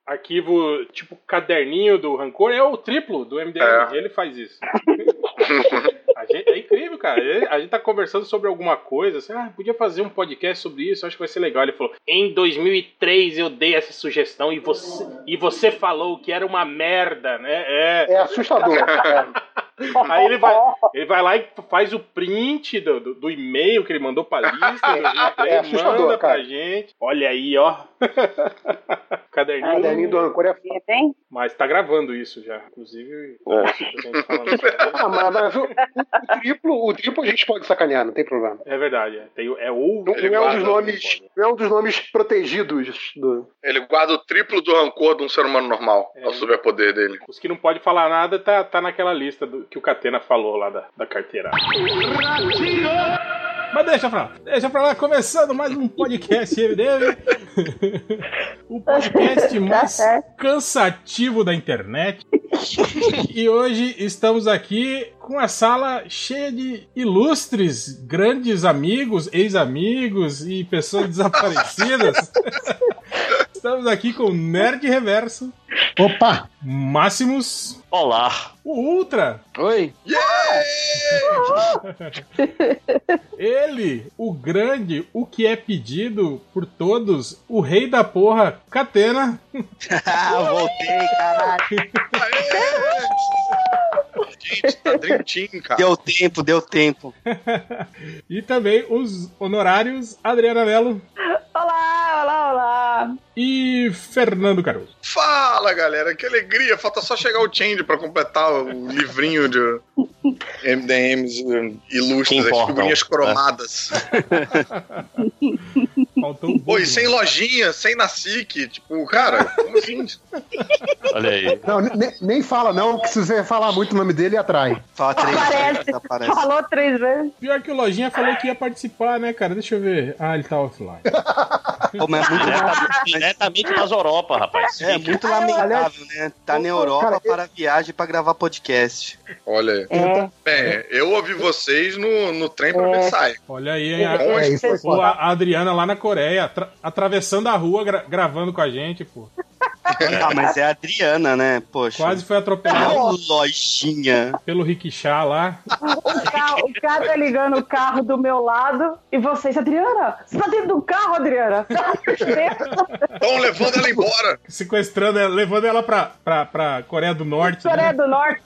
arquivo tipo caderninho do Rancor, é o triplo do MDM, ele faz isso. É incrível, cara. A gente tá conversando sobre alguma coisa, assim, podia fazer um podcast sobre isso, acho que vai ser legal. Ele falou, em 2003 eu dei essa sugestão e você falou que era uma merda, né? É assustador. Aí ele vai lá e faz o print do e-mail que ele mandou pra lista, manda pra gente. Olha aí, ó. Caderninho do Rancor é tem? Mas tá gravando isso já, inclusive. Mas o triplo a gente pode sacanear, não tem problema. É verdade, não é um dos nomes protegidos do. Ele guarda o triplo do Rancor de um ser humano normal. É o superpoder dele. Os que não podem falar nada tá naquela lista que o Catena falou lá da carteira. Mas deixa pra lá, começando mais um podcast MDM. O podcast mais cansativo da internet. E hoje estamos aqui com a sala cheia de ilustres, grandes amigos, ex-amigos e pessoas desaparecidas. Estamos aqui com o Nerd Reverso. Opa! Máximos. Olá. O Ultra. Oi. Yeah! Ele, o grande, o que é pedido por todos, o rei da porra, Catena. Voltei, caralho. Gente, tá Dream Team, cara. Deu tempo. E também os honorários, Adriana Mello. Olá. E Fernando Caruso. Fala, galera, que alegria. Falta só chegar o Change pra completar o livrinho de MDMs ilustres, as figurinhas cromadas. Faltou um pouco. Oi, sem lojinha, sem Nacic, tipo, cara, como assim? Olha aí. Não, nem fala não, que se você falar muito o nome dele, atrai. Fala 3 vezes, aparece. Falou 3 vezes. Pior que o Lojinha falou que ia participar, né, cara? Deixa eu ver. Ele tá offline. Pô, mas é muito Diretamente das Europa, rapaz. É muito lamentável, né? Tá na Europa para viagem pra gravar podcast. Olha aí. Bem, eu ouvi vocês no trem pra Versailles. Olha aí, hein? A Adriana lá na Coreia, atravessando a rua, gravando com a gente, pô. Mas é a Adriana, né? Poxa. Quase foi atropelado. Lojinha. Pelo rickshaw lá. O cara tá ligando o carro do meu lado e vocês, Adriana, você tá dentro do carro, Adriana? Estão levando ela embora. Sequestrando ela, levando ela pra Coreia do Norte. Coreia do Norte.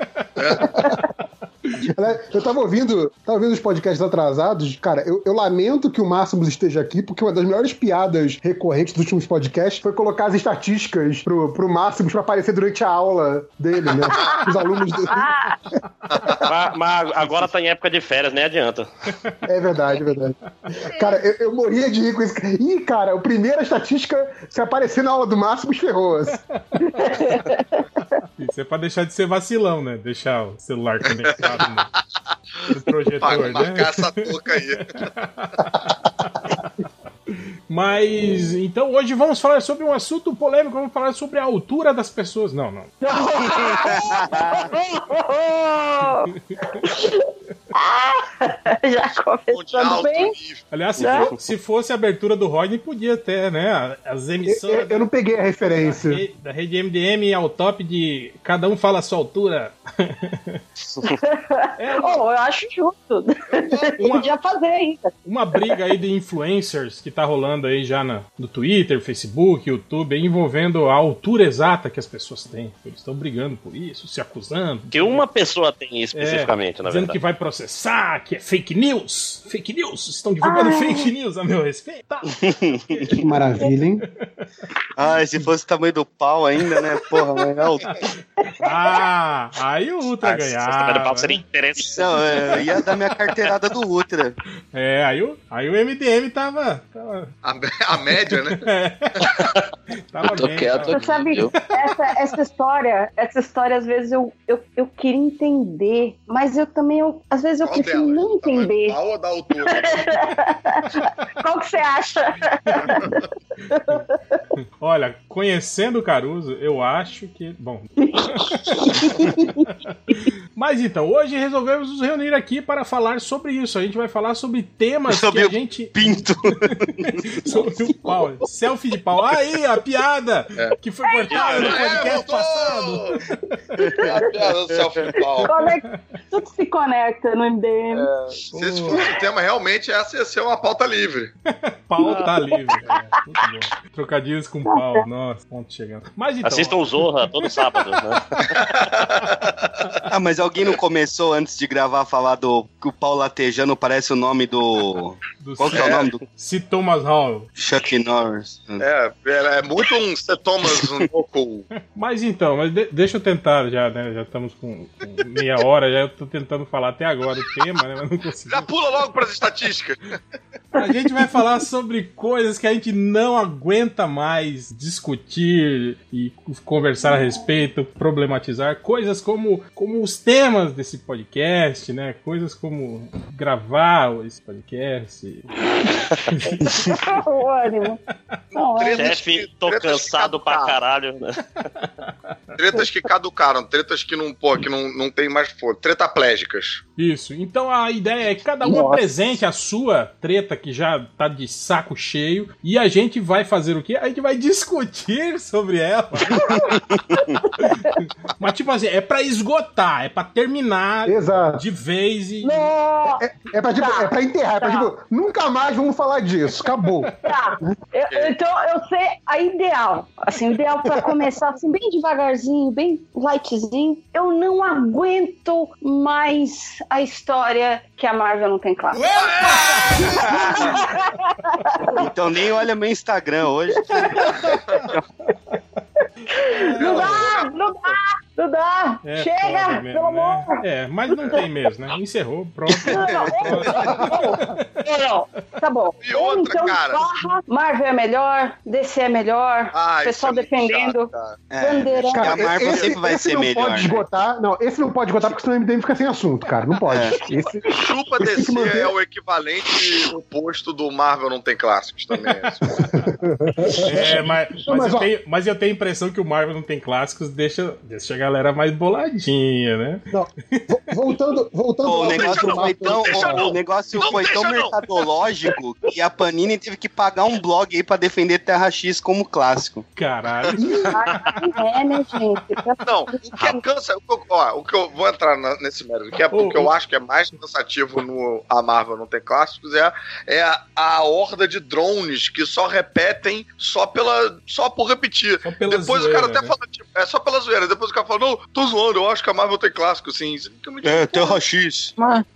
Eu tava ouvindo os podcasts atrasados. Cara, eu lamento que o Máximos esteja aqui, porque uma das melhores piadas recorrentes dos últimos podcasts foi colocar as estatísticas pro Máximos pra aparecer durante a aula dele, né? Os alunos dele. Mas agora tá em época de férias, nem adianta. É verdade. Cara, eu morria de rir com isso. Ih, cara, a primeira estatística, se aparecer na aula do Máximos, ferrou. Isso é pra deixar de ser vacilão, né? Deixar o celular conectado no projetor, né? Marcar essa touca aí. Mas, então, hoje vamos falar sobre um assunto polêmico, vamos falar sobre a altura das pessoas. Não. Já começando bem. Aliás, se fosse a abertura do Rodney, podia ter, né? As emissoras... Eu não peguei a referência. Da rede MDM ao top de cada um fala a sua altura. Eu acho justo. Podia fazer ainda. Uma briga aí de influencers que tá rolando aí já no Twitter, Facebook, YouTube, envolvendo a altura exata que as pessoas têm. Eles estão brigando por isso, se acusando. Que uma pessoa tem especificamente, na dizendo verdade. Que vai processar, que é fake news. Fake news, estão divulgando fake news a meu respeito. Que maravilha, hein? Se fosse o tamanho do pau ainda, né? Porra, mas não. Aí o Ultra ganhava. Se fosse o tamanho do pau seria interessante. Não, eu ia dar minha carteirada do Ultra. Aí o MDM tava... A média, né? Tava tô bem, quieto. Você sabe, essa história, às vezes eu queria entender, mas eu também, às vezes eu prefiro não entender. Qual ou da altura? Qual que você acha? Olha, conhecendo o Caruso, eu acho que... Bom... Mas então, hoje resolvemos nos reunir aqui para falar sobre isso. A gente vai falar sobre temas sobre que a gente... pinto. Sobre o pau. Selfie de pau. Aí, a piada que foi cortada no podcast passado. A piada do selfie de pau. Tudo se conecta no MDM. Se esse fosse o tema, realmente essa ia ser uma pauta livre. Pauta livre. Muito bom. Trocadilhos com pau. Nossa, ponto chegando. Mas então... Assistam o Zorra todo sábado, né? Mas alguém não começou antes de gravar a falar que o pau latejando parece o nome do qual que é o nome do... C. Thomas Howell. Chuck Norris. É muito um C. Thomas Howell. Mas então, deixa eu tentar já, né? Já estamos com meia hora, já eu tô tentando falar até agora o tema, né? Mas não consigo. Já pula logo pras estatísticas. A gente vai falar sobre coisas que a gente não aguenta mais discutir e conversar a respeito, problematizar, coisas como os temas desse podcast, né? Coisas como gravar esse podcast. O ânimo. Chefe, tô cansado pra caralho. Né? Tretas que caducaram, tretas que não tem mais força. Tretaplégicas. Isso. Então a ideia é que cada um apresente a sua treta que já tá de saco cheio e a gente vai fazer o quê? A gente vai discutir sobre ela. Mas tipo assim, é pra esgotar, é pra terminar de vez e... É pra enterrar, é pra tipo, nunca mais vamos falar disso, acabou. Tá. Então eu sei a ideal. Assim, o ideal pra começar assim, bem devagarzinho, bem lightzinho. Eu não aguento mais a história que a Marvel não tem classe. Então nem olha meu Instagram hoje. Não dá. Chega, pelo amor. Mas não tem mesmo, né? Encerrou, pronto. Não, tá bom. E outra, então, cara. Marvel é melhor, DC é melhor, o pessoal defendendo. Bandeira. Cara, a Marvel sempre vai ser melhor. Pode esgotar, não, esse não pode esgotar porque senão o MDM fica sem assunto, cara. Não pode. Chupa DC é o equivalente oposto do Marvel não tem clássicos também. Mas eu tenho a impressão que o Marvel não tem clássicos, deixa a galera mais boladinha, né? Não. Voltando o negócio foi tão mercadológico que a Panini teve que pagar um blog aí pra defender Terra X como clássico. Caralho. Né, gente? Não, o que cansa... o que eu vou entrar nesse mérito, o que eu acho que é mais cansativo no A Marvel não tem clássicos é a horda de drones que só repetem só por repetir. Depois zoeira, o cara até fala, tipo, só pela zoeira. Depois o cara fala, não, tô zoando, eu acho que a Marvel tem clássico, sim. Terra X. Mas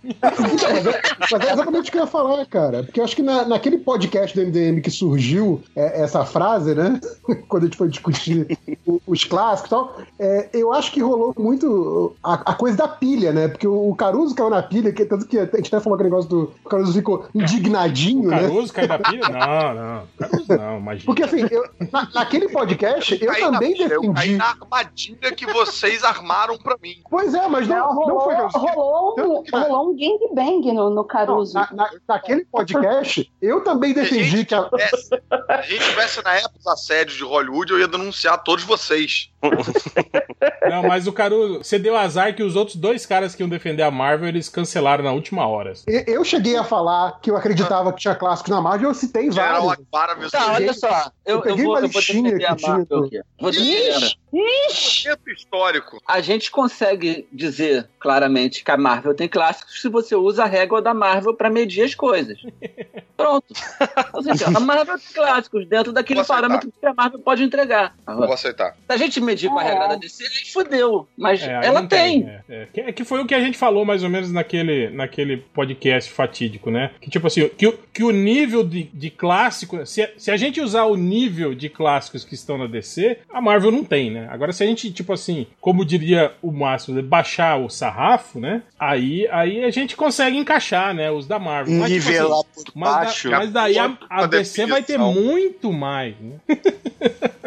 é exatamente o que eu ia falar, cara. Porque eu acho que naquele podcast do MDM que surgiu essa frase, né? Quando a gente foi discutir os clássicos e tal, eu acho que rolou muito a coisa da pilha, né? Porque o Caruso caiu na pilha, tanto que a gente até falou aquele negócio do o Caruso ficou indignadinho, o né? Caruso caiu na pilha? Não. Caruso não, imagina. Porque assim, naquele podcast, eu também defendi. Eu caí na armadilha que vocês armaram pra mim. Pois é, mas não foi... Rolou um gangbang no Caruso. Naquele podcast, eu também defendi que a gente tivesse na época dos assédios de Hollywood, eu ia denunciar todos vocês. Não, mas o Caruso, você deu azar que os outros dois caras que iam defender a Marvel, eles cancelaram na última hora. Eu cheguei a falar que eu acreditava que tinha clássicos na Marvel, eu citei vários. Tá, olha só. Eu vou defender a Marvel aqui. Vou defender. Histórico. A gente consegue dizer claramente que a Marvel tem clássicos se você usa a régua da Marvel pra medir as coisas. Pronto. Ou seja, a Marvel tem clássicos dentro daquele parâmetro que a Marvel pode entregar. Vou aceitar. Se a gente medir com a regra da DC, aí fudeu. Mas ela tem. Que foi o que a gente falou mais ou menos naquele podcast fatídico, né? Que tipo assim, que o nível de clássico, se a gente usar o nível de clássicos que estão na DC, a Marvel não tem, né? Agora se a gente, tipo assim, como diria o Márcio, baixar o sarrafo, né? Aí a gente consegue encaixar, né? Os da Marvel. Mas, nivelar tipo assim, por baixo. Mas daí a DC vai ter muito mais, né?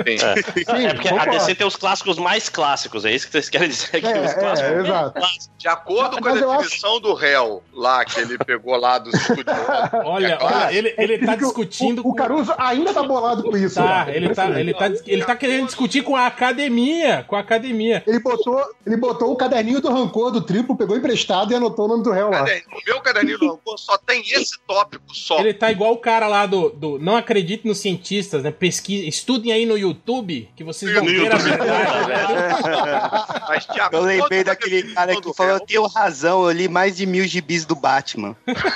Sim. Porque a DC tem os clássicos mais clássicos, é isso que vocês querem dizer? Que os clássicos exato. De acordo com a definição do réu lá, que ele pegou lá dos estudiosos. Olha, ele tá discutindo. O Caruso ainda tá bolado com isso. Tá, ele tá querendo discutir com a academia. Ele botou o caderninho do rancor do triplo, pegou emprestado e anotou o nome do réu lá. O meu caderninho do rancor só tem esse tópico só. Ele tá igual o cara lá do Não Acredite nos Cientistas, né? Pesquisa, estudem aí no YouTube, que vocês vão ver a verdade. Eu lembrei daquele cara que falou: eu tenho razão, eu li mais de 1000 gibis do Batman.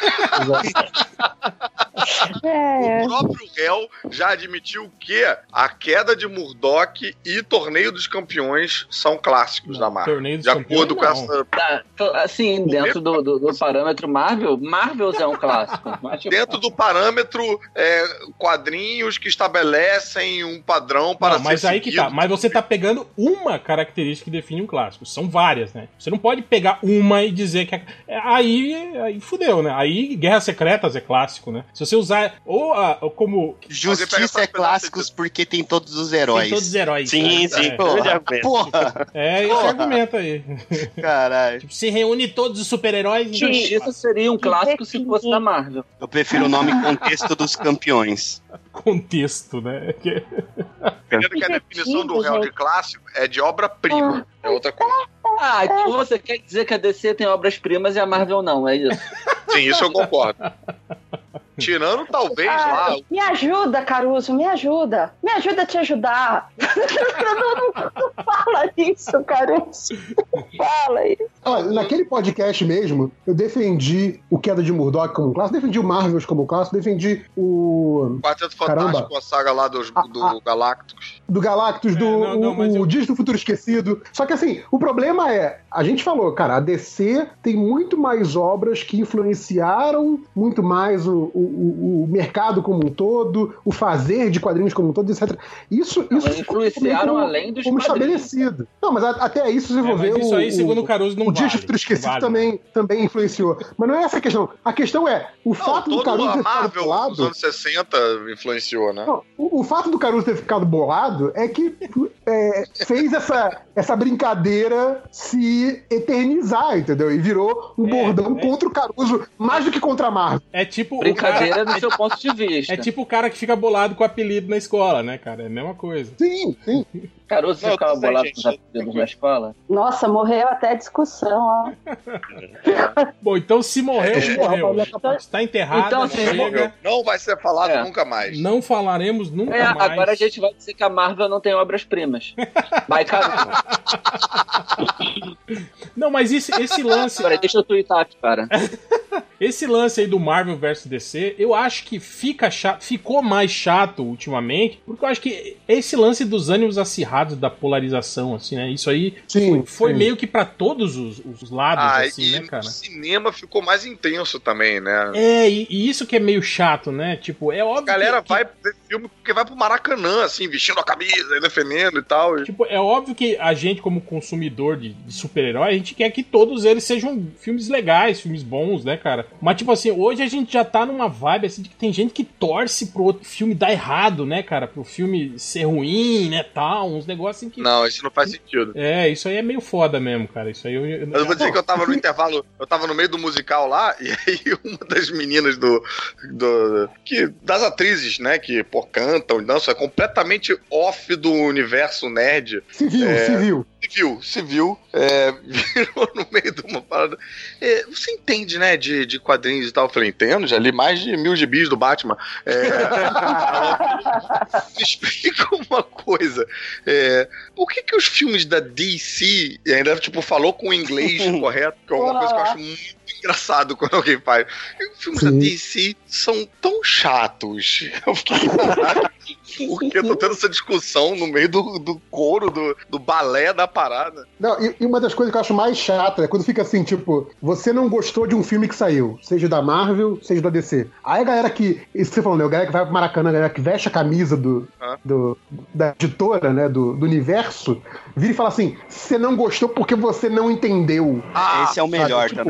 O próprio réu já admitiu que a queda de Murdoch e Torneio dos Campeões são clássicos da Marvel. De acordo com essa... Assim, dentro do parâmetro Marvel, Marvels é um clássico. Dentro do parâmetro quadrinhos que estabelecem um padrão para mas ser aí que tá. Mas você tá pegando uma característica que define um clássico. São várias, né? Você não pode pegar uma e dizer que... Aí fudeu, né? Aí Guerras Secretas é clássico, né? Se você usar ou como... Justiça é clássicos porque tem todos os heróis. Tem todos os heróis. Sim. Porra. Esse argumento aí. Caralho. Tipo, se reúne todos os super-heróis... Justiça seria um clássico se fosse da Marvel. Eu prefiro o nome Contexto dos Campeões. Contexto, né? Entendendo que a definição do réu de clássico é de obra-prima. É outra coisa. Então você quer dizer que a DC tem obras-primas e a Marvel não, é isso? Sim, isso eu concordo. Tirando, talvez, lá... Me ajuda, Caruso, me ajuda. Me ajuda a te ajudar. Não fala isso, Caruso. Fala isso. Olha, naquele podcast mesmo, eu defendi o Queda de Murdoch como clássico, defendi o Marvels como clássico, defendi o... Quarteto Fantástico, a saga lá do Galactus. Do Galactus, o Dias do Futuro Esquecido. Só que assim, o problema é, a gente falou, cara, a DC tem muito mais obras que influenciaram muito mais o mercado como um todo, o fazer de quadrinhos como um todo, etc. Isso influenciaram além dos como estabelecido. Não, mas até isso se envolveu. Mas isso aí, segundo o Caruso, não o Dias do Futuro Esquecido também influenciou. Mas não é essa a questão. A questão é, o fato do Caruso ter ficado bolado... nos anos 60 influenciou, né? Não, o fato do Caruso ter ficado bolado é que fez essa brincadeira se eternizar, entendeu? E virou um bordão contra o Caruso, mais do que contra a Marvel. É tipo... Brincadeira do seu ponto de vista. É tipo o cara que fica bolado com o apelido na escola, né, cara? É a mesma coisa. Sim. Caruso, você ficava bolado com os apelidos na escola? Nossa, morreu até a discussão, ó. Bom, então se morreu. Está enterrado, então, chega. Não vai ser falado nunca mais. Não falaremos nunca mais. Agora a gente vai dizer que a Marvel não tem obras-primas. Vai, Caruso. Não, mas esse lance... Peraí, deixa eu twittar aqui, cara. Esse lance aí do Marvel vs DC, eu acho que ficou mais chato ultimamente, porque eu acho que esse lance dos ânimos acirrados da polarização, assim, né? Isso aí foi meio que pra todos os lados, assim, né, cara? O cinema ficou mais intenso também, né? E isso que é meio chato, né? Tipo, é óbvio a galera vai ver filme porque vai pro Maracanã, assim, vestindo a camisa, defendendo e tal. Tipo, é óbvio que a gente, como consumidor de super-herói, a gente quer que todos eles sejam filmes legais, filmes bons, né, cara? Mas, tipo assim, hoje a gente já tá numa vibe, assim, de que tem gente que torce pro outro filme dar errado, né, cara? Pro filme ser ruim, né, tal, uns negócios assim que... Não, isso não faz sentido. Isso aí é meio foda mesmo, cara. Isso aí eu vou dizer que eu tava no intervalo, eu tava no meio do musical lá, e aí uma das meninas das atrizes, né, que, cantam e dançam, é completamente off do universo nerd. Civil. Virou no meio de uma parada. Você entende, né, de quadrinhos e tal? Eu falei, entendo, já li mais de 1000 gibis do Batman. Me explica uma coisa. Por que os filmes da DC, ainda tipo, falou com o inglês correto, que é uma coisa que eu acho muito engraçado quando alguém faz. Os filmes da DC são tão chatos. Eu fiquei... Porque eu tô tendo essa discussão no meio do coro, do balé da parada. Não, e uma das coisas que eu acho mais chata é quando fica assim, tipo, você não gostou de um filme que saiu, seja da Marvel, seja da DC. Aí a galera que, isso que você falou, né, a galera que vai pro Maracanã, a galera que veste a camisa da editora, né, do vira e fala assim, você não gostou porque você não entendeu. Esse é o melhor, tipo, também.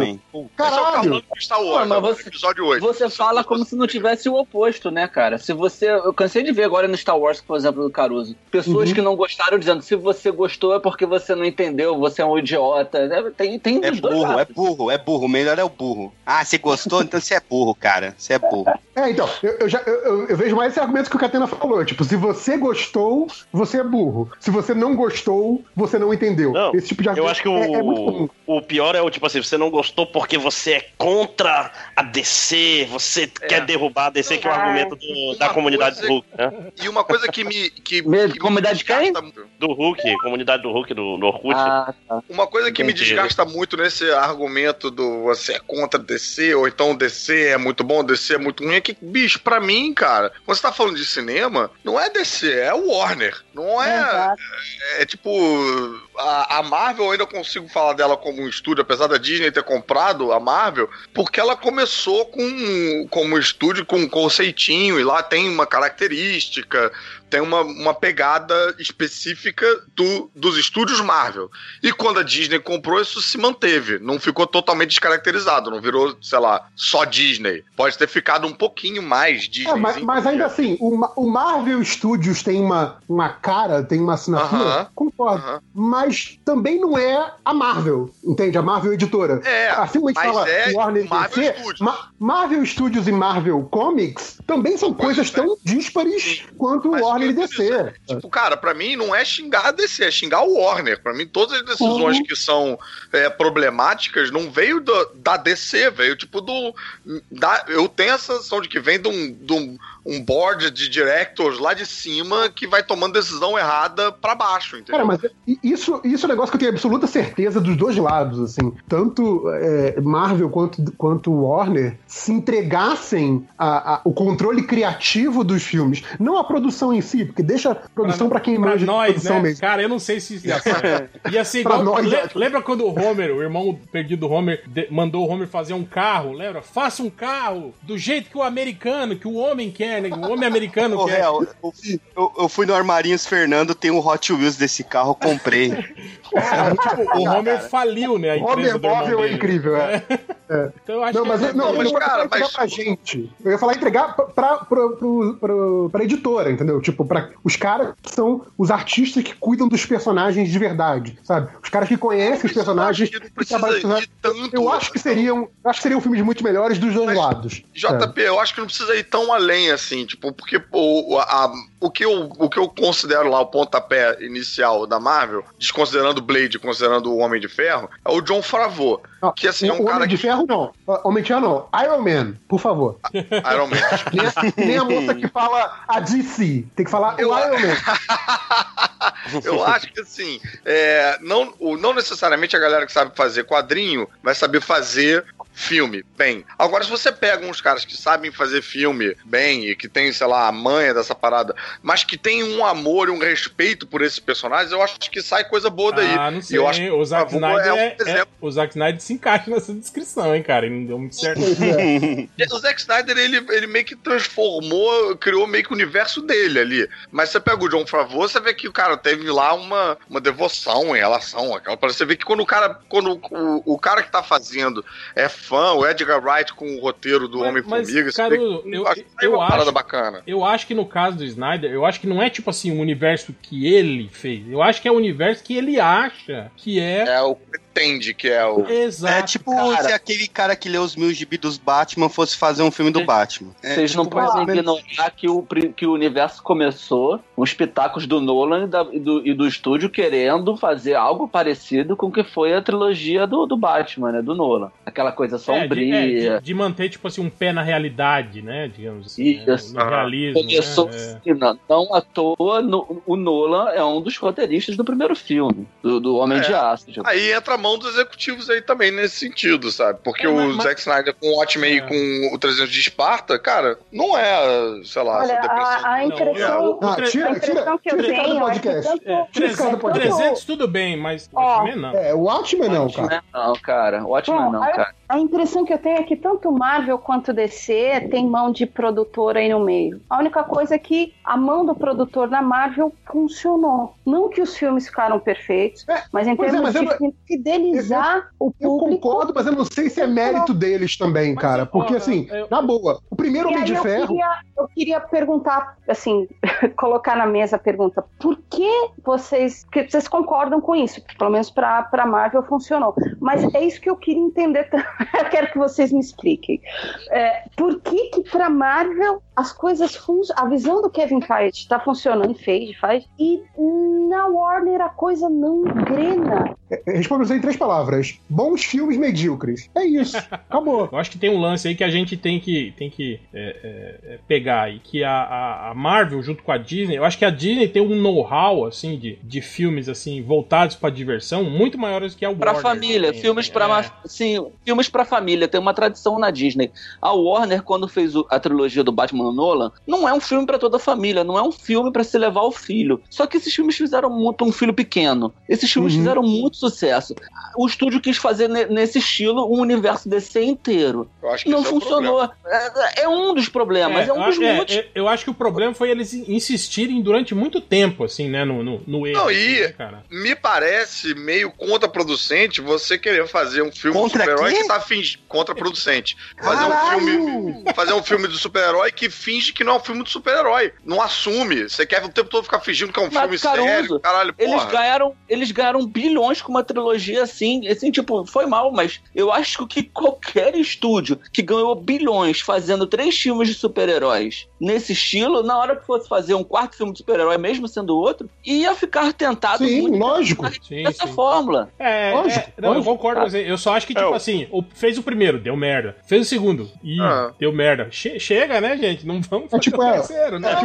Esse é o calão do Star Wars, mas você, episódio 8. Você fala como se não tivesse o oposto, né, cara? Se você... Eu cansei de ver agora no Star Wars, por exemplo, do Caruso. Pessoas que não gostaram dizendo, se você gostou é porque você não entendeu, você é um idiota. Tem os dois lados. É burro. O melhor é o burro. Ah, você gostou? Então você é burro, cara. Você é burro. Então, eu vejo mais esse argumento que o Catena falou. Tipo, se você gostou, você é burro. Se você não gostou, você não entendeu. Não, esse tipo de argumento eu acho que o pior é o tipo assim, você não gostou porque você é contra a DC, você quer derrubar a DC, que é o argumento da comunidade do Hulk, né? E uma coisa que me comunidade de quem? Do Hulk, comunidade do Hulk, do Orkut. Tá. Uma coisa que me desgasta muito nesse argumento do você é contra DC, ou então DC é muito bom, DC é muito ruim, é que, bicho, pra mim, cara, quando você tá falando de cinema, não é DC, é Warner. Não é... É tipo... A Marvel, eu ainda consigo falar dela como um estúdio, apesar da Disney ter comprado a Marvel, porque ela começou como um estúdio com um conceitinho, e lá tem uma característica, tem uma pegada específica dos estúdios Marvel. E quando a Disney comprou, isso se manteve. Não ficou totalmente descaracterizado, não virou, sei lá, só Disney. Pode ter ficado um pouquinho mais Disney. Mas ainda assim, o Marvel Studios tem uma cara, tem uma assinatura, concordo. Mas também não é a Marvel, entende? A Marvel editora. Assim como a gente fala Warner Marvel DC, Marvel Studios e Marvel Comics também são coisas tão díspares quanto o Warner e DC. Tipo, cara, pra mim não é xingar a DC, é xingar o Warner. Pra mim, todas as decisões que são problemáticas não veio da DC, veio tipo eu tenho a sensação de que vem de um board de directors lá de cima que vai tomando decisão errada pra baixo, entendeu? Cara, mas isso é um negócio que eu tenho absoluta certeza dos dois lados, assim. Tanto Marvel quanto Warner se entregassem o controle criativo dos filmes, não a produção em si, porque deixa a produção pra quem manja de produção, né? Mesmo. Cara, eu não sei se ia ser. Ia ser igual... Lembra quando o Homer, o irmão perdido do Homer, mandou o Homer fazer um carro? Lembra? Faça um carro do jeito que o americano, que o homem quer, né? O homem americano quer. Eu fui no Armarinhos Fernando, tem um Hot Wheels desse carro, eu comprei. Tipo, o Homer faliu, né? A empresa do móvel é incrível, Então eu acho pra gente. Eu ia falar entregar pra editora, entendeu? Tipo, pra os caras que são os artistas que cuidam dos personagens de verdade, sabe? Os caras que conhecem os personagens que trabalham. Eu acho que seriam filmes muito melhores dos dois lados. JP, eu acho que não precisa ir tão além assim, tipo, porque o que eu considero lá o pontapé inicial da Marvel, desconsiderando Blade, considerando o Homem de Ferro, é o Jon Favreau. Que assim, é um cara Homem de Ferro não. Homem de Ferro não. Iron Man, por favor. Iron Man. Nem a moça que fala a DC. Tem que falar o Iron Man. Eu acho que assim, não necessariamente a galera que sabe fazer quadrinho vai saber fazer filme bem. Agora, se você pega uns caras que sabem fazer filme bem e que tem, sei lá, a manha dessa parada, mas que tem um amor e um respeito por esses personagens, eu acho que sai coisa boa daí. Não sei, eu acho que o Zack Snyder o Zack Snyder se encaixa nessa descrição, hein, cara? Ele não deu muito certo. O Zack Snyder, ele meio que criou meio que o universo dele ali. Mas você pega o Jon Favreau, você vê que o cara teve lá uma devoção em relação àquela. Você vê que quando o cara que tá fazendo é fã, o Edgar Wright com o roteiro do Homem-Formiga, eu uma parada bacana. Eu acho que no caso do Snyder, eu acho que não é tipo assim um universo que ele fez. Eu acho que é o universo que ele acha que é o entende que é o... Exato, é tipo se aquele cara que lê os 1000 gibi dos Batman fosse fazer um filme do Batman. Vocês não podem ignorar que o universo começou com os pitacos do Nolan e do estúdio querendo fazer algo parecido com o que foi a trilogia do Batman, né? Do Nolan. Aquela coisa sombria. De manter, tipo assim, um pé na realidade, né? Digamos assim. Isso. No realismo. Começou não à toa, o Nolan é um dos roteiristas do primeiro filme, do Homem de Aço. Aí entra a mão dos executivos aí também nesse sentido, sabe? Porque o Zack Snyder com o Watchmen e com o 300 de Esparta, cara, não é, sei lá, olha, a impressão que eu tenho é que 300 tudo bem, mas o Watchmen não. O Watchmen não, cara. O Watchmen não, cara. A impressão que eu tenho é que tanto Marvel quanto DC tem mão de produtor aí no meio. A única coisa é que a mão do produtor da Marvel funcionou. Não que os filmes ficaram perfeitos, mas em termos de fidelizar o público. Eu concordo, mas eu não sei se é mérito deles também, cara. Porque, assim, na boa, o primeiro Homem de Ferro... Eu queria perguntar, assim, colocar na mesa a pergunta, por que vocês concordam com isso? Pelo menos pra Marvel funcionou. Mas é isso que eu queria entender também. Eu quero que vocês me expliquem. Por que pra Marvel as coisas funcionam? A visão do Kevin Feige está funcionando, faz, e na Warner a coisa não engrena. Respondo em 3 palavras. Bons filmes medíocres. É isso. Acabou. Eu acho que tem um lance aí que a gente tem que pegar aí, que a Marvel junto com a Disney, eu acho que a Disney tem um know-how, assim, de filmes, assim, voltados pra diversão, muito maiores que a Warner. Pra família, filmes pra família, tem uma tradição na Disney. A Warner, quando fez a trilogia do Batman Nolan, não é um filme pra toda a família, não é um filme pra se levar ao filho. Só que esses filmes fizeram muito um filho pequeno. Esses filmes fizeram muito sucesso. O estúdio quis fazer nesse estilo um universo DC inteiro. Eu acho que não funcionou. É um dos problemas, é um dos muitos. Eu acho que o problema foi eles insistirem durante muito tempo, assim, né, no erro. Não, e né, cara? Me parece meio contraproducente você querer fazer um filme de super-herói que tá fingindo. Contraproducente. Fazer um filme de super-herói que finge que não é um filme de super-herói. Não assume. Você quer o tempo todo ficar fingindo que é um filme sério. Caralho, porra. Eles ganharam bilhões com uma trilogia assim, tipo, foi mal, mas eu acho que qualquer estúdio que ganhou bilhões fazendo 3 filmes de super-heróis nesse estilo, na hora que fosse fazer um 4º filme de super-herói, mesmo sendo outro, ia ficar tentado muito lógico. Essa fórmula. Lógico. Eu concordo com você. Eu só acho que, tipo assim, fez o primeiro, deu merda. Fez o segundo, deu merda. Chega, né, gente? Não vamos fazer o terceiro, né?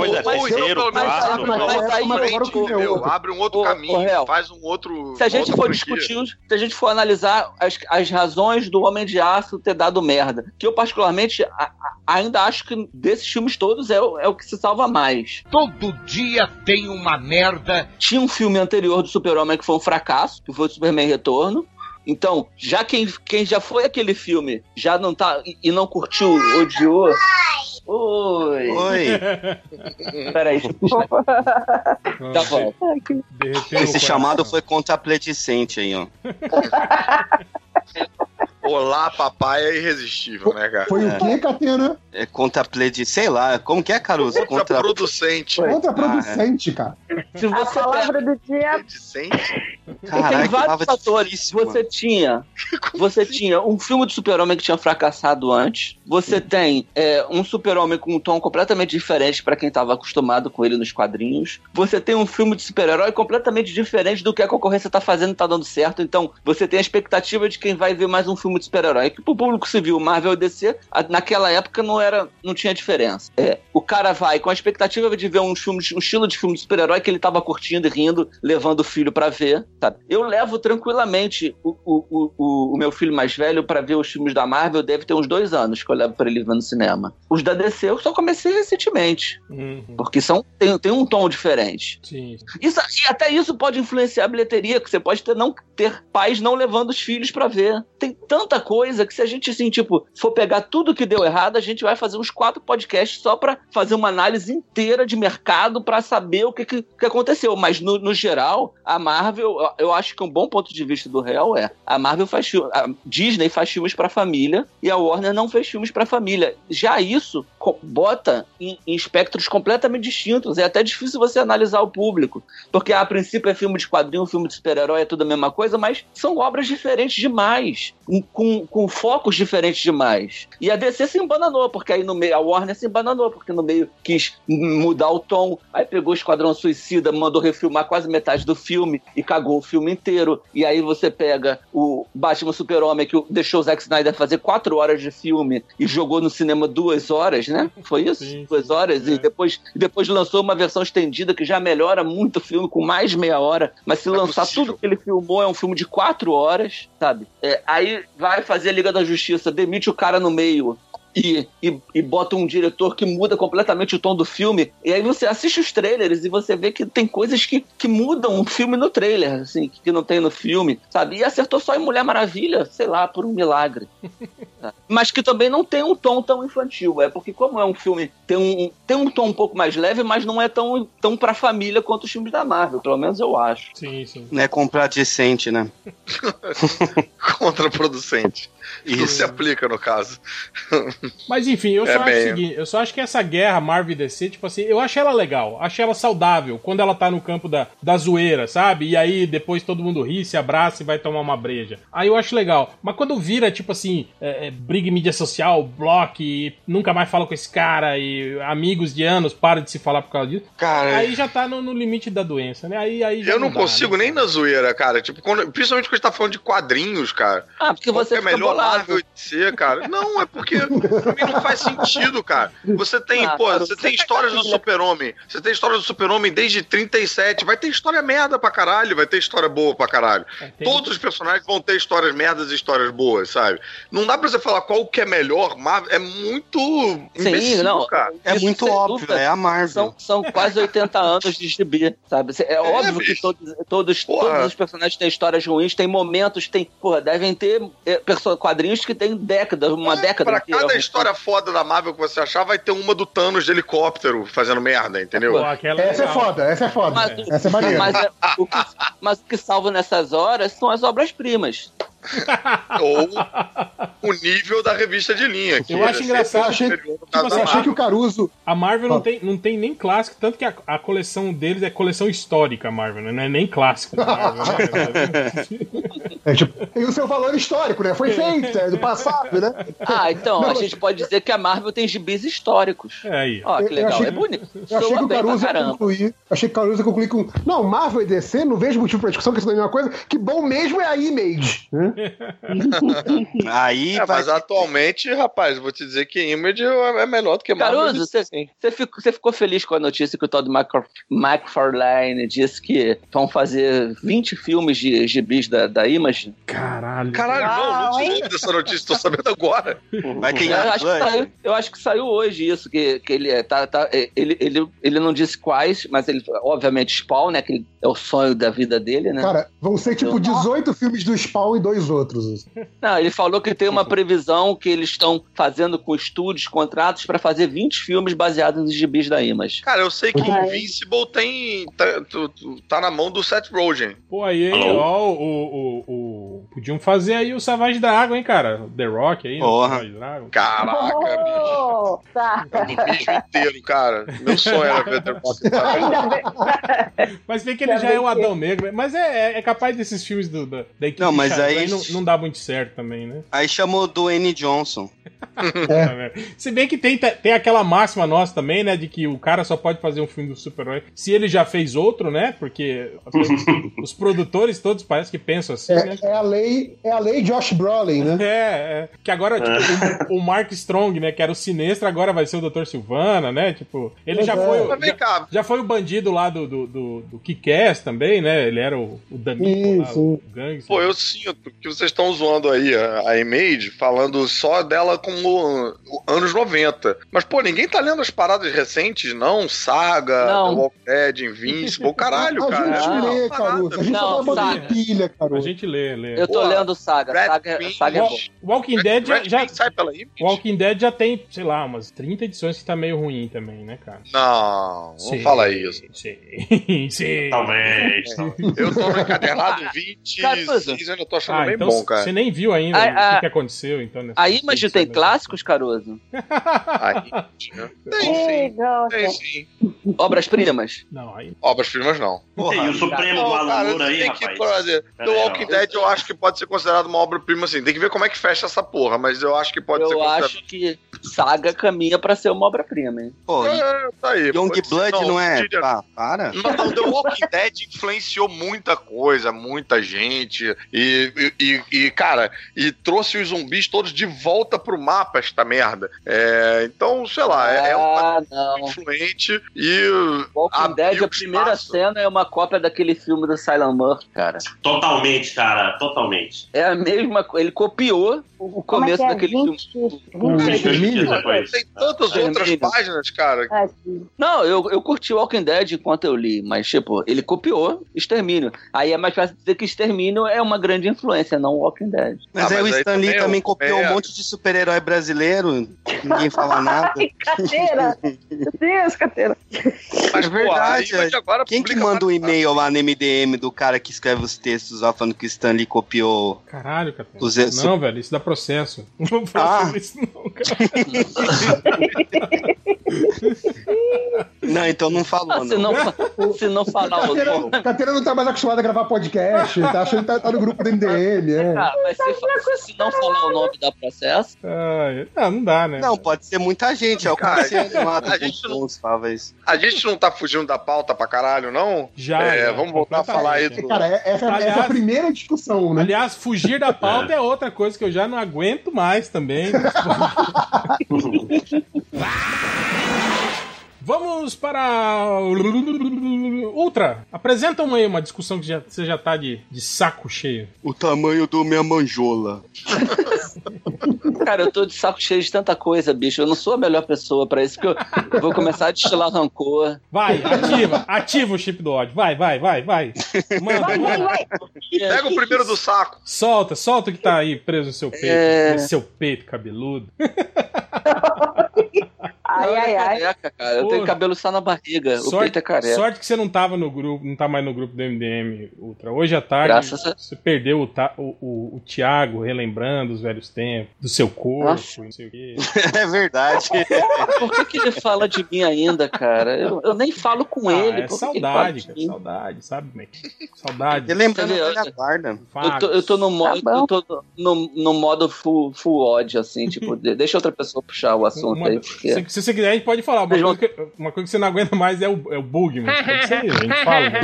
Abre um outro caminho, faz um outro... Se a gente for discutir, se a gente for analisar as razões do Homem de Aço ter dado merda, que eu particularmente ainda acho que desses filmes todos é o que se salva mais. Todo dia tem uma merda. Tinha um filme anterior do Super-Homem que foi um fracasso, que foi o Superman Retorno. Então, já quem já foi aquele filme, já não tá e não curtiu, odiou. Oi. Peraí. Tá bom. Esse chamado foi contrapledicente aí, ó. Olá, papai é irresistível, né, cara? Foi o quê, Catena? É contrapledicente, sei lá, como que é, Caruso? Contraproducente. Contraproducente, cara. Se você a palavra do dia... Tem vários fatores. Você tinha um filme de super-homem que tinha fracassado antes. Você tem um super-homem com um tom completamente diferente pra quem tava acostumado com ele nos quadrinhos. Você tem um filme de super-herói completamente diferente do que a concorrência tá fazendo e tá dando certo. Então, você tem a expectativa de quem vai ver mais um filme de super-herói. Que pro público civil, Marvel e DC, naquela época não tinha diferença. O cara vai com a expectativa de ver um estilo de filme de super-herói que ele tava curtindo e rindo, levando o filho pra ver, sabe? Eu levo tranquilamente o meu filho mais velho pra ver os filmes da Marvel, deve ter uns 2 anos que eu levo pra ele ver no cinema. Os da DC eu só comecei recentemente, porque tem um tom diferente. Sim. E até isso pode influenciar a bilheteria, que você pode ter pais não levando os filhos pra ver. Tem tanta coisa que se a gente, assim, tipo, for pegar tudo que deu errado, a gente vai fazer uns 4 podcasts só pra fazer uma análise inteira de mercado pra saber o que aconteceu. Mas, no geral, a Marvel, eu acho que um bom ponto de vista do Real a Marvel a Disney faz filmes pra família e a Warner não fez filmes pra família. Já isso bota em espectros completamente distintos. É até difícil você analisar o público, porque a princípio é filme de quadrinho, filme de super-herói, é tudo a mesma coisa, mas são obras diferentes demais, com focos diferentes demais. E a DC se embananou, porque aí no meio, a Warner se embananou, porque no meio quis mudar o tom, aí pegou o Esquadrão Suicida, mandou refilmar quase metade do filme e cagou o filme inteiro. E aí você pega o Batman Super-Homem, que deixou o Zack Snyder fazer 4 horas de filme e jogou no cinema 2 horas, né? Foi isso? Sim, 2 horas. E depois lançou uma versão estendida que já melhora muito o filme, com mais meia hora. Mas se lançar tudo que ele filmou, é um filme de 4 horas, sabe? Aí vai fazer a Liga da Justiça, demite o cara no meio e bota um diretor que muda completamente o tom do filme, e aí você assiste os trailers e você vê que tem coisas que mudam o filme no trailer, assim, que não tem no filme, sabe? E acertou só em Mulher Maravilha, sei lá, por um milagre. Mas que também não tem um tom tão infantil. É porque como é um filme, tem um tom um pouco mais leve, mas não é tão pra família quanto os filmes da Marvel, pelo menos eu acho. Sim, sim. Não é contradicente, né? Contraproducente. Isso se aplica, no caso. Mas enfim, eu só acho o seguinte, eu só acho que essa guerra Marvel e DC, tipo assim, eu acho ela legal, acho ela saudável, quando ela tá no campo da zoeira, sabe? E aí depois todo mundo ri, se abraça e vai tomar uma breja. Aí eu acho legal. Mas quando vira, tipo assim, briga em mídia social, bloco, e nunca mais fala com esse cara, e amigos de anos param de se falar por causa disso, cara, aí já tá no limite da doença, né? Aí já eu não dá, consigo, né, nem na zoeira, cara. Tipo, principalmente quando a gente tá falando de quadrinhos, cara. Porque você é melhor Marvel e DC, cara. Não, é porque pra mim não faz sentido, cara. Você tem, você tem histórias do Super-Homem. Você tem história do Super-Homem desde 37. Vai ter história merda pra caralho, vai ter história boa pra caralho. Todos os personagens vão ter histórias merdas e histórias boas, sabe? Não dá pra você falar qual que é melhor. Marvel é muito imbecil, não, cara. É muito óbvio, dúvida, é a Marvel. São quase 80 anos de gibi, sabe? É óbvio que todos os personagens têm histórias ruins, tem momentos, devem ter quadrinhos que tem uma década. Pra cada história foda da Marvel que você achar, vai ter uma do Thanos de helicóptero fazendo merda, entendeu? Essa é foda. Essa é maneira. Mas o que salva nessas horas são as obras-primas. Ou o nível da revista de linha. Eu acho engraçado. Achei que o Caruso... A Marvel não tem nem clássico, tanto que a coleção deles é coleção histórica, a Marvel, né? Não é nem clássico da Marvel. Tem o seu valor histórico, né? Foi feito, é do passado, né? Então, a gente pode dizer que a Marvel tem gibis históricos. Aí. Ó, que legal, é bonito. Eu achei que o Caruso ia concluir com... Não, Marvel e DC, não vejo motivo pra discussão, que isso não é a mesma coisa, que bom mesmo é a Image, né? Aí mas atualmente, rapaz, vou te dizer que Image é melhor do que Marvel. Caruso, você ficou feliz com a notícia que o Todd McFarlane disse que vão fazer 20 filmes de gibis da Image? Caralho, não soube dessa notícia, tô sabendo agora. Eu acho que saiu hoje isso, que ele não disse quais, mas ele, obviamente, Spawn, né, que é o sonho da vida dele, né? Cara, vão ser tipo 18 filmes do Spawn e 2 outros. Não, ele falou que tem uma previsão que eles estão fazendo com estúdios, contratos, pra fazer 20 filmes baseados nos gibis da Image. Cara, eu sei que Invincible tá na mão do Seth Rogen. Pô, aí, podiam fazer aí o Savage Dragon, hein, cara? The Rock aí, Savage Dragon. Caraca, bicho. Tá. É do bicho inteiro, cara. Meu sonho era ver The Rock. Mas vê que ele já é o Adão Negro, mas é capaz desses filmes da equipe. Não, mas aí não dá muito certo também, né? Aí chamou Dwayne Johnson. Se bem que tem aquela máxima nossa também, né, de que o cara só pode fazer um filme do super-herói se ele já fez outro, né? Porque os produtores todos parece que pensam assim, né? É a lei Josh Brolin, né? Que agora, tipo, o Mark Strong, né, que era o Sinestro, agora vai ser o Dr. Silvana, né? Tipo, ele já foi o bandido lá do Kick-Ass também, né? Ele era o Danico lá, o Gangue. Pô, eu sinto que vocês estão zoando aí a Image, falando só dela como anos 90. Mas, pô, ninguém tá lendo as paradas recentes, não? Saga, The Walking Dead, Invincible, caralho, cara. A gente lê, Caruso. A gente só tá botando pilha, Caruso. A gente lê. Eu tô lendo Saga. Saga é bom. Walking Dead Walking Dead já tem, sei lá, umas 30 edições que tá meio ruim também, né, cara? Não fala isso. Sim. Talvez. Eu tô no encadernado 26, eu tô achando bem então bom, cara. Você nem viu ainda o que aconteceu, então. A Image tem clássicos, Caruso? Tem sim. Obras-primas? Não, aí... Obras-primas não. Tem o Supremo do Alan Moore aí, rapaz. The Walking Dead eu acho que pode ser considerado uma obra-prima, assim. Tem que ver como é que fecha essa porra, mas eu acho que pode ser considerado. Eu acho que Saga caminha pra ser uma obra-prima, hein? Pô, tá aí. Youngblood não é... Para. Não, The Walking Dead influenciou muita coisa, muita gente, e cara, e trouxe os zumbis todos de volta pro mapa, esta merda. Então, sei lá, é um influente e... Walking Dead, a primeira cena é uma cópia daquele filme do Silent Murphy, cara. Totalmente, cara, totalmente. É a mesma coisa, ele copiou o começo daquele filme. Tem tantas outras páginas, cara. Não, eu curti o Walking Dead enquanto eu li, mas, tipo, ele copiou Extermínio. Aí é mais fácil dizer que Extermínio é uma grande influência, não o Walking Dead. Mas aí o Stan Lee também copiou um monte de super-herói brasileiro, ninguém fala nada. Cateira! Meu Deus, cateira. Mas é verdade, agora quem que manda um e-mail lá no MDM do cara que escreve os textos lá falando que o Stan Lee copiou... Caralho, cateira. Não, velho, isso dá processo. Não vou falar sobre isso não, cara. Não, então não falou, não. Se não falar o nome... Cateira não tá mais acostumada a gravar podcast, tá achando que tá no grupo do MDM, mas se não falar o nome dá processo? Não dá, né? Não, pode ser muita gente, é o cara, a gente não tá fugindo da pauta pra caralho, não? Já. Vamos voltar a falar aí do... Cara, essa é a primeira discussão, né? Aliás, fugir da pauta é outra coisa que eu já não aguento mais também. Vamos para Ultra. Apresenta aí uma discussão que você já tá de saco cheio. O tamanho do minha manjola. Cara, eu tô de saco cheio de tanta coisa, bicho. Eu não sou a melhor pessoa pra isso, porque eu vou começar a destilar rancor. Vai, ativa o chip do ódio. Vai. Manda. Pega o primeiro do saco. Solta o que tá aí preso no seu peito. No seu peito cabeludo. Ai. Careca, cara. Eu tenho cabelo só na barriga. O peito é careca. Sorte que você não tava no grupo, não tá mais no grupo do MDM Ultra. Hoje à tarde você perdeu o Thiago relembrando os velhos tempos, do seu corpo, não sei o quê. É verdade. Por que ele fala de mim ainda, cara? Eu nem falo com ele. É saudade, cara. Saudade, sabe, Mac? Saudade. Lembrando que ele aguarda. Eu tô no modo full ódio, assim, tipo, deixa outra pessoa puxar o assunto aí. Porque... Se você quiser, a gente pode falar. Uma coisa que você não aguenta mais é o Bugman. Pode ser, a gente fala. Né?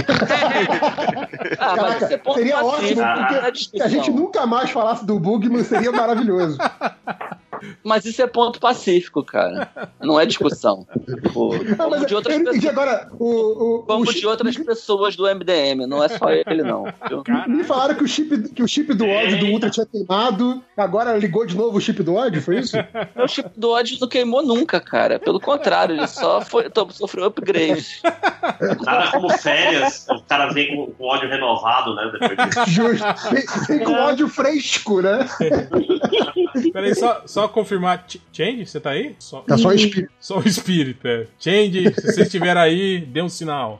Cara, seria ótimo, porque se a gente nunca mais falasse do Bugman, seria maravilhoso. Mas isso é ponto pacífico, cara. Não é discussão. Vamos de outras pessoas. Agora, vamos de outras pessoas do MDM, não é só ele, não. Me falaram que o chip do ódio do Ultra tinha queimado, agora ligou de novo o chip do ódio, foi isso? O chip do ódio não queimou nunca, cara. Pelo contrário, ele só sofreu upgrade. Nada como férias, o cara vem com o ódio renovado, né? Depois disso. Justo. Vem com ódio fresco, né? Peraí, só confirmar. Change, você tá aí? Tá só o espírito. Só o espírito, é. Change, se você estiver aí, dê um sinal.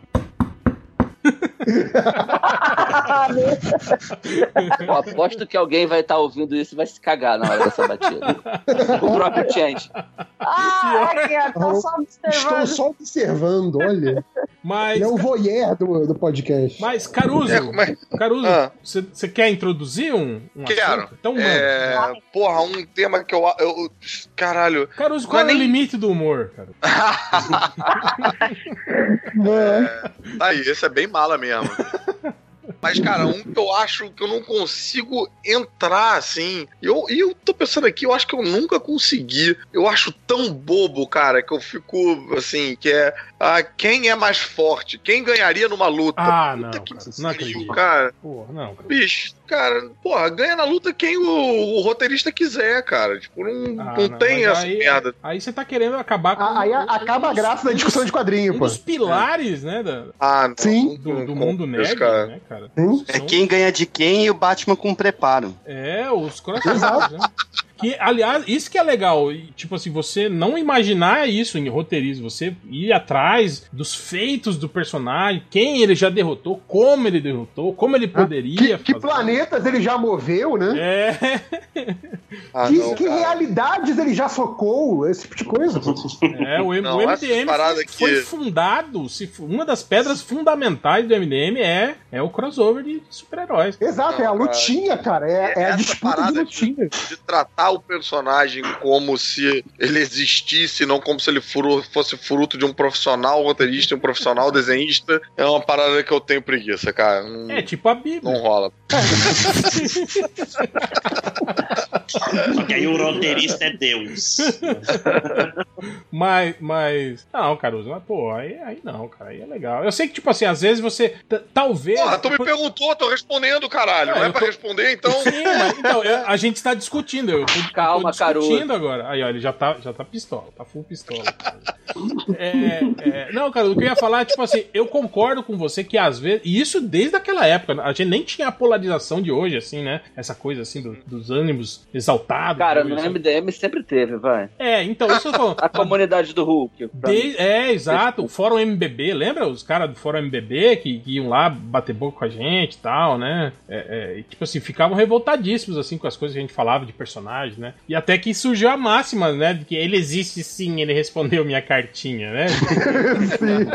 Eu aposto que alguém vai estar ouvindo isso e vai se cagar na hora dessa batida. O próprio Change. Estou só observando, olha. Mas, ele é o voyeur do podcast. Mas, Caruso, você quer introduzir um Quero. Assunto? Então, mano. Porra, um tema que eu caralho. Caruso, qual é o limite do humor, cara? Aí, esse é bem mala mesmo. Mas, cara, um que eu acho que eu não consigo entrar, assim... E eu tô pensando aqui, eu acho que eu nunca consegui. Eu acho tão bobo, cara, que eu fico, assim, que é... quem é mais forte? Quem ganharia numa luta? Não, cara. Não acredito. Cara. Porra, não, cara. Bicho, cara, porra, ganha na luta quem o roteirista quiser, cara. Tipo, não tem essa merda. Aí você tá querendo acabar com... Aí acaba a graça da discussão de quadrinho, pô. Um dos pilares, né, sim. do mundo nerd, né, cara? É quem ganha de quem e o Batman com preparo. Os crossovers, né? Que, aliás, isso que é legal. Tipo assim, você não imaginar isso em roteirismo, você ir atrás dos feitos do personagem, quem ele já derrotou, como ele derrotou, como ele poderia que planetas ele já moveu, né? Que realidades ele já socou, esse tipo de coisa. O MDM foi fundado, uma das pedras fundamentais do MDM é o crossover de super-heróis. Exato, é a lutinha, cara. É a disputa de lutinha. De tratar o personagem como se ele existisse, não como se ele fosse fruto de um profissional roteirista, um profissional desenhista, é uma parada que eu tenho preguiça, cara. Tipo a Bíblia. Não rola. Só que aí o roteirista é Deus. Mas não, Caruso, mas, pô, aí não, cara, aí é legal. Eu sei que, tipo assim, às vezes você, talvez... Porra, tu me perguntou, tô respondendo, caralho. Não é pra responder, então... Sim, mas, então, a gente está discutindo, eu tô discutindo agora. Aí, ó, ele já tá pistola, tá full pistola. Não, cara, o que eu ia falar é, tipo assim, eu concordo com você que às vezes, e isso desde aquela época, a gente nem tinha a polarização de hoje, assim, né? Essa coisa, assim, dos ânimos exaltados. Cara, no MDM sempre teve, vai. Então, isso eu tô falando. A comunidade do Hulk. Exato, o Fórum MBB, lembra os caras do Fórum MBB que iam lá bater boca com a gente e tal, né? E, tipo assim, ficavam revoltadíssimos, assim, com as coisas que a gente falava de personagem, né? E até que surgiu a máxima, né? De que ele existe sim, ele respondeu minha cartinha, né? Sim.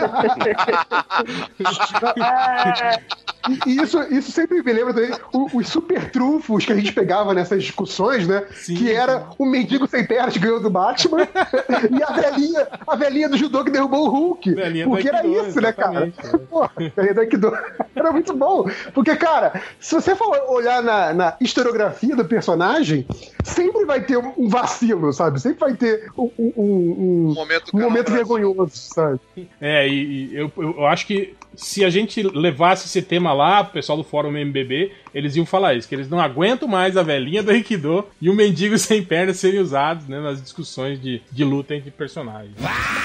E isso sempre me lembra também os super trunfos que a gente pegava nessas discussões, né? Sim, que era o mendigo sem pernas que ganhou do Batman e a velhinha do judô que derrubou o Hulk. Porque era isso, né, cara? Pô, velhinha do Aikido. Era muito bom. Porque, cara, se você for olhar na historiografia do personagem, sempre vai ter um vacilo, sabe? Sempre vai ter um momento vergonhoso, sabe? Eu acho que se a gente levasse esse tema lá pro pessoal do Fórum MBB, eles iam falar isso, que eles não aguentam mais a velhinha do Aikido e o mendigo sem pernas serem usados, né, nas discussões de luta entre personagens.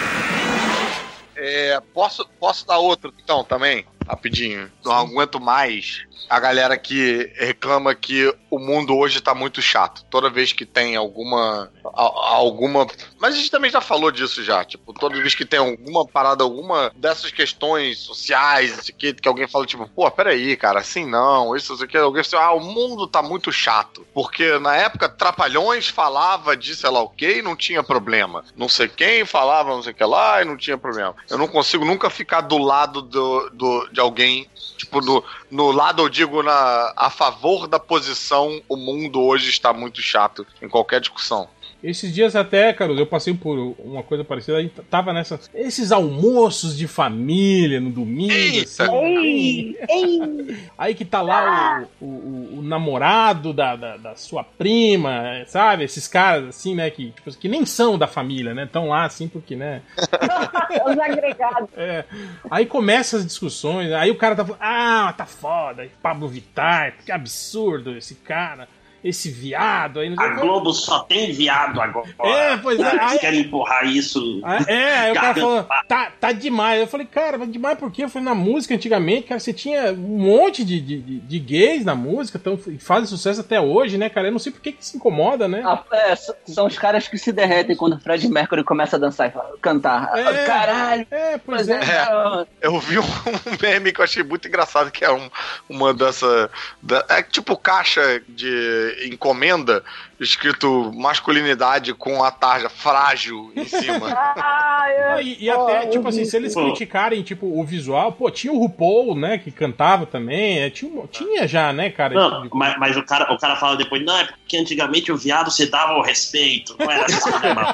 Posso dar outro, então, também? Rapidinho. Não aguento mais a galera que reclama que o mundo hoje tá muito chato. Toda vez que tem alguma... Mas a gente também já falou disso já. Tipo, toda vez que tem alguma parada, alguma dessas questões sociais, isso aqui, que alguém fala, tipo, pô, peraí, cara, assim não, isso aqui, alguém fala, o mundo tá muito chato. Porque na época, Trapalhões falava de sei lá o que e não tinha problema. Não sei quem falava não sei o que lá e não tinha problema. Eu não consigo nunca ficar do lado de alguém, tipo, no lado, eu digo, a favor da posição, o mundo hoje está muito chato em qualquer discussão. Esses dias até, Caruso, eu passei por uma coisa parecida, aí tava esses almoços de família no domingo, assim. Aí que tá lá o namorado da sua prima, sabe? Esses caras, assim, né, que nem são da família, né? Estão lá, assim, porque, né? Os agregados. Aí começa as discussões, aí o cara tá falando, tá foda, Pablo Vittar, que absurdo esse cara. Esse viado aí. A Globo só tem viado agora. Pois é. Eles querem empurrar isso. Aí o cara falou, tá demais. Eu falei, cara, mas demais por quê? Eu falei, na música antigamente, cara, você tinha um monte de gays na música, então fazem sucesso até hoje, né, cara? Eu não sei por que se incomoda, né? São os caras que se derretem quando o Fred Mercury começa a dançar e cantar. Caralho! Pois é. Eu vi um meme que eu achei muito engraçado, que é uma dessa... É tipo caixa de encomenda, escrito masculinidade com a tarja frágil em cima. E até, tipo assim, se eles criticarem, tipo, o visual, pô, tinha o RuPaul, né, que cantava também, tinha já, né, cara? Não, mas o cara fala depois, não, é porque antigamente o viado se dava o respeito, não era assim,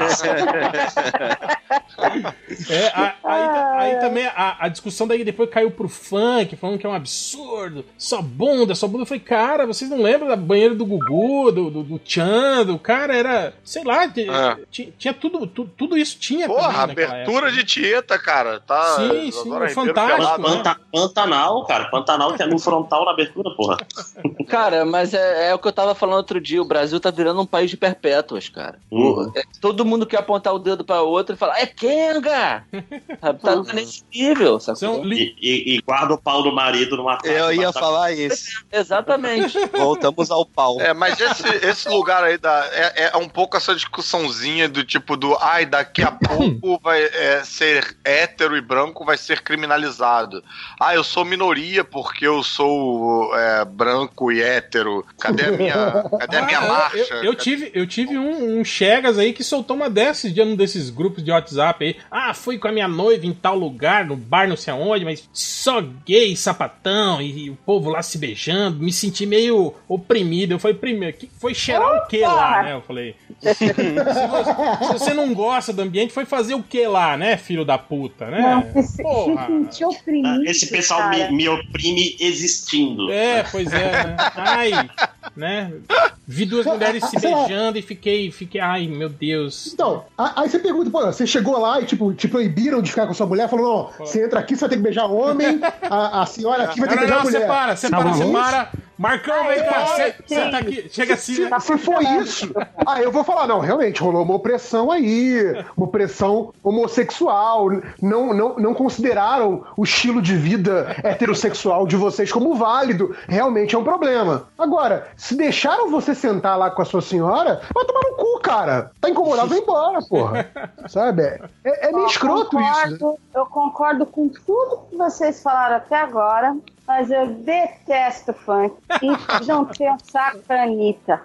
aí também a discussão daí depois caiu pro funk, falando que é um absurdo, só bunda. Eu falei, cara, vocês não lembram da banheira do Gugu, do Tchan, do cara, era, sei lá, tinha tudo isso tinha. Porra, abertura de Tieta, cara, tá? Sim, fantástico. Pantanal, cara, Pantanal que é no frontal na abertura, porra. Cara, mas é o que eu tava falando outro dia, o Brasil tá virando um país de perpétuas, cara. Todo mundo quer apontar o dedo pra outro e falar, é Kenga! Tá nesse nível, sacou? E guarda o pau do marido numa casa. Eu ia falar isso. Exatamente. Voltamos ao pau. Mas esse lugar aí é um pouco essa discussãozinha do tipo daqui a pouco vai ser hétero e branco vai ser criminalizado. Eu sou minoria porque eu sou branco e hétero. Cadê a minha marcha? Eu tive um Chegas aí que soltou uma dessas de um desses grupos de WhatsApp aí. Fui com a minha noiva em tal lugar, no bar não sei aonde, mas só gay, sapatão, e o povo lá se beijando, me senti meio oprimido. Eu falei, primeiro, foi cheirar o que lá, né? Eu falei, se você não gosta do ambiente, foi fazer o que lá, né, filho da puta, né? Porra. Se sentir oprimido, esse pessoal me oprime existindo. Pois é, né? Ai, né? Vi duas mulheres se beijando e fiquei, ai meu Deus. Então, aí você pergunta, pô, você chegou lá e tipo, te proibiram de ficar com sua mulher, falou, não, você entra aqui, você vai ter que beijar homem, a senhora aqui vai ter que beijar mulher. Separa. Marcão, vem cá, senta aqui, chega assim. Se for isso, eu vou falar, não, realmente, rolou uma opressão aí, uma opressão homossexual, não consideraram o estilo de vida heterossexual de vocês como válido, realmente é um problema. Agora, se deixaram você sentar lá com a sua senhora, vai tomar no cu, cara. Tá incomodado, vai embora, porra. Sabe? É meio escroto isso. Né? Eu concordo com tudo que vocês falaram até agora, mas eu detesto funk e juntei um saco pra Anitta.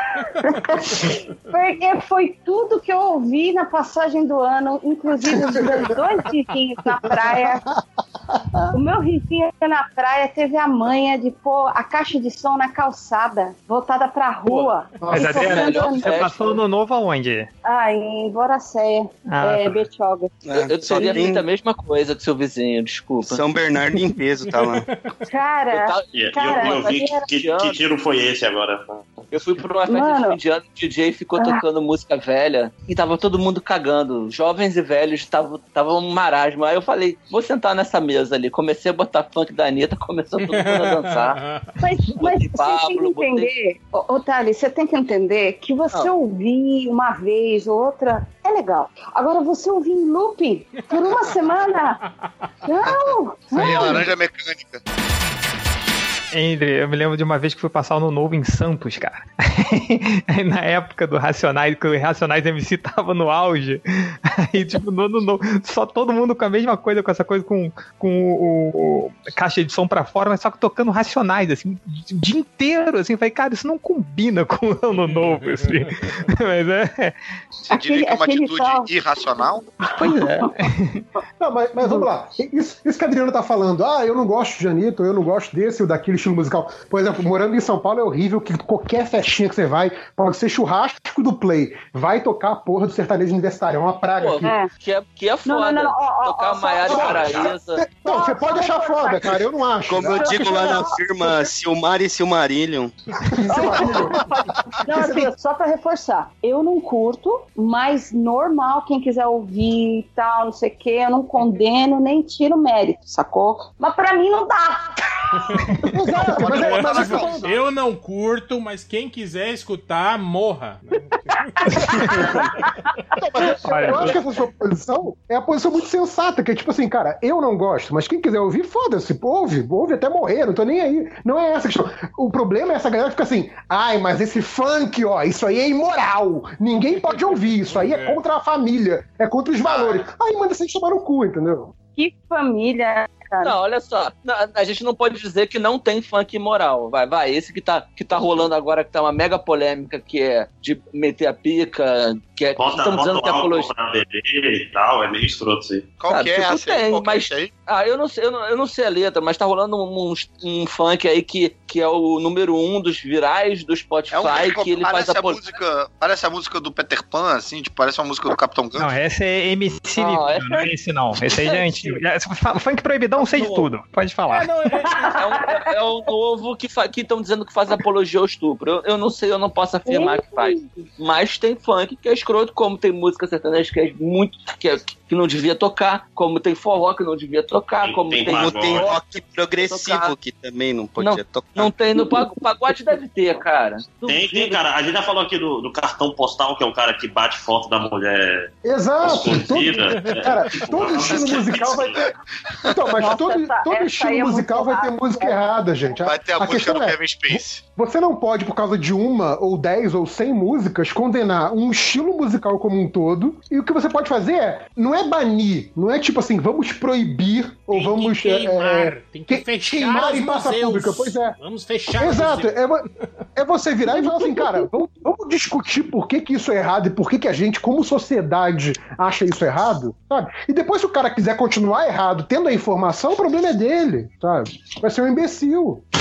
Porque foi tudo que eu ouvi na passagem do ano, inclusive os meus 2 risinhos na praia. O meu risinho na praia teve a manha de pôr a caixa de som na calçada, voltada pra rua. Mas Adriana, você passou no novo aonde? Em Boracéia, Betioga. Eu teria feito a mesma coisa do seu vizinho, desculpa. São Bernardo em peso, tá lá. Cara, eu vi que tiro foi esse agora. Eu fui pra uma festa de fim de ano, o DJ ficou tocando música velha e tava todo mundo cagando. Jovens e velhos tava um marasmo. Aí eu falei, vou sentar nessa mesa ali. Comecei a botar funk da Anitta, começou todo mundo a dançar. Mas você tem que entender, Thales, você tem que entender que você ouvir uma vez ou outra é legal. Agora você ouvir em looping por uma semana, não. Laranja mecânica. Andrew, eu me lembro de uma vez que fui passar o Ano Novo em Santos, cara. Aí, na época do Racionais, que o Racionais MC tava no auge. Aí, tipo, no Ano Novo, só todo mundo com a mesma coisa, com essa coisa com o caixa de som pra fora, mas só que tocando Racionais, assim, o dia inteiro, assim. Falei, cara, isso não combina com o Ano Novo, assim. Mas Você diria que é uma atitude irracional? Pois é. Não, mas vamos lá. Isso que a Adriana tá falando, eu não gosto de Anitta, eu não gosto desse ou daquele estilo musical. Por exemplo, morando em São Paulo é horrível que qualquer festinha que você vai, pode ser churrasco do Play, vai tocar a porra do sertanejo universitário. É uma praga aqui. Que é foda. Tocar Maiara e Paraíso. Não, você pode achar foda, cara. Eu não acho. Como eu digo lá na firma, Silmar e Silmarillion. Não, assim, só pra reforçar. Eu não curto, mas normal, quem quiser ouvir e tal, não sei o que, eu não condeno, nem tiro mérito, sacou? Mas pra mim não dá. Eu não curto, mas quem quiser escutar, morra. Eu acho que essa sua posição é a posição muito sensata, que é tipo assim, cara, eu não gosto, mas quem quiser ouvir, foda-se, ouve até morrer, não tô nem aí. Não é essa a questão. O problema é essa galera que fica assim, mas esse funk, isso aí é imoral, ninguém pode ouvir, isso aí é contra a família, é contra os valores. Aí manda vocês tomar no cu, entendeu? Que família, cara. Não, olha só. A gente não pode dizer que não tem funk imoral. Vai. Esse que tá rolando agora, que tá uma mega polêmica, que é de meter a pica, que estamos dizendo que é apologia e tal, é meio escroto, sim. Qual que é essa aí? Tem, mas eu não sei a letra, mas tá rolando um funk aí que é o número 1 dos virais do Spotify, que ele faz parece a música do Peter Pan, assim, tipo, parece uma música do Capitão Gancho. Não, essa é MC Livinho, não é esse não. Esse aí já é antigo. Funk proibidão, sei de tudo. Pode falar. É o novo que estão dizendo que faz apologia ao estupro. Eu não sei, eu não posso afirmar que faz. Mas tem funk que é escroto, como tem música sertaneja que é muito... que não devia tocar, como tem forró que não devia tocar, como tem rock progressivo que também não podia tocar. Não tem, no pagode deve ter, cara. Tem, cara. A gente já falou aqui do cartão postal, que é o cara que bate foto da mulher. Exato. Todo estilo musical vai ter. Então, mas todo estilo musical vai ter música errada, gente. Vai ter a música do Kevin Space. Você não pode, por causa de 1 ou 10 ou 100 músicas, condenar um estilo musical como um todo. E o que você pode fazer não é banir, não é tipo assim, vamos proibir ou vamos tem que fechar queimar em praça pública. Pois é. Vamos fechar. Exato. É você virar e falar assim, cara, vamos discutir por que isso é errado e por que a gente, como sociedade, acha isso errado, sabe? E depois, se o cara quiser continuar errado, tendo a informação, o problema é dele, sabe? Vai ser um imbecil.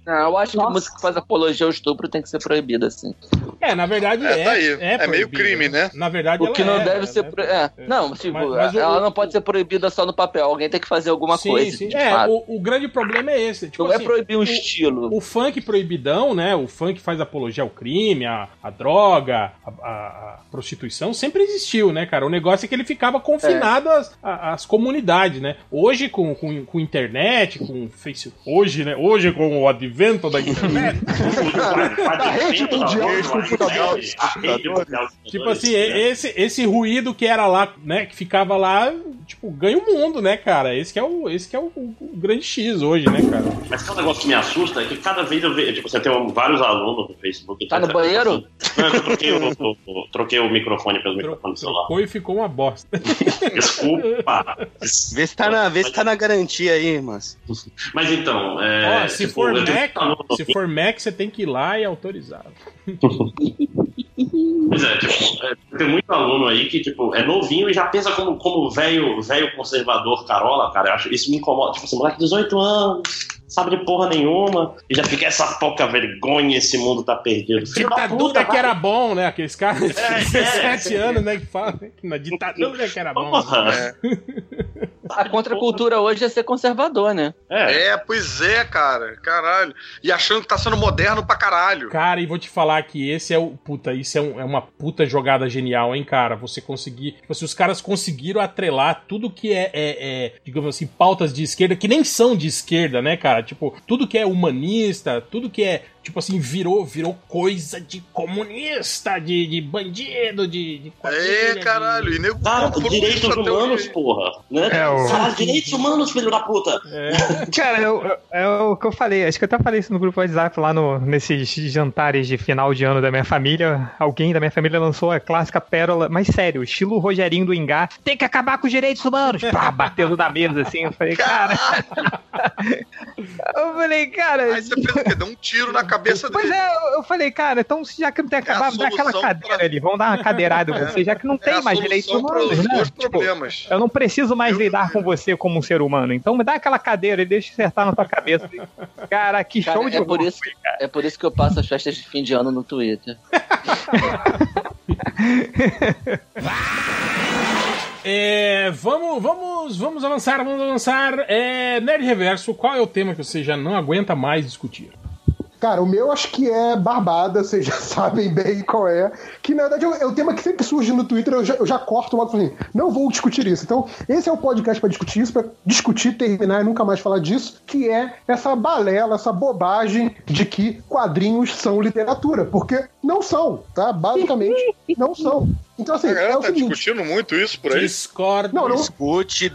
Eu acho que música que faz apologia ao estupro tem que ser proibida, assim. Na verdade tá aí. É meio crime, né? Na verdade, o que não deve ser... Não, tipo, mas ela não pode ser proibida só no papel. Alguém tem que fazer alguma coisa. Sim. O grande problema é esse. Tipo, não é proibir um estilo. O funk proibidão, né? O funk faz apologia ao crime, a droga, a prostituição, sempre existiu, né, cara? O negócio é que ele ficava confinado às comunidades, né? Hoje, com internet, com Facebook... Hoje, né? Hoje, com o advento da internet... A rede mundial de computadores. Tipo assim, esse ruído que era lá, né? Que ficava lá, tipo, ganha o mundo, né, cara? Esse que é o grande X hoje, né, cara? Mas tem um negócio que me assusta é que cada vez eu vejo, tipo, você tem vários alunos no Facebook. Tá no banheiro? Não, eu troquei o microfone pelo microfone do celular. Trocou e ficou uma bosta. Desculpa. Vê se tá na garantia aí, mas. Mas então, se for Mac, você tem que ir lá e autorizar. Pois tem muito aluno aí que, tipo, é novinho e já pensa como velho conservador carola, cara. Eu acho, isso me incomoda. Tipo, esse moleque de 18 anos, sabe de porra nenhuma, e já fica essa pouca vergonha, esse mundo tá perdido. Ditadura que era bom, né? Aqueles caras de 17 anos, né? Que falam que na ditadura que era bom. A contracultura hoje é ser conservador, né? Pois é, cara. Caralho. E achando que tá sendo moderno pra caralho. Cara, e vou te falar que esse é o... Puta, isso é uma puta jogada genial, hein, cara? Você conseguir... Tipo assim, os caras conseguiram atrelar tudo que digamos assim, pautas de esquerda, que nem são de esquerda, né, cara? Tipo, tudo que é humanista, tudo que é... Tipo assim, virou coisa de comunista, de bandido, de caralho. E nego direitos humanos, porra. Né? Direitos humanos, filho da puta. Cara, é o que eu falei. Acho que eu até falei isso no grupo WhatsApp lá nesses jantares de final de ano da minha família. Alguém da minha família lançou a clássica pérola, mas sério, estilo Rogerinho do Engá. Tem que acabar com os direitos humanos. Pá, batendo na mesa assim. Eu falei, cara. Aí você fez o quê? Deu um tiro na cabeça dele. Pois eu falei, cara, então já que não tem acabado, dá aquela cadeira ali, vamos dar uma cadeirada em você, já que não tem mais direitos humanos, né? Tipo, eu não preciso mais lidar com você como um ser humano, então me dá aquela cadeira e deixa acertar na tua cabeça. Cara, que show de louco, é por isso que eu passo as festas de fim de ano no Twitter. Vamos avançar. Nerd Reverso, qual é o tema que você já não aguenta mais discutir? Cara, o meu acho que é barbada, vocês já sabem bem qual é. Que na verdade é o tema que sempre surge no Twitter, eu já corto logo assim, não vou discutir isso. Então, esse é o podcast pra discutir isso, pra discutir, terminar e nunca mais falar disso, que é essa balela, essa bobagem de que quadrinhos são literatura. Porque não são, tá? Basicamente, não são. Então, assim, é o seguinte, discutindo muito isso por aí? Discordo. Não discute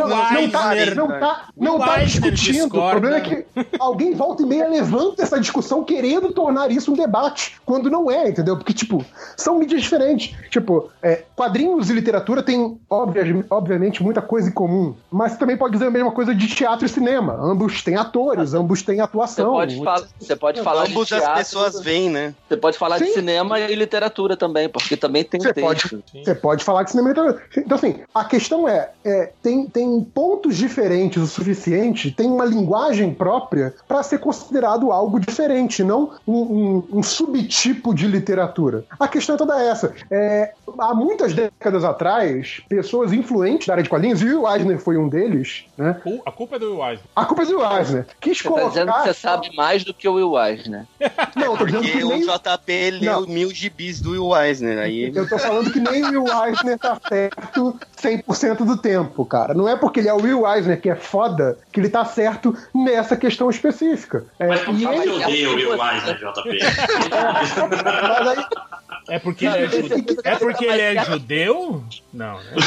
não tá discutindo. O problema é que alguém volta e meia levanta essa discussão querendo tornar isso um debate, quando não é, entendeu? Porque, tipo, são mídias diferentes. Tipo, quadrinhos e literatura têm, obviamente, muita coisa em comum, mas também pode dizer a mesma coisa de teatro e cinema. Ambos têm atores, ambos têm atuação. Você pode falar ambos de teatro, as pessoas veem, né? Você pode falar de cinema e literatura também, porque também tem texto. Você pode falar de cinema e literatura. Então, assim, a questão tem pontos diferentes o suficiente, tem uma linguagem própria para ser considerado algo diferente, não um subtipo de literatura. A questão é toda essa. Há muitas décadas atrás, pessoas influentes da área de quadrinhos, e o Will Eisner foi um deles, né? A culpa é do Will Eisner. A culpa é do Will Eisner. Quis colocar... Tá dizendo que você sabe mais do que o Will Eisner. Não, tô dizendo que nem... o JP leu 1000 gibis do Will Eisner. Aí... Eu tô falando que nem o Will Eisner tá certo 100% do tempo, cara. Não é porque ele é o Will Eisner que é foda que ele tá certo nessa questão específica. Mas por que eu odeio o Will Eisner, JP? Mas aí... É porque ele é judeu? Não, né?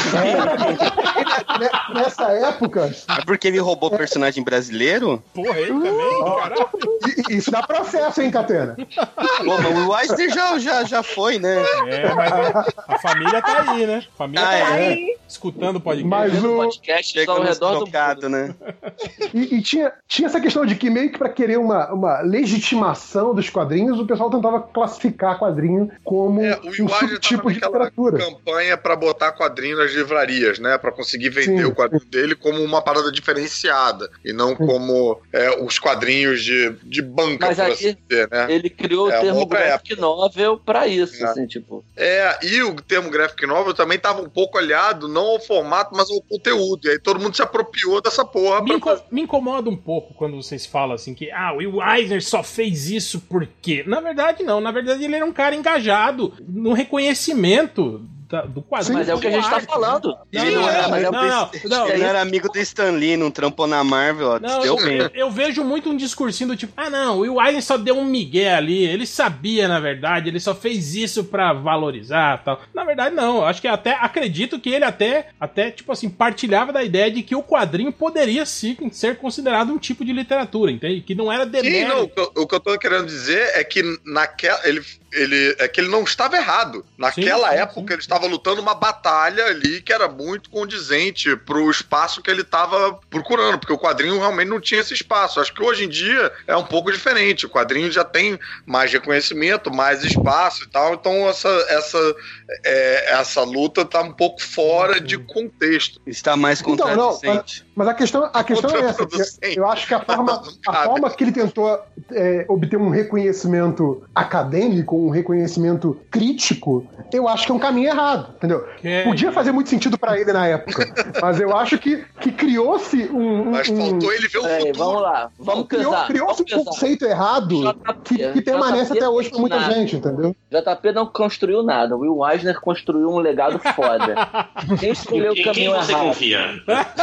Nessa época... É porque ele roubou personagem brasileiro? Porra, ele também, caralho. Isso dá processo, hein, Catena? Pô, mas o Eisner já foi, né? Mas a família tá aí, né? A família tá aí, escutando o podcast. Mas o podcast ao redor do né? E tinha essa questão de que meio que pra querer uma legitimação dos quadrinhos, o pessoal tentava classificar quadrinho como como o subtipo tipo de literatura. Campanha para botar quadrinho nas livrarias, né? Para conseguir vender o quadrinho dele como uma parada diferenciada e não como os quadrinhos de banca, mas por assim dizer, né? Ele criou o termo graphic novel para isso, assim, tipo. E o termo graphic novel também estava um pouco aliado não ao formato, mas ao conteúdo. E aí todo mundo se apropriou dessa porra. Me incomoda um pouco quando vocês falam assim que o Will Eisner só fez isso porque... Na verdade, não. Na verdade, ele era um cara engajado no reconhecimento do quadrinho. Mas é o que a gente tá falando. Ele não era amigo do Stan Lee, não trampou na Marvel. Eu vejo muito um discursinho do tipo, o Will Eisner só deu um migué ali, ele sabia, na verdade, ele só fez isso pra valorizar e tal. Na verdade, não. Eu acho que acredito que ele até, tipo assim, partilhava da ideia de que o quadrinho poderia sim ser considerado um tipo de literatura, entende? Que não era demérito. Sim, o que eu tô querendo dizer é que ele não estava errado. Naquela época, ele estava lutando uma batalha ali que era muito condizente pro espaço que ele estava procurando, porque o quadrinho realmente não tinha esse espaço. Acho que hoje em dia é um pouco diferente. O quadrinho já tem mais reconhecimento, mais espaço e tal, então essa luta tá um pouco fora de contexto. Está mais contradicente. Mas a questão é essa. Eu acho que a forma que ele tentou obter um reconhecimento acadêmico, um reconhecimento crítico, eu acho que é um caminho errado, entendeu? Podia fazer muito sentido pra ele na época, mas eu acho que criou-se Mas faltou ele ver o futuro. Vamos lá, criou-se um conceito errado que permanece até hoje pra muita gente, entendeu? JP não construiu nada, o Will Eisner construiu um legado foda. Quem escolheu o caminho errado? Quem você confia?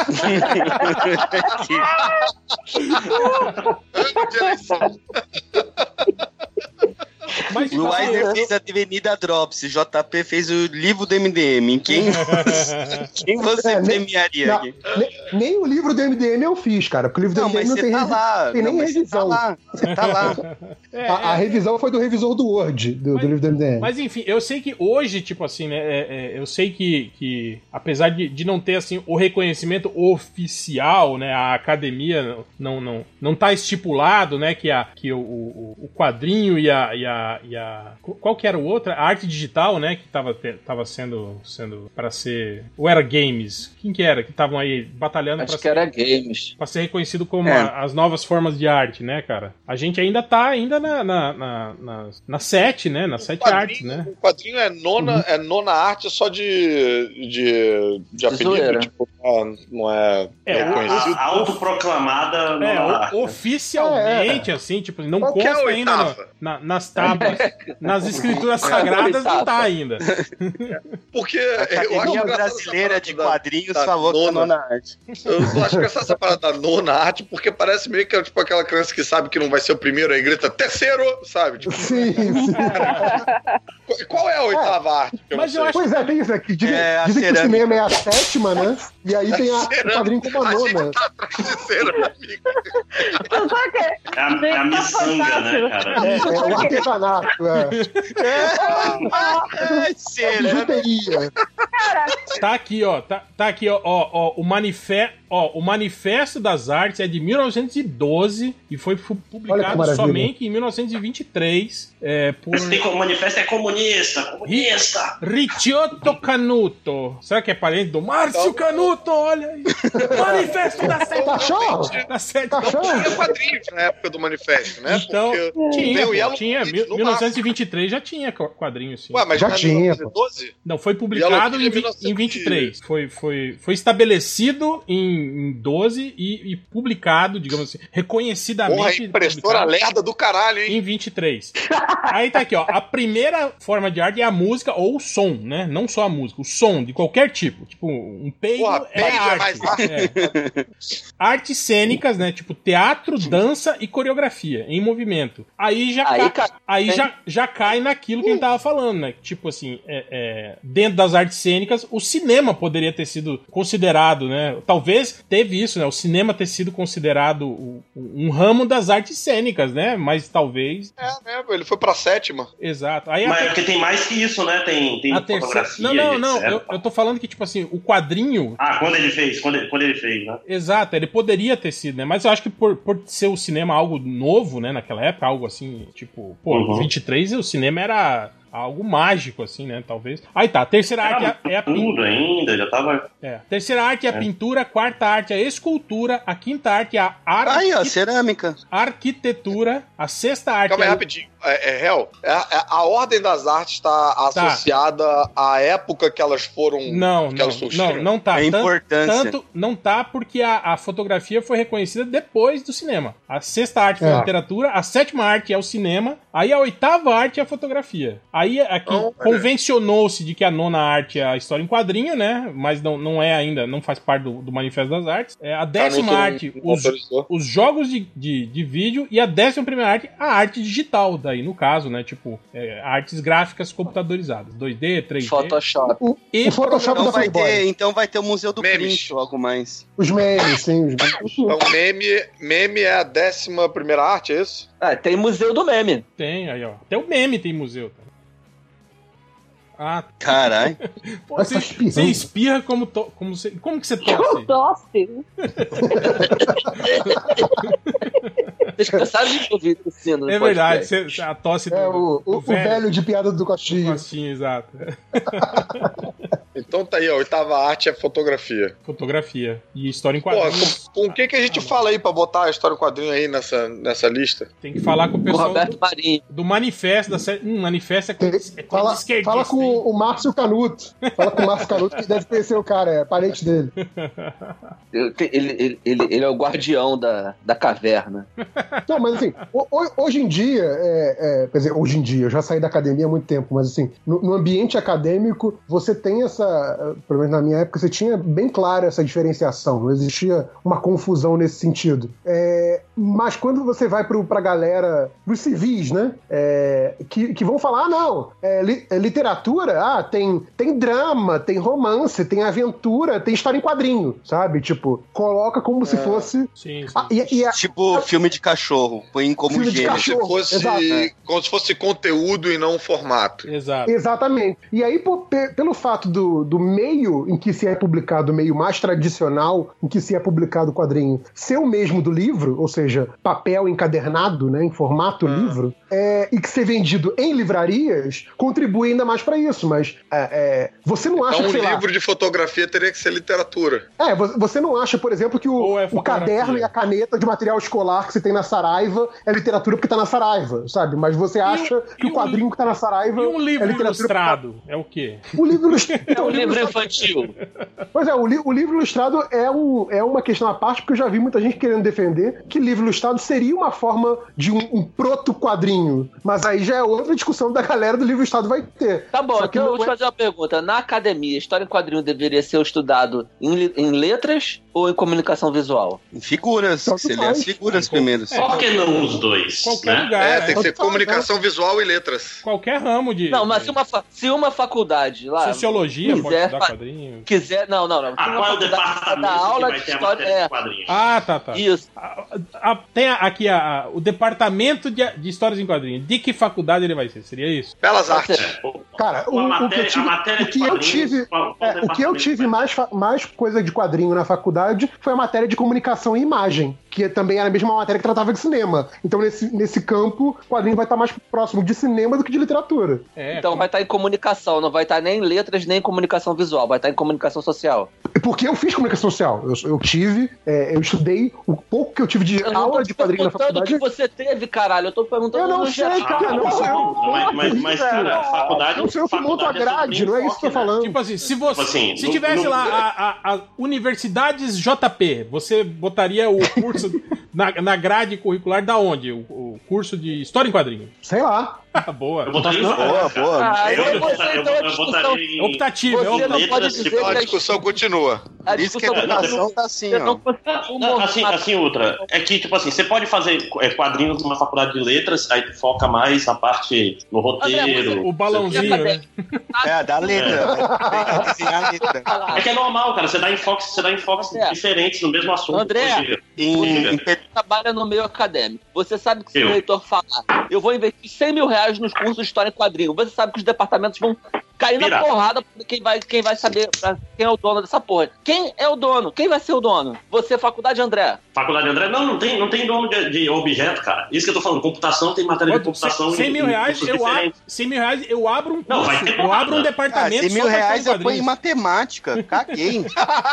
Mas, o Eisner fez a Avenida Drops, JP fez o livro do MDM. Em quem você premiaria aqui? Nem o livro do MDM eu fiz, cara, porque o livro do MDM não tem nem revisão. Você tá lá. A revisão foi do revisor do Word, do livro do MDM. Mas enfim, eu sei que hoje, tipo assim, né, eu sei que apesar de não ter, assim, o reconhecimento oficial, né, a academia não tá estipulado, né, que o quadrinho e a qual que era o outro? A arte digital, né, que tava sendo para ser... Ou era games? Quem que era? Que estavam aí batalhando era games. Pra ser reconhecido como as novas formas de arte, né, cara? A gente ainda tá na 7, né? Na 7 artes, né? O quadrinho é nona arte só de apelido, tipo, não é reconhecido. Autoproclamada oficialmente, assim, tipo, não consta ainda nas tábuas, nas escrituras sagradas, não tá ainda. Porque a Academia Brasileira de Quadrinhos falou que é nona arte. Eu acho que essa parada da nona arte, porque parece meio que tipo aquela criança que sabe que não vai ser o primeiro, aí grita terceiro, sabe? Tipo, sim. Qual é a oitava arte? Pois é, tem isso aqui. Dizem que o cinema é a 7ª, né? E aí tem o quadrinho como a 9ª. A gente tá atrás de cera, meu amigo. É a miçanga, né, cara? É o artesanato, Tá aqui, ó. Tá aqui, ó. O Manifesto das Artes é de 1912 e foi publicado somente em 1923 por... O manifesto é comunista! Ricciotto Canuto. Será que é parente do Márcio Canuto? Olha aí. Manifesto da Sete. Tinha quadrinhos na época do manifesto, né? Então, tinha. 1923 já tinha quadrinhos, sim. Ué, mas já tinha. 1912? Não, foi publicado em 23. Foi estabelecido em 12 e publicado, digamos assim, reconhecidamente. Porra, impressora lerda do caralho, hein? Em 23. Aí tá aqui, ó. A primeira forma de arte é a música ou o som, né? Não só a música, o som de qualquer tipo. Tipo, um peido é arte. Artes cênicas, né? Tipo, teatro, dança e coreografia em movimento. Aí já cai naquilo que a gente tava falando, né? Tipo assim, dentro das artes cênicas, o cinema poderia ter sido considerado, né? Talvez teve isso, né? O cinema ter sido considerado um ramo das artes cênicas, né? Mas talvez... Ele foi pra 7ª. Exato. Mas porque tem mais que isso, né? Tem fotografia. Não. Eu tô falando que, tipo assim, o quadrinho... quando ele fez, né? Exato, ele poderia ter sido, né? Mas eu acho que por ser o cinema algo novo, né? Naquela época, algo assim, tipo... Pô, 23 o cinema era algo mágico, assim, né? Talvez. Aí tá, a terceira arte é a pintura. Ainda, já tava... Terceira arte é a pintura, quarta arte é a escultura, a quinta arte é a cerâmica. Arquitetura, a sexta arte Calma aí, rapidinho. Real, a ordem das artes está associada à época que elas foram... Não tá. É importância. Não tá porque a fotografia foi reconhecida depois do cinema. A sexta arte foi a literatura, a sétima arte é o cinema, aí a oitava arte é a fotografia. Aí aqui convencionou-se de que a nona arte é a história em quadrinho, né? Mas não é ainda, não faz parte do Manifesto das Artes. A décima arte, os jogos de vídeo, e a 11ª arte, a arte digital, daí no caso, né? Tipo, artes gráficas computadorizadas, 2D, 3D. Photoshop. O Photoshop Então da Playboy. então vai ter o Museu do Print ou algo mais. Os memes, sim. Então, meme é a 11ª arte, é isso? Tem Museu do Meme. Tem, aí, ó. Até o meme tem museu. Ah, caralho. Você espirra como que você tosse? Eu tosse. Vocês cansaram de ouvir tossindo. É verdade, a tosse o velho de piada do Coxinha. Coxinha, exato. Então tá aí, a oitava arte é fotografia. Fotografia. E história em quadrinhos. Com o que a gente fala aí pra botar a história em quadrinho aí nessa lista? Tem que falar com o pessoal Roberto Marinho. do Manifesto da série. Manifesto Fala com o Márcio Canuto. Fala com o Márcio Canuto, que deve conhecer o cara, é parente dele. Ele é o guardião da caverna. Não, mas assim, hoje em dia, quer dizer, hoje em dia, eu já saí da academia há muito tempo, mas assim, no ambiente acadêmico, você tem pelo menos na minha época, você tinha bem clara essa diferenciação, não existia uma confusão nesse sentido. Mas quando você vai pra galera, pros civis, né, que vão falar, literatura, tem drama, tem romance, tem aventura, tem história em quadrinho, sabe? Tipo, coloca como se fosse... Sim. Tipo filme de cachorro, põe como gênero. Como se fosse conteúdo e não formato. Exato. Exatamente. E aí, pelo fato do meio em que se é publicado, o meio mais tradicional em que se é publicado o quadrinho, ser o mesmo do livro, ou seja, papel encadernado, né, em formato livro, e que ser vendido em livrarias, contribui ainda mais pra isso, mas você não acha que, um livro de fotografia teria que ser literatura. Você não acha, por exemplo, que o caderno e a caneta de material escolar que você tem na Saraiva é literatura porque tá na Saraiva, sabe? Mas você acha que o quadrinho que tá na Saraiva e um livro é literatura ilustrado é o quê? O livro ilustrado... O livro infantil. Pois o livro ilustrado é uma questão à parte, porque eu já vi muita gente querendo defender que livro ilustrado seria uma forma de um proto-quadrinho. Mas aí já é outra discussão da galera do livro ilustrado vai ter. Tá bom, então eu vou te fazer uma pergunta. Na academia, história em quadrinho deveria ser estudado em letras ou em comunicação visual? Em figuras. Você lê as figuras primeiro. Por que não os dois? Qualquer lugar. Tem que ser comunicação visual e letras. Qualquer ramo de... Não, mas se uma faculdade lá... Sociologia pode estudar quadrinho. Não. Qual é o departamento da aula que vai de ter a história matéria de quadrinhos? Ah, tá. Isso. Tem aqui o departamento de histórias em quadrinhos. De que faculdade ele vai ser? Seria isso? Belas Artes. Cara, o que eu tive mais coisa de quadrinho na faculdade foi a matéria de comunicação e imagem, que também era a mesma matéria que tratava de cinema. Então, nesse campo, o quadrinho vai estar mais próximo de cinema do que de literatura. Então vai estar em comunicação, não vai estar nem em letras, nem em comunicação visual, vai estar em comunicação social. Porque eu fiz comunicação social. Eu estudei o pouco que eu tive de aula de quadrinho na faculdade. O que você teve, caralho? Eu tô perguntando. Eu não sei, cara. Mas faculdade... Não sei, eu que monto a grade, não é isso que eu tô falando. Tipo assim, se tivesse lá a Universidades JP, você botaria o curso na grade curricular da onde? O curso de História em Quadrinho? Sei lá. Boa. Eu botaria em optativo. Você não pode dizer que a discussão continua. Por isso que a educação tá assim, ó. Assim, outra. É que, tipo assim, você pode fazer quadrinhos numa faculdade de letras, aí tu foca mais na parte, no roteiro. O balãozinho, né? Da letra. Desenhar a letra. É que é normal, cara. Você dá enfoques diferentes no mesmo assunto. André, você trabalha no meio acadêmico. Você sabe que se o reitor falar, eu vou investir R$100 mil nos cursos de história em quadrinho, você sabe que os departamentos vão cair na porrada quem vai saber quem é o dono dessa porra. Quem é o dono? Quem vai ser o dono? Você, Faculdade André. Faculdade André? Não tem dono de objeto, cara. Isso que eu tô falando. Computação tem matéria de computação. 100 mil reais, eu abro um curso. Eu abro um departamento. 100 mil reais eu ponho em matemática. Caguei.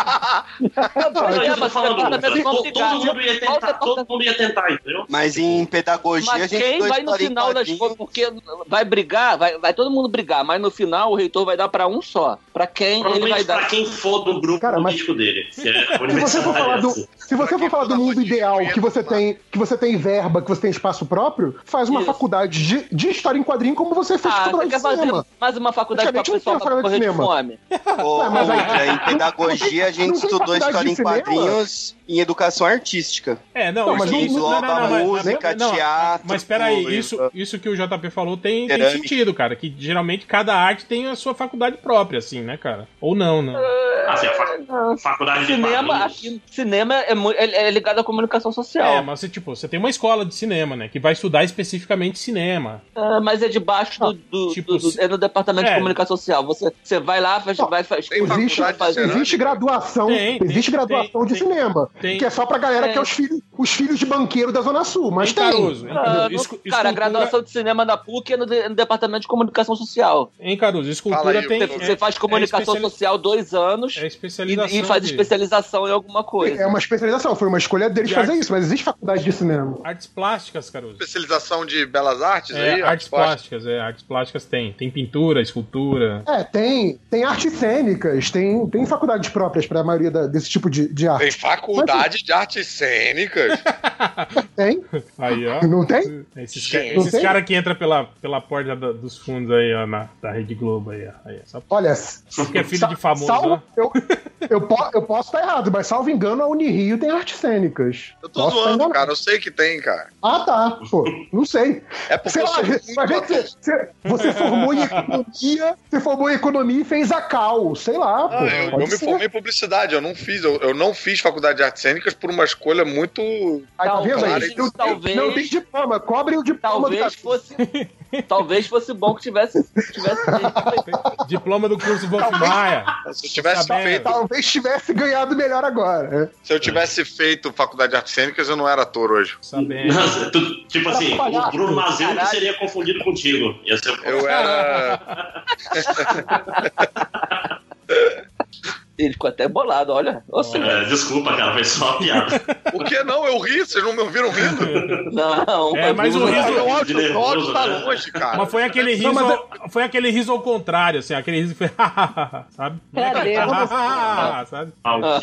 Todo mundo ia tentar, entendeu? Mas em pedagogia a gente quem vai no final das contas, porque vai brigar, vai todo mundo brigar, mas no final o reitor vai dar pra um só. Pra quem ele vai dar? Pra quem for do grupo político dele. Se você for falar do mundo ideal, que você tem verba, que você tem espaço próprio, faz uma faculdade de história em quadrinho como você fez faculdade de cinema. Mais uma faculdade pra pessoal pra correr de fome. Em pedagogia a gente estudou história em quadrinhos em educação artística. Mas música, teatro. Mas peraí, isso que o JP falou tem sentido, cara. Que geralmente cada arte tem a sua faculdade própria, assim, né, cara? Ou não, né? Faculdade de cinema, cinema é ligado à comunicação social. Mas você tem uma escola de cinema, né? Que vai estudar especificamente cinema. Mas é debaixo é no departamento de comunicação social. Você vai lá, existe graduação. Existe graduação de cinema. Que é só pra galera que é os filhos de banqueiro da Zona Sul. Mas tem. Caruso, cara, a graduação de cinema da PUC é no departamento de comunicação social. Em Caruso, escultura tem. Você faz comunicação social 2 anos e faz especialização em alguma coisa. É uma especialização, foi uma escolha deles fazer isso, mas existe faculdade de cinema. Artes plásticas, Caruso. Especialização de belas artes aí? Artes plásticas tem. Tem pintura, escultura. Tem artes cênicas, tem faculdades próprias pra maioria desse tipo de arte. Tem faculdade de artes cênicas? Tem. Aí, ó. Não tem? Esses caras que entram pela porta dos fundos aí, ó, da Rede Globo aí, ó. Olha, porque é filho de famoso, eu posso estar errado, mas salvo engano, a Unirio tem artes cênicas. Eu tô zoando, cara. Eu sei que tem, cara. Ah, tá. Pô, não sei. É porque você formou em economia, e fez a Cal. Sei lá, pô. Eu me formei em publicidade. Eu não fiz faculdade de artes cênicas por uma escolha muito... Tá vendo aí? Talvez... Não tem diploma. Cobre o diploma. Talvez fosse bom que tivesse diploma do curso Wolf Maia. Se eu tivesse feito... Talvez tivesse ganhado melhor agora. Se eu tivesse feito faculdade de artes cênicas, eu não era ator hoje. Tipo assim, o Bruno Mazeu que seria confundido contigo. Eu era... Ele ficou até bolado, olha. Desculpa, cara, foi só uma piada. Por que não? Eu ri, vocês não me ouviram rindo? Não. Mas o riso... O ódio tá longe, cara. Mas foi aquele riso... Foi aquele riso ao contrário, assim. Aquele riso que foi... sabe? Sabe?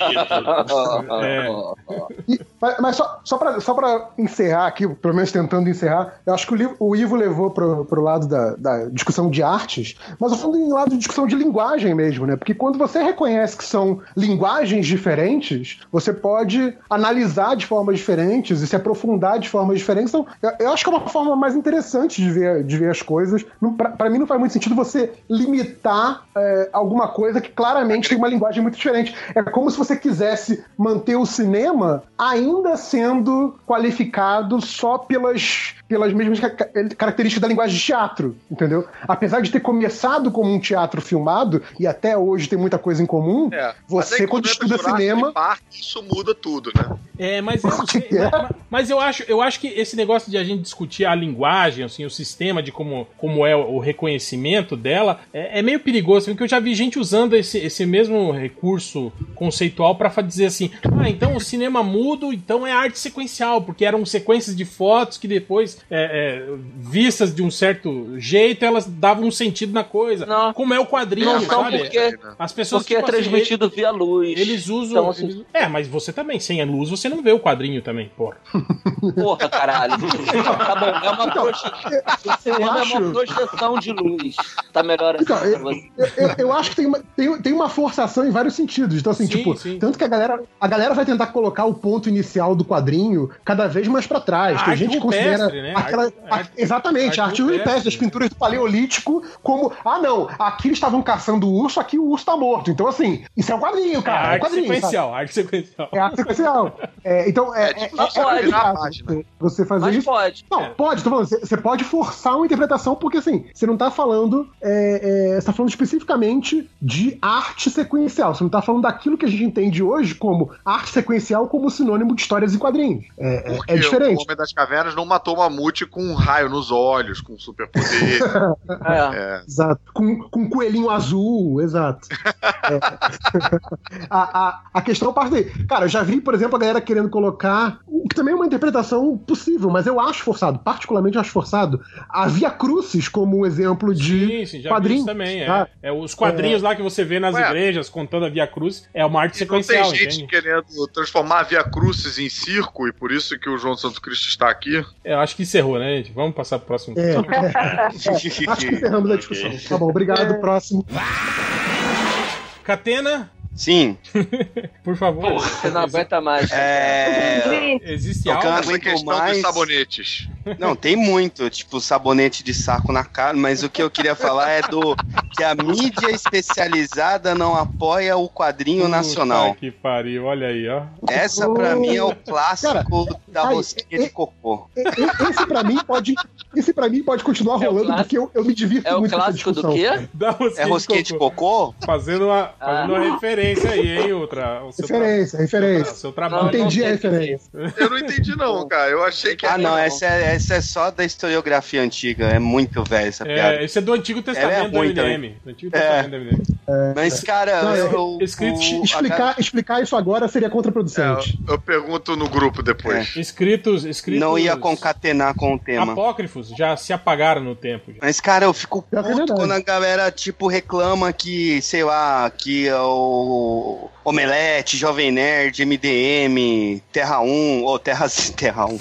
Mas só pra encerrar aqui, pelo menos tentando encerrar, eu acho que o Ivo levou pro lado da discussão de artes, mas eu falo em lado de discussão de linguagem mesmo, né? Porque quando você reconhece que são linguagens diferentes, você pode analisar de formas diferentes e se aprofundar de formas diferentes. Então, eu acho que é uma forma mais interessante de ver as coisas. Pra mim não faz muito sentido você limitar alguma coisa que claramente tem uma linguagem muito diferente. É como se você quisesse manter o cinema ainda sendo qualificado só pelas mesmas características da linguagem de teatro, entendeu? Apesar de ter começado como um teatro filmado, e até hoje tem muita coisa em comum, você quando estuda cinema... Isso muda tudo, né? Mas eu não sei, mas eu acho que esse negócio de a gente discutir a linguagem, assim, o sistema de como é o reconhecimento dela, é meio perigoso, porque eu já vi gente usando esse mesmo recurso conceitual pra dizer assim, então o cinema mudo, então é arte sequencial, porque eram sequências de fotos que depois, vistas de um certo jeito, elas davam um sentido na coisa. Não. Como é o quadrinho, sabe? As pessoas, porque é transmitido via luz. Eles usam... Então, mas você também, sem a luz, você não vê o quadrinho também, porra. Porra, caralho. Tá bom, é uma projeção de luz. Tá melhor assim. Então, eu acho que tem uma forçação em vários sentidos. Então, assim, sim. Tanto que a galera vai tentar colocar o ponto inicial sequencial do quadrinho cada vez mais pra trás. Tem gente que considera né? exatamente, a arte rupestre das pinturas do Paleolítico como, não, aqui eles estavam caçando o urso, aqui o urso tá morto. Então, assim, isso é um quadrinho, cara. Arte quadrinho, sequencial, arte sequencial. É arte sequencial. Então, você fazer isso. Pode. Não, pode, tô falando, você pode forçar uma interpretação, porque assim, você não tá falando. Você tá falando especificamente de arte sequencial. Você não tá falando daquilo que a gente entende hoje como arte sequencial como sinônimo de histórias em quadrinhos. É diferente. O Homem das Cavernas não matou o mamute com um raio nos olhos, com superpoder. Exato. Com um coelhinho azul, exato. A questão parte daí. Cara, eu já vi, por exemplo, a galera querendo colocar, o que também é uma interpretação possível, mas eu acho forçado, particularmente acho forçado, a Via Crucis como um exemplo de quadrinho também. Os quadrinhos lá que você vê nas igrejas contando a Via Crucis é uma arte sequencial. Não tem gente querendo transformar a Via Crucis em circo e por isso que o João Santo Cristo está aqui? Eu acho que encerrou, né, gente? Vamos passar pro próximo. Acho que encerramos a discussão. Tá bom, obrigado. Próximo. Catena. Sim. Por favor. Você não aguenta mais. Existe algo? Essa questão dos sabonetes. Não, tem muito, tipo sabonete de saco na cara, mas o que eu queria falar é que a mídia especializada não apoia o quadrinho nacional. Que pariu, olha aí, ó. Essa pra mim é o clássico da rosquinha de cocô. Esse pra mim pode continuar rolando, porque eu me divirto muito com essa discussão. É o clássico do quê? É rosquinha de cocô? Fazendo uma referência aí, hein, Referência. Seu trabalho. Não entendi a referência. Eu não entendi não, cara. Eu achei que... não, essa é só da historiografia antiga. É muito velho essa piada. Esse é do Antigo Testamento do MDM. Mas, cara... Explicar isso agora seria contraproducente. Eu pergunto no grupo depois. Escritos... Não ia concatenar com o tema. Apócrifos já se apagaram no tempo. Mas, cara, eu fico puto quando a galera, tipo, reclama que, sei lá, que o Omelete, Jovem Nerd, MDM, Terra 1, ou Terra 0,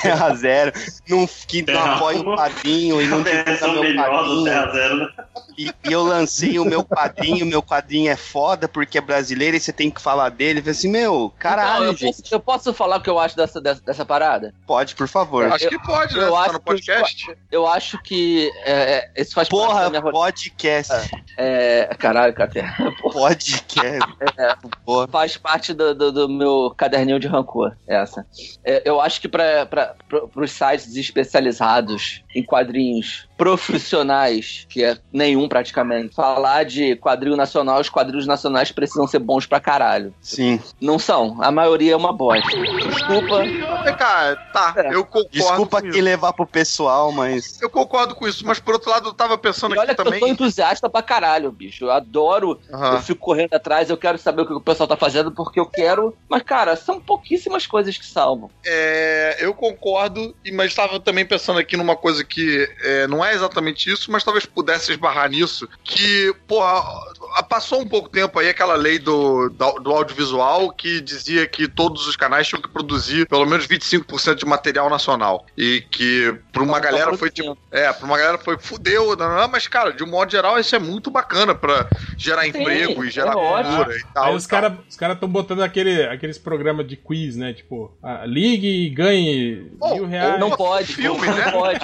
que não apoia o quadrinho e não divulga meu quadrinho. E eu lancei o meu quadrinho é foda porque é brasileiro e você tem que falar dele. Eu falei assim, caralho, gente. Eu posso falar o que eu acho dessa parada? Pode, por favor. Acho que pode, né? Tá no podcast. Eu acho que esse faz parte da minha podcast. Caralho, Catê. Podcast. Faz parte do meu caderninho de rancor, essa. Eu acho que para os sites especializados em quadrinhos profissionais, que é nenhum praticamente, falar de quadrinho nacional, os quadrinhos nacionais precisam ser bons pra caralho. Sim. Não são. A maioria é uma bosta. Desculpa. Cara, eu concordo. Desculpa que levar pro pessoal, mas... Eu concordo com isso, mas por outro lado eu tava pensando aqui também... Eu sou entusiasta pra caralho, bicho. Eu adoro, eu fico correndo atrás, eu quero saber o que o pessoal tá fazendo porque eu quero... Mas, cara, são pouquíssimas coisas que salvam. Eu concordo, mas estava também pensando aqui numa coisa que não é exatamente isso, mas talvez pudesse esbarrar nisso, que, passou um pouco tempo aí aquela lei do audiovisual que dizia que todos os canais tinham que produzir pelo menos 25% de material nacional. E que pra uma galera foi tipo... pra uma galera foi fudeu, mas, cara, de um modo geral isso é muito bacana pra gerar emprego e gerar cultura e tal. Aí os caras estão botando aqueles programas de quiz, né? Tipo, ligue e ganhe R$1.000. Não pode. Filme, não né? pode.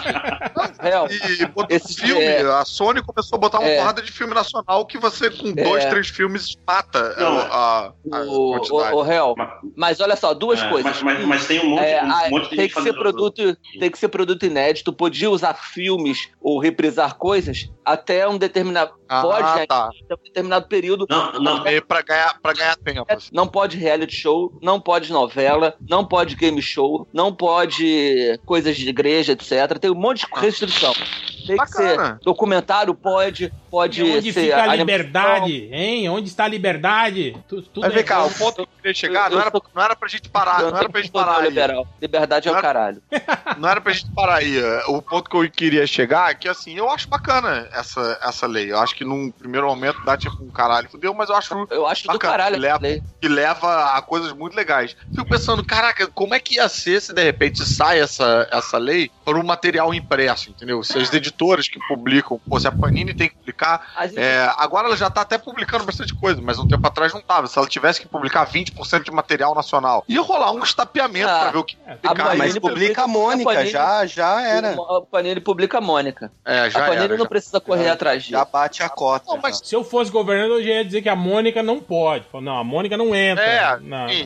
E botou filme. A Sony começou a botar uma porrada de filme nacional que você, com 2, 3 filmes, mata a quantidade. Mas olha só, duas coisas. Mas tem um monte de tem que ser produto inédito, podia usar filmes ou reprisar coisas até um determinado... até um determinado período. Não, pra ganhar tempo. Não pode reality show, não pode novela, não pode game show, não pode coisas de igreja, etc. Tem um monte de restrição. Tem que ser documentário, pode onde ser... fica a liberdade, hein? Onde está a liberdade? Tudo mas vem cá, o ponto que eu queria chegar não era pra gente parar, não era pra gente parar aí. Liberdade é o caralho. Não era pra gente parar aí. O ponto que eu queria chegar é que, assim, eu acho bacana essa lei. Eu acho que num primeiro momento dá tipo um caralho, fudeu, mas eu acho bacana, do caralho que leva a coisas muito legais. Fico pensando, caraca, como é que ia ser se de repente sai essa lei para um material impresso, entendeu? Se as editoras editoras que publicam, pô, se a Panini tem que publicar, agora ela já tá até publicando bastante coisa, mas um tempo atrás não tava. Se ela tivesse que publicar 20% de material nacional, ia rolar um estapeamento pra ver o que publicar. Mas publica a Mônica, Panini, já era. A Panini publica a Mônica. Já a Panini era, não precisa correr atrás disso. Já bate a cota. Não, mas se eu fosse governador, eu já ia dizer que a Mônica não pode. Não, a Mônica não entra.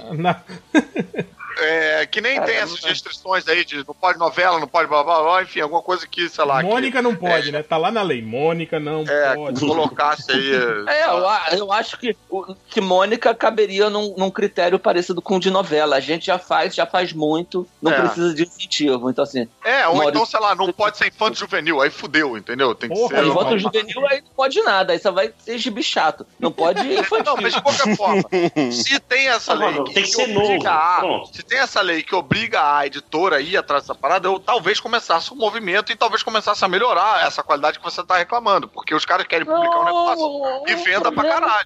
Que nem tem essas restrições aí de não pode novela, não pode blá blá blá, enfim, alguma coisa que, sei lá. Mônica não pode, né? Tá lá na lei. Mônica não pode. Que colocasse aí. Eu acho que Mônica caberia num critério parecido com o de novela. A gente já faz muito, não precisa de incentivo. Então, assim. Então, sei lá, não pode ser infanto juvenil, aí fudeu, entendeu? Tem que ser. Infanto juvenil aí não pode nada, aí só vai ser gibi chato. Não pode infantil. Não, mas de qualquer forma, se tem essa lei tem que ser novo. Se tem essa lei que obriga a editora a ir atrás dessa parada, eu talvez começasse um movimento e talvez começasse a melhorar essa qualidade que você tá reclamando, porque os caras querem publicar um negócio e venda pra caralho.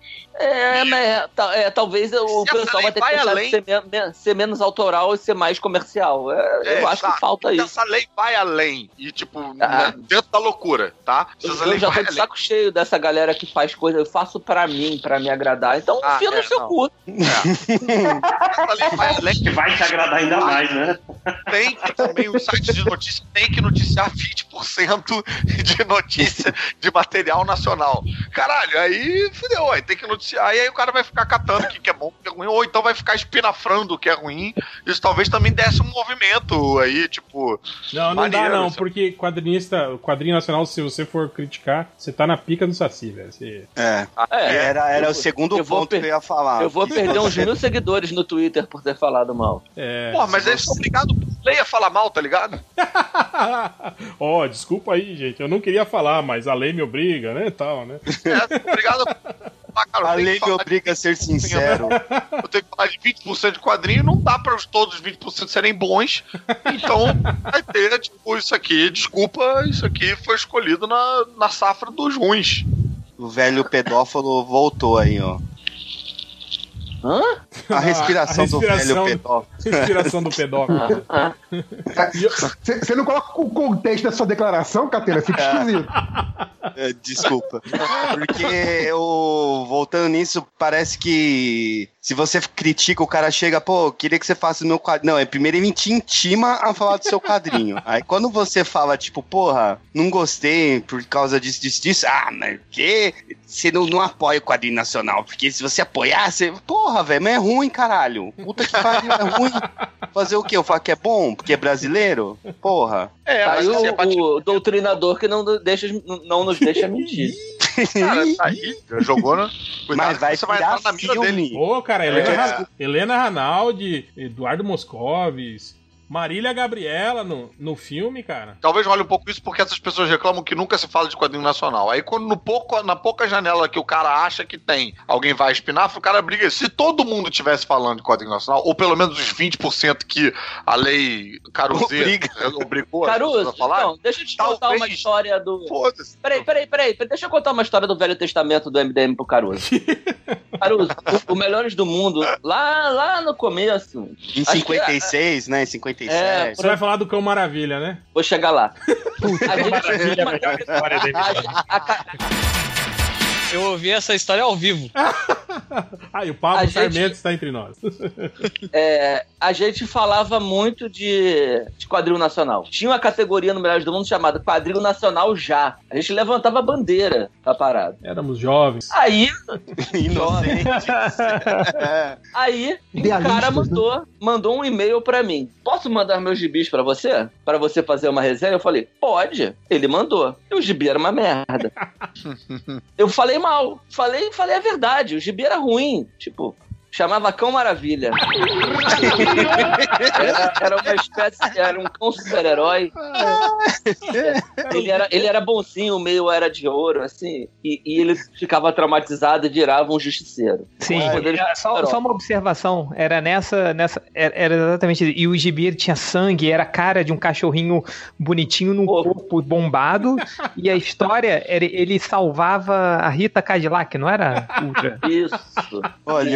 Talvez o pessoal vai ter que ser menos autoral e ser mais comercial. Eu acho que falta isso. Essa lei vai além e, tipo, dentro da loucura, tá? Eu já tô de saco cheio dessa galera que faz coisa, eu faço pra mim, pra me agradar. Então, enfia no seu cu. Essa lei vai além. Que vai te agradar ainda mais, né? Tem que também o site de notícia tem que noticiar 20% de notícia de material nacional. Caralho, aí fudeu, aí tem que noticiar, e aí o cara vai ficar catando o que é bom, o que é ruim, ou então vai ficar espinafrando o que é ruim. Isso talvez também desse um movimento aí, tipo. Não dá não, porque quadrinho nacional, se você for criticar, você tá na pica do Saci, velho. Era o segundo ponto que eu ia falar. Eu vou perder uns 1000 seguidores no Twitter por ter falado mal. Pô, mas eles são obrigados por lei a falar mal, tá ligado? Desculpa aí, gente. Eu não queria falar, mas a lei me obriga, né? Tal, né? Obrigado. A lei me obriga a ser sincero. Eu tenho que falar de 20% de quadrinho, não dá pra todos os 20% serem bons. Então, vai ter, tipo, isso aqui, desculpa, isso aqui foi escolhido na safra dos ruins. O velho pedófilo voltou aí, ó. Hã? A respiração do velho pedófilo. Respiração do pedófilo. Você não coloca o contexto da sua declaração, Catena? Fica esquisito. Desculpa. Porque voltando nisso, parece que se você critica, o cara chega, queria que você faça o meu quadrinho. Não, primeiro ele te intima a falar do seu quadrinho. Aí quando você fala, tipo, não gostei por causa disso, mas que você não apoia o quadrinho nacional? Porque se você apoiar, você... velho, mas é ruim, caralho. Puta que pariu, é ruim. Fazer o quê? Eu falo que é bom? Porque é brasileiro? Porra. Aí o doutrinador que não nos deixa mentir. Cara, aí, jogou, né? Mas você vai entrar na mira dele. Cara, Helena Ranaldi, Eduardo Moscovis, Marília Gabriela no filme, cara. Talvez role um pouco isso porque essas pessoas reclamam que nunca se fala de quadrinho nacional. Aí quando na pouca janela que o cara acha que tem, alguém vai espinafre, o cara briga. Se todo mundo tivesse falando de quadrinho nacional, ou pelo menos os 20% que a lei Caruzeiro obrigou a falar. Então, deixa eu te contar uma história do... Foda-se. Peraí. Deixa eu contar uma história do Velho Testamento do MDM pro Caruso. Caruso, o Melhores do Mundo, lá no começo... Em 56, né? Em 56. Você vai falar do Cão Maravilha, né? Vou chegar lá. Maravilha, eu ouvi essa história ao vivo. E o Pablo Sarmento está entre nós. A gente falava muito de quadrinho nacional. Tinha uma categoria no Melhores do Mundo chamada Quadrinho Nacional Já. A gente levantava a bandeira da parada. Éramos jovens. Aí... Inocentes. Aí, o cara mandou um e-mail pra mim. Posso mandar meus gibis pra você? Pra você fazer uma resenha? Eu falei, pode. Ele mandou. E o gibi era uma merda. Eu falei mal. Falei a verdade. O gibi era ruim. Tipo... Chamava Cão Maravilha. Era uma espécie, era um cão super-herói. Ele era bonzinho, o meio era de ouro, assim. E ele ficava traumatizado e virava um justiceiro. Sim, só uma observação. Era era exatamente isso. E o gibi ele tinha sangue, era a cara de um cachorrinho bonitinho num corpo bombado. E a história, ele salvava a Rita Cadillac, não era? Isso. Olha, o quadrinho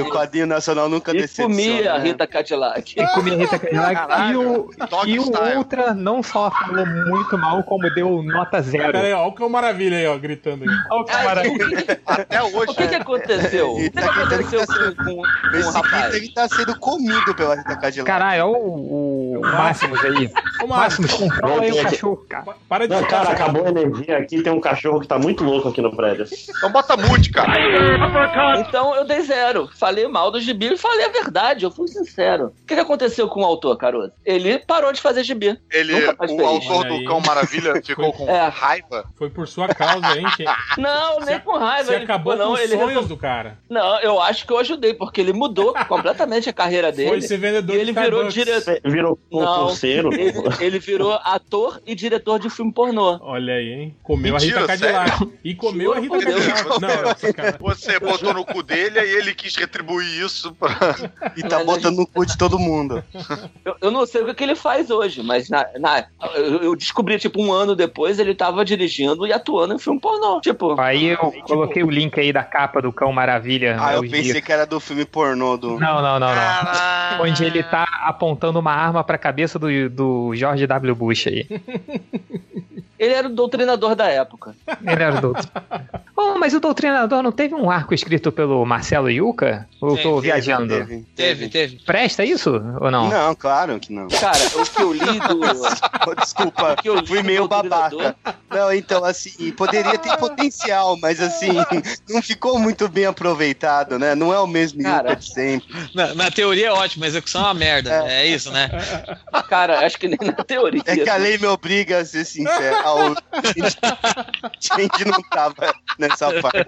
quadrinho nacional nunca E decepciona. comia a né? Rita Cadillac. E comia a Rita Cadillac. Caralho. E o Style. Ultra não só falou muito mal, como deu nota 0. Pera aí, ó, o Cão Maravilha aí, ó, gritando aí. Olha o Cão Maravilha. Até hoje. O que aconteceu? O que Tá gritando que aconteceu tá com o Esse rapaz? grito ele tá sendo comido pela Rita Cadillac. Caralho, olha o Máximos aí. Ô, Máximos, controla aí o Não, cachorro, cara. Para de Não, ficar- cara, acabou a energia aqui, tem um cachorro que tá muito louco aqui no prédio. Então bota mute, cara. Então eu dei 0. Falei mal do gibi e falei a verdade, eu fui sincero. O que aconteceu com o autor, Caruso? Ele parou de fazer gibi. Ele, Nunca mais o fez. autor Olha do aí. Cão Maravilha ficou com É. raiva. Foi por sua causa, hein, gente? Não, nem com raiva. Você ele acabou ficou, com não, os ele sonhos do cara. Não, eu acho que eu ajudei, porque ele mudou completamente a carreira dele. Foi ser vendedor E de ele virou Starbucks. diretor. Virou Não, concurseiro. ele virou ator e diretor de filme pornô. Olha aí, hein? Comeu Mentira, a Rita Cadillac. E comeu a Rita Juro por Deus. Cadillac. Não, sacanagem. Você botou no cu dele e ele quis retribuir isso pra... E tá botando no cu de todo mundo. Eu não sei o que ele faz hoje, mas eu descobri, tipo, um ano depois, ele tava dirigindo e atuando em filme pornô. Tipo, Aí eu coloquei o link aí da capa do Cão Maravilha. Ah, eu os pensei dias. que era do filme pornô do... Não. Caralho. Onde ele tá apontando uma arma pra cabeça do George W. Bush aí. ele era o doutrinador da época. Ele era o doutor. Oh, mas o Doutrinador não teve um arco escrito pelo Marcelo Yuca? Ou eu tô viajando? Teve. Presta isso ou não? Não, claro que não. Cara, o que eu li do... Oh, desculpa, o que eu li fui do meio Doutrinador- babaca. Não, então, assim, poderia ter potencial, mas, assim, não ficou muito bem aproveitado, né? Não é o mesmo Cara. Yuka de sempre. Na teoria é ótimo, a execução é uma merda. É isso, né? Cara, acho que nem na teoria. É que a lei me obriga a ser sincero. A gente não tava nessa parte.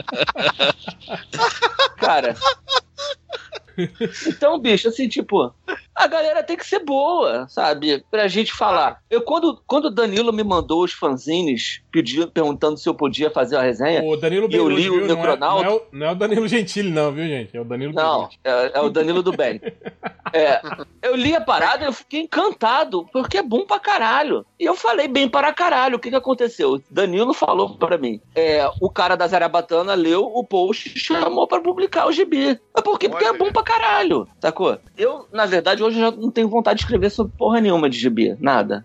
Cara. Então, bicho, assim, tipo, a galera tem que ser boa, sabe? Pra gente falar. Eu, quando o Danilo me mandou os fanzines perguntando se eu podia fazer a resenha, O Danilo e eu li Beirute, o viu? Necronauta. Não é o Danilo Gentili, não, viu, gente? É o Danilo Não, Beirute. é o Danilo do bem. Eu li a parada e eu fiquei encantado, porque é bom pra caralho. E eu falei bem para caralho. O que aconteceu? O Danilo falou pra mim. O cara da Zarabatana leu o post e chamou pra publicar o gibi. Mas por quê? Porque é bom pra caralho, sacou? Eu, na verdade, hoje já não tenho vontade de escrever sobre porra nenhuma de gibi. Nada.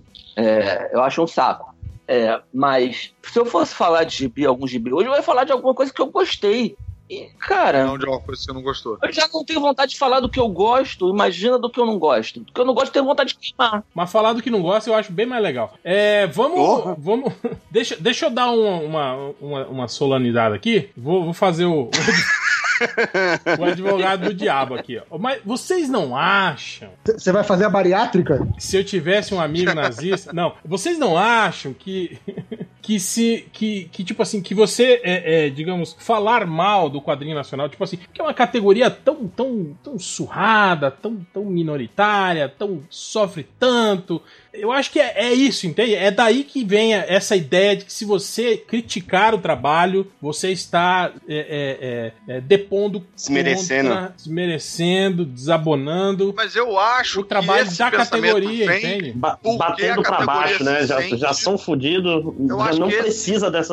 Eu acho um saco. Mas se eu fosse falar de gibi, algum gibi hoje, eu ia falar de alguma coisa que eu gostei. E, cara, Não de uma coisa que você não gostou. eu já não tenho vontade de falar do que eu gosto, imagina do que eu não gosto. Do que eu não gosto, eu tenho vontade de queimar. Mas falar do que não gosta eu acho bem mais legal. Vamos. Deixa eu dar uma solanizada aqui. Vou fazer o advogado do diabo aqui, ó. Mas vocês não acham? Você vai fazer a bariátrica? Se eu tivesse um amigo nazista. Não, vocês não acham que tipo assim, que você, digamos, falar mal do quadrinho nacional, tipo assim, que é uma categoria tão surrada, tão minoritária, sofre tanto. Eu acho que é isso, entende? É daí que vem essa ideia de que se você criticar o trabalho, você está depondo, desmerecendo, desabonando. Mas eu acho o trabalho que esse da categoria, vem entende? Batendo pra baixo, né? Já são fodidos, já não precisa dessa...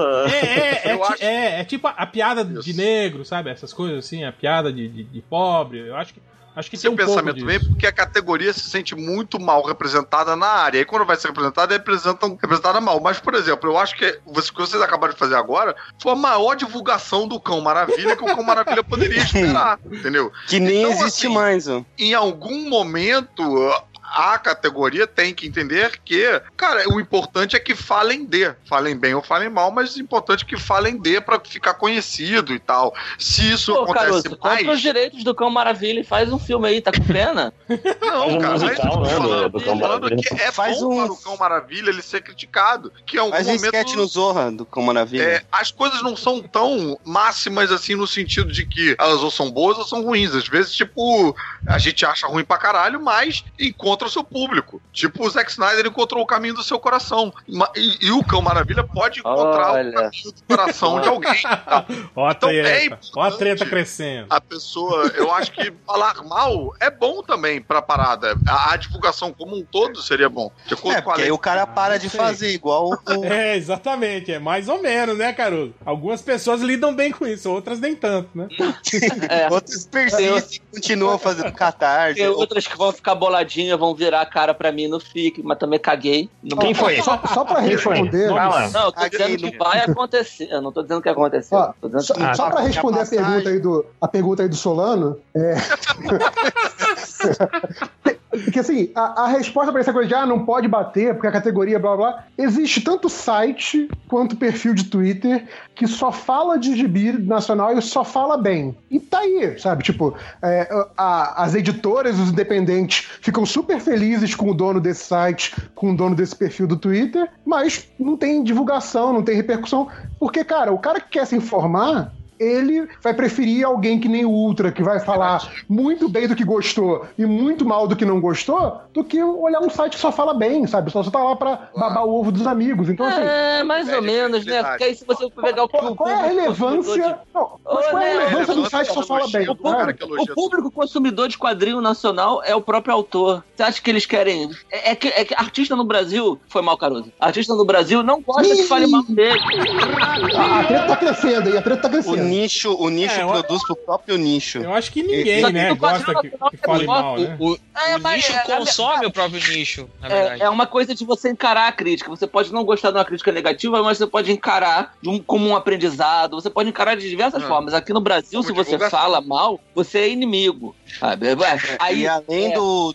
É tipo a piada de negro, sabe? Essas coisas assim, a piada de pobre. Eu acho que Esse tem um pensamento pouco vem disso. porque a categoria se sente muito mal representada na área. E quando vai ser representada, é representada mal. Mas, por exemplo, eu acho que o que vocês acabaram de fazer agora foi a maior divulgação do Cão Maravilha que o Cão Maravilha poderia esperar, entendeu? Que nem Então, existe assim, mais, ó. Em algum momento, a categoria tem que entender que, cara, o importante é que falem bem ou falem mal, mas o importante é que falem pra ficar conhecido e tal. Se isso acontece Caruso, mais... compra os direitos do Cão Maravilha e faz um filme aí, tá com pena? Não, cara, musical, mas eu tô né, do Cão falando Maravilha. que é Faz bom um- para o Cão Maravilha ele ser criticado. Que em algum Faz um momento... sketch no Zorra do Cão Maravilha. As coisas não são tão máximas assim no sentido de que elas ou são boas ou são ruins. Às vezes, tipo, a gente acha ruim pra caralho, mas em encontra o seu público. Tipo, o Zack Snyder encontrou o caminho do seu coração. E o Cão Maravilha pode encontrar o caminho do coração de alguém. Tá? Ó a Então, treta. Ó a treta crescendo. A pessoa, eu acho que falar mal é bom também pra parada. A divulgação como um todo seria bom. De acordo com a Porque lei. aí o cara para de fazer igual o... É, exatamente. É mais ou menos, né, Caruso? Algumas pessoas lidam bem com isso, outras nem tanto, né? Outros persistem e continuam fazendo catarse. Tem outras que vão ficar boladinhas, vão virar a cara pra mim no FIC, mas também caguei. Quem foi? Só pra responder. Fala. Não, eu tô dizendo que vai acontecer. Eu não tô dizendo que aconteceu. Ó, Tô dizendo só pra responder a pergunta aí do Solano, porque assim, a resposta pra essa coisa de não pode bater, porque a categoria blá blá, existe tanto site quanto perfil de Twitter que só fala de gibi nacional e só fala bem. E tá aí, sabe? Tipo, as editoras, os independentes ficam super felizes com o dono desse site, com o dono desse perfil do Twitter, mas não tem divulgação, não tem repercussão, porque, cara, o cara que quer se informar, ele vai preferir alguém que nem o Ultra, que vai falar muito bem do que gostou e muito mal do que não gostou, do que olhar um site que só fala bem, sabe? Só tá lá pra babar o ovo dos amigos. Então, assim... mais ou menos, né? Porque aí se você pegar o público... Qual é a relevância... Qual é a relevância do site que só fala bem? O público consumidor de quadrinho nacional é o próprio autor. Você acha que eles querem... É que artista no Brasil... Foi mal, Caruso. Artista no Brasil não gosta que fale mal dele. A treta tá crescendo aí, a treta tá crescendo. O nicho produz pro próprio nicho. Eu acho que ninguém, né, gosta que fale mal, né? O nicho consome o próprio nicho, na verdade. É uma coisa de você encarar a crítica. Você pode não gostar de uma crítica negativa, mas você pode encarar como um aprendizado. Você pode encarar de diversas formas. Aqui no Brasil, se você fala mal, você é inimigo. Sabe? Aí, e além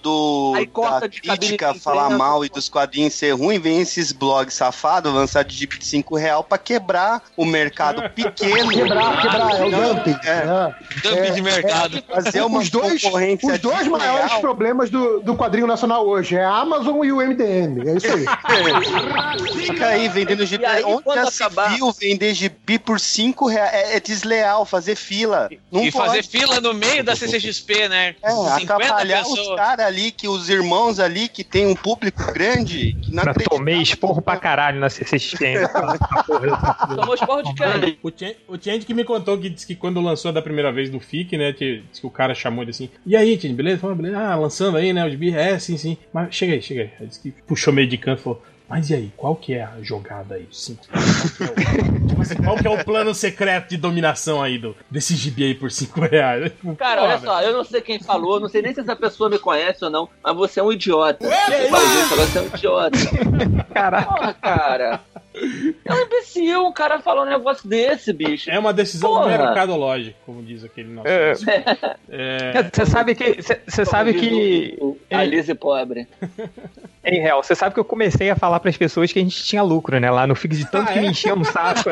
da crítica falar mal e dos quadrinhos ser ruim, vem esses blogs safados lançar de gibi de R$5 pra quebrar o mercado pequeno. Quebrar, é o dumping. Dumping de mercado. Fazer uma concorrência. Os dois maiores problemas do quadrinho nacional hoje é a Amazon e o MDM. É isso aí. Fica aí vendendo gibi. Onde já se viu vender gibi por R$5? É desleal fazer fila. Não e pode. Fazer fila no meio da CCXP, né? Atrapalhar os caras ali, os irmãos ali, que tem um público grande. Que não tomei esporro pra caralho na CCXP. Tomou esporro de quem? O Change que me contou que disse que quando lançou da primeira vez no FIC, né, disse que o cara chamou ele assim, e aí, Change, beleza? Falou, beleza? Lançando aí, né, o gibi? Sim. Mas chega aí. Aí disse que puxou meio de canto e falou, mas e aí, qual que é a jogada aí? Qual que é o plano secreto de dominação aí desse gibi aí por R$5? Cara, olha só, eu não sei quem falou, não sei nem se essa pessoa me conhece ou não, mas você é um idiota. Você é um idiota. Caralho. Porra, cara. É um imbecil, um cara falar um negócio desse, bicho. É uma decisão mercadológica, como diz aquele nosso. Você sabe que. Você sabe que. Alice pobre. Em real, você sabe que eu comecei a falar pras pessoas que a gente tinha lucro, né? Lá no Fix de tanto que me enchia um saco.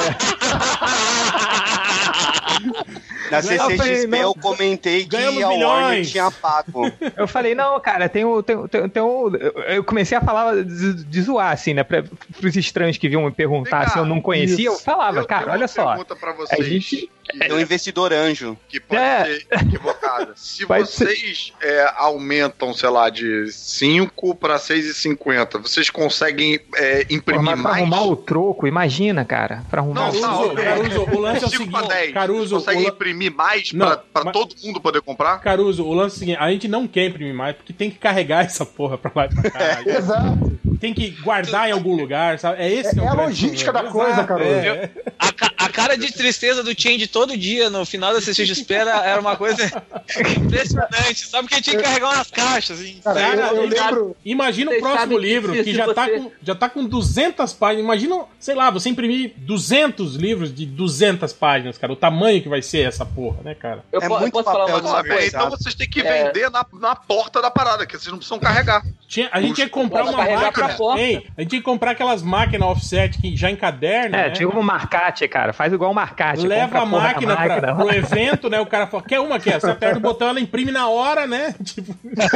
Na CCXP eu comentei que a Warner tinha pago. Eu falei, não, cara, tem um. Eu comecei a falar de zoar, assim, né? Pros estranhos que vinham me perguntar se eu não conhecia, eu falava, cara, olha só. Pra vocês, a gente. É um investidor anjo. Que pode ser equivocada. Se vocês aumentam, sei lá, de 5 para 6,50, vocês conseguem imprimir mais? Pra arrumar o troco, imagina, cara. Pra arrumar Caruso, o lance é o seguinte. Caruso, consegue imprimir mais pra todo mundo poder comprar? Caruso, o lance é o seguinte, a gente não quer imprimir mais, porque tem que carregar essa porra pra lá e pra cá. Exato. Tem que guardar em algum lugar, sabe? É esse que é a logística da coisa, Caruso. A cara de tristeza do Change todo dia no final da CCXP era uma coisa impressionante. Sabe que tinha que carregar umas caixas. Assim. Cara, eu lembro... Imagina o próximo livro, que já tá com 200 páginas. Imagina, sei lá, você imprimir 200 livros de 200 páginas, cara. O tamanho que vai ser essa porra, né, cara? Eu posso falar uma coisa? Então vocês têm que vender na porta da parada, que vocês não precisam carregar. A gente tinha que comprar uma máquina. A gente tinha que comprar aquelas máquinas offset que já encaderna. Tinha como marcate, cara. cara. Faz igual o Marcate. Leva a máquina pro evento, né? O cara fala, quer uma? Quer? Você aperta o botão, ela imprime na hora, né? Tipo...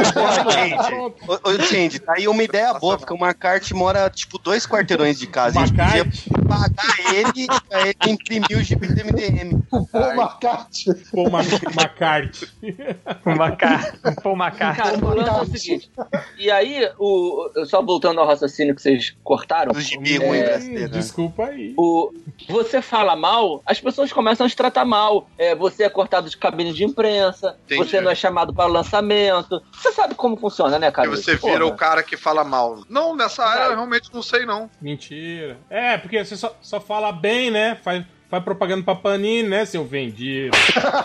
Ô, Change, tá aí uma ideia boa, porque o Marcate mora, tipo, 2 quarteirões de casa. A gente podia pagar ele pra ele imprimir o gibi do MDM. O Paul McCartney. Paul McCartney. Paul McCartney. Cara, o lance é o seguinte. E aí, só voltando ao raciocínio que vocês cortaram. Os gibi ruim brasileiro. Desculpa aí. Você fala mal, as pessoas começam a te tratar mal. Você é cortado de cabine de imprensa. Entendi. Você não é chamado para o lançamento. Você sabe como funciona, né, cara? E você vira o cara que fala mal. Não, nessa área eu realmente não sei, não. Mentira. Porque você só fala bem, né? Faz propaganda pra Panini, né, seu vendido?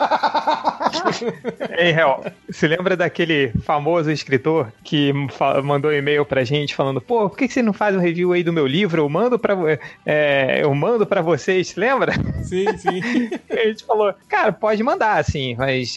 Ei, Hel, você lembra daquele famoso escritor que mandou um e-mail pra gente falando, pô, por que você não faz um review aí do meu livro? Eu mando pra vocês, lembra? Sim. A gente falou, cara, pode mandar, assim, mas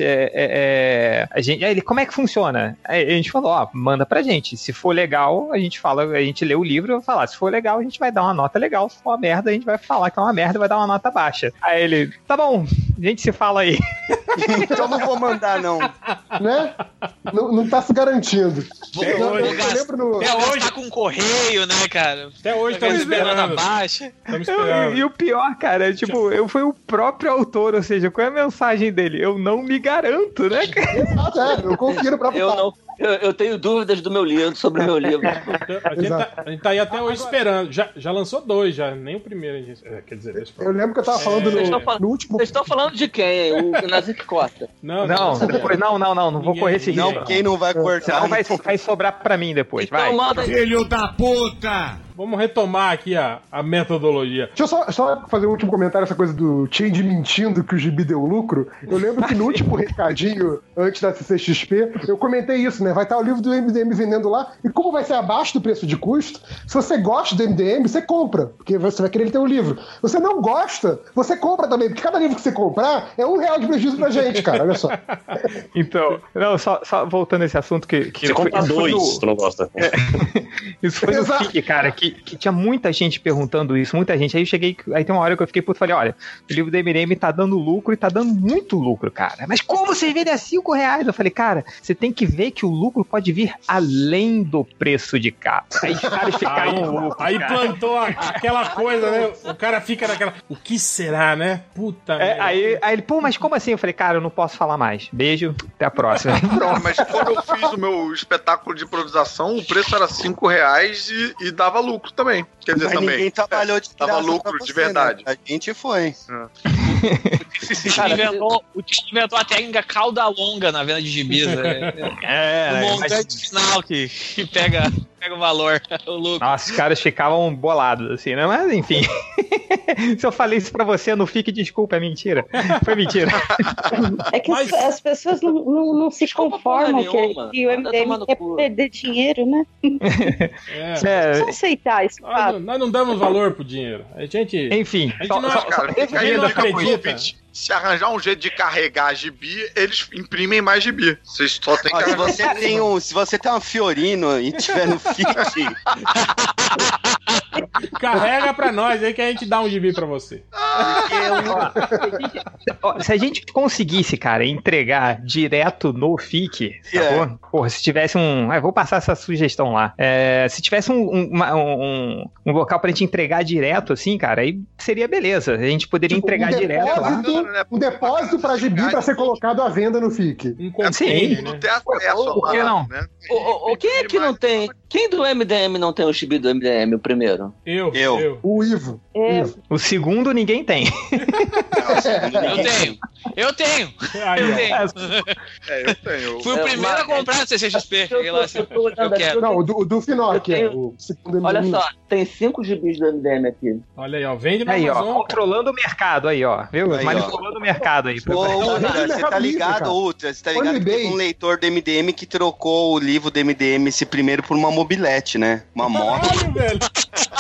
ele, como é que funciona? Aí a gente falou, manda pra gente. Se for legal, a gente lê o livro e vai falar, se for legal, a gente vai dar uma nota legal. Se for uma merda, a gente vai falar que é uma merda e vai dar uma nota baixa. Aí ele, tá bom, a gente se fala aí. Então não vou mandar, não. Né? Não tá se garantindo. Eu lembro até hoje tá com correio, né, cara? Até hoje estamos esperando. Baixa. E o pior, cara, foi o próprio autor, ou seja, qual é a mensagem dele? Eu não me garanto, né, cara? Eu confio no próprio Eu tenho dúvidas sobre o meu livro. A gente tá aí até hoje esperando. Já lançou 2, já. Nem o primeiro. Quer dizer, deixa eu Eu lembro que eu tava falando no último... Vocês estão falando de quem? O Nazik Costa. Não vou correr esse risco. Não, quem não vai cortar. Senão vai sobrar pra mim depois, então, vai. Manda... Filho da puta! Vamos retomar aqui a metodologia. Deixa eu só fazer um último comentário, essa coisa do Change mentindo que o gibi deu lucro. Eu lembro que no último recadinho, antes da CCXP, eu comentei isso, né? Vai estar o livro do MDM vendendo lá, e como vai ser abaixo do preço de custo, se você gosta do MDM, você compra, porque você vai querer ter o livro. Se você não gosta, você compra também, porque cada livro que você comprar é R$1 de prejuízo pra gente, cara, olha só. Então, só voltando a esse assunto que você compra 2, se tu não gosta. Isso foi no FIC, cara, que tinha muita gente perguntando isso, muita gente. Aí tem uma hora que eu fiquei puto, falei, olha, o livro do MDM tá dando lucro e tá dando muito lucro, cara. Mas como vocês vendem a R$5? Eu falei, cara, você tem que ver que o lucro pode vir além do preço de capa. Aí os caras ficaram loucos. Aí plantou aquela coisa, né? O cara fica naquela, o que será, né? Puta merda. Aí ele, pô, mas como assim? Eu falei, cara, eu não posso falar mais. Beijo, até a próxima. Mas quando eu fiz o meu espetáculo de improvisação, o preço era R$5 e dava lucro também. Quer dizer, mas também. Ninguém trabalhou de dava lucro você, de verdade. Né? A gente foi. O time inventou a técnica cauda longa na venda de gibis. O montante final que pega o valor, o lucro. Nossa, os caras ficavam bolados, assim, né? Mas, enfim. Se eu falei isso pra você, não fique desculpa, é mentira. Foi mentira. É que as pessoas não se conformam que o MDM quer perder dinheiro, né? Só aceitar isso. Nós não damos valor pro dinheiro. Enfim. A gente não acredita. Se arranjar um jeito de carregar gibi, eles imprimem mais gibi. Vocês só tem que se você tem uma Fiorino e tiver no FIC... Carrega pra nós aí que a gente dá um gibi pra você. Se a gente conseguisse, cara, entregar direto no FIC, sacou? Porra, se tivesse vou passar essa sugestão lá. Se tivesse um local pra gente entregar direto, assim, cara, aí seria beleza. A gente poderia entregar direto lá. Um depósito pra gibi pra ser colocado à venda no FIC. Sim. Não tem acesso Por que não? Né? Quem é que não tem? Quem do MDM não tem o gibi do MDM, o primeiro? Eu. O Ivo. O segundo ninguém tem. Eu tenho. Eu tenho. Fui o primeiro a comprar no CCXP. Eu quero. Não, o do Finoc, o segundo MDM. Olha só, tem 5 gibis do MDM aqui. Olha aí, ó. Vende na Amazon. Amazon. Ó, controlando o mercado aí, ó. Viu? Aí, manipulando o mercado aí. Você tá ligado, Ultra? Você tá ligado que tem um leitor do MDM que trocou o livro do MDM, esse primeiro, por uma mobilete, né? Uma moto. Caralho, velho.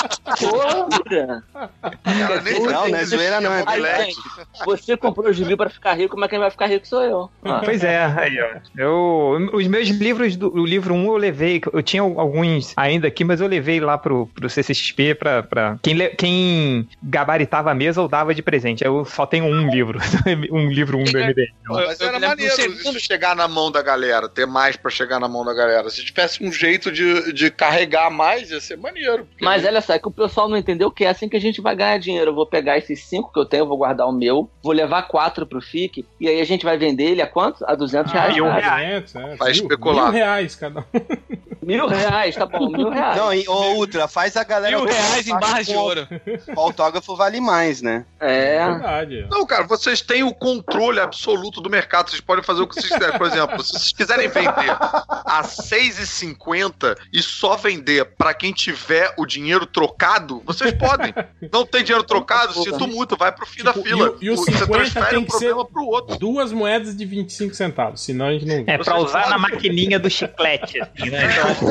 Porra! Não é zoeira, não. É Aí, gente, você comprou o gibi pra ficar rico, mas quem vai ficar rico sou eu. Pois é, aí, ó. Os meus livros, o livro 1 eu levei, eu tinha alguns ainda aqui, mas eu levei lá pro CCXP pra quem gabaritava a mesa eu dava de presente. Eu só tenho um livro, um livro 1 do MDM. Mas era maneiro isso chegar na mão da galera, ter mais pra chegar na mão da galera. Se tivesse um jeito de carregar mais, ia ser maneiro. Mas olha só, é que o pessoal não entendeu que é assim que a gente vai ganhar dinheiro. Eu vou pegar esses 5 que eu tenho, vou guardar o meu, vou levar 4 pro FIC, e aí a gente vai vender ele a quanto? A R$200. Vai especular. R$1.000 cada um. R$1.000, tá bom, R$1.000. Não, ô Ultra, faz a galera... R$1.000 em barras de ouro. O autógrafo vale mais, né? É. Verdade. Não, cara, vocês têm o controle absoluto do mercado. Vocês podem fazer o que vocês quiserem. Por exemplo, se vocês quiserem vender a R$6,50 e só vender pra quem tiver o dinheiro trocado, vocês podem. Não tem dinheiro trocado, sinto muito, vai pro fim da fila. E o 50 tem que ser pro outro. 2 moedas de 25 centavos, senão a gente não... É pra usar na maquininha do chiclete, assim, né?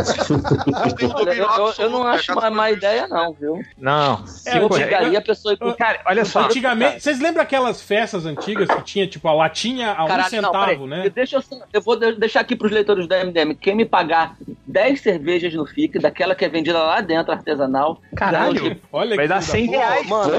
Eu não acho uma má ideia, não, viu? Não. Eu pegaria a pessoa... Cara, olha só. Antigamente, vocês lembram aquelas festas antigas que tinha, tipo, a latinha a Caralho, 1 centavo, né? Eu vou deixar aqui pros leitores da MDM. Quem me pagar 10 cervejas no FIC, daquela que é vendida lá dentro, artesanal... Caralho, olha vai dar R$100, mano.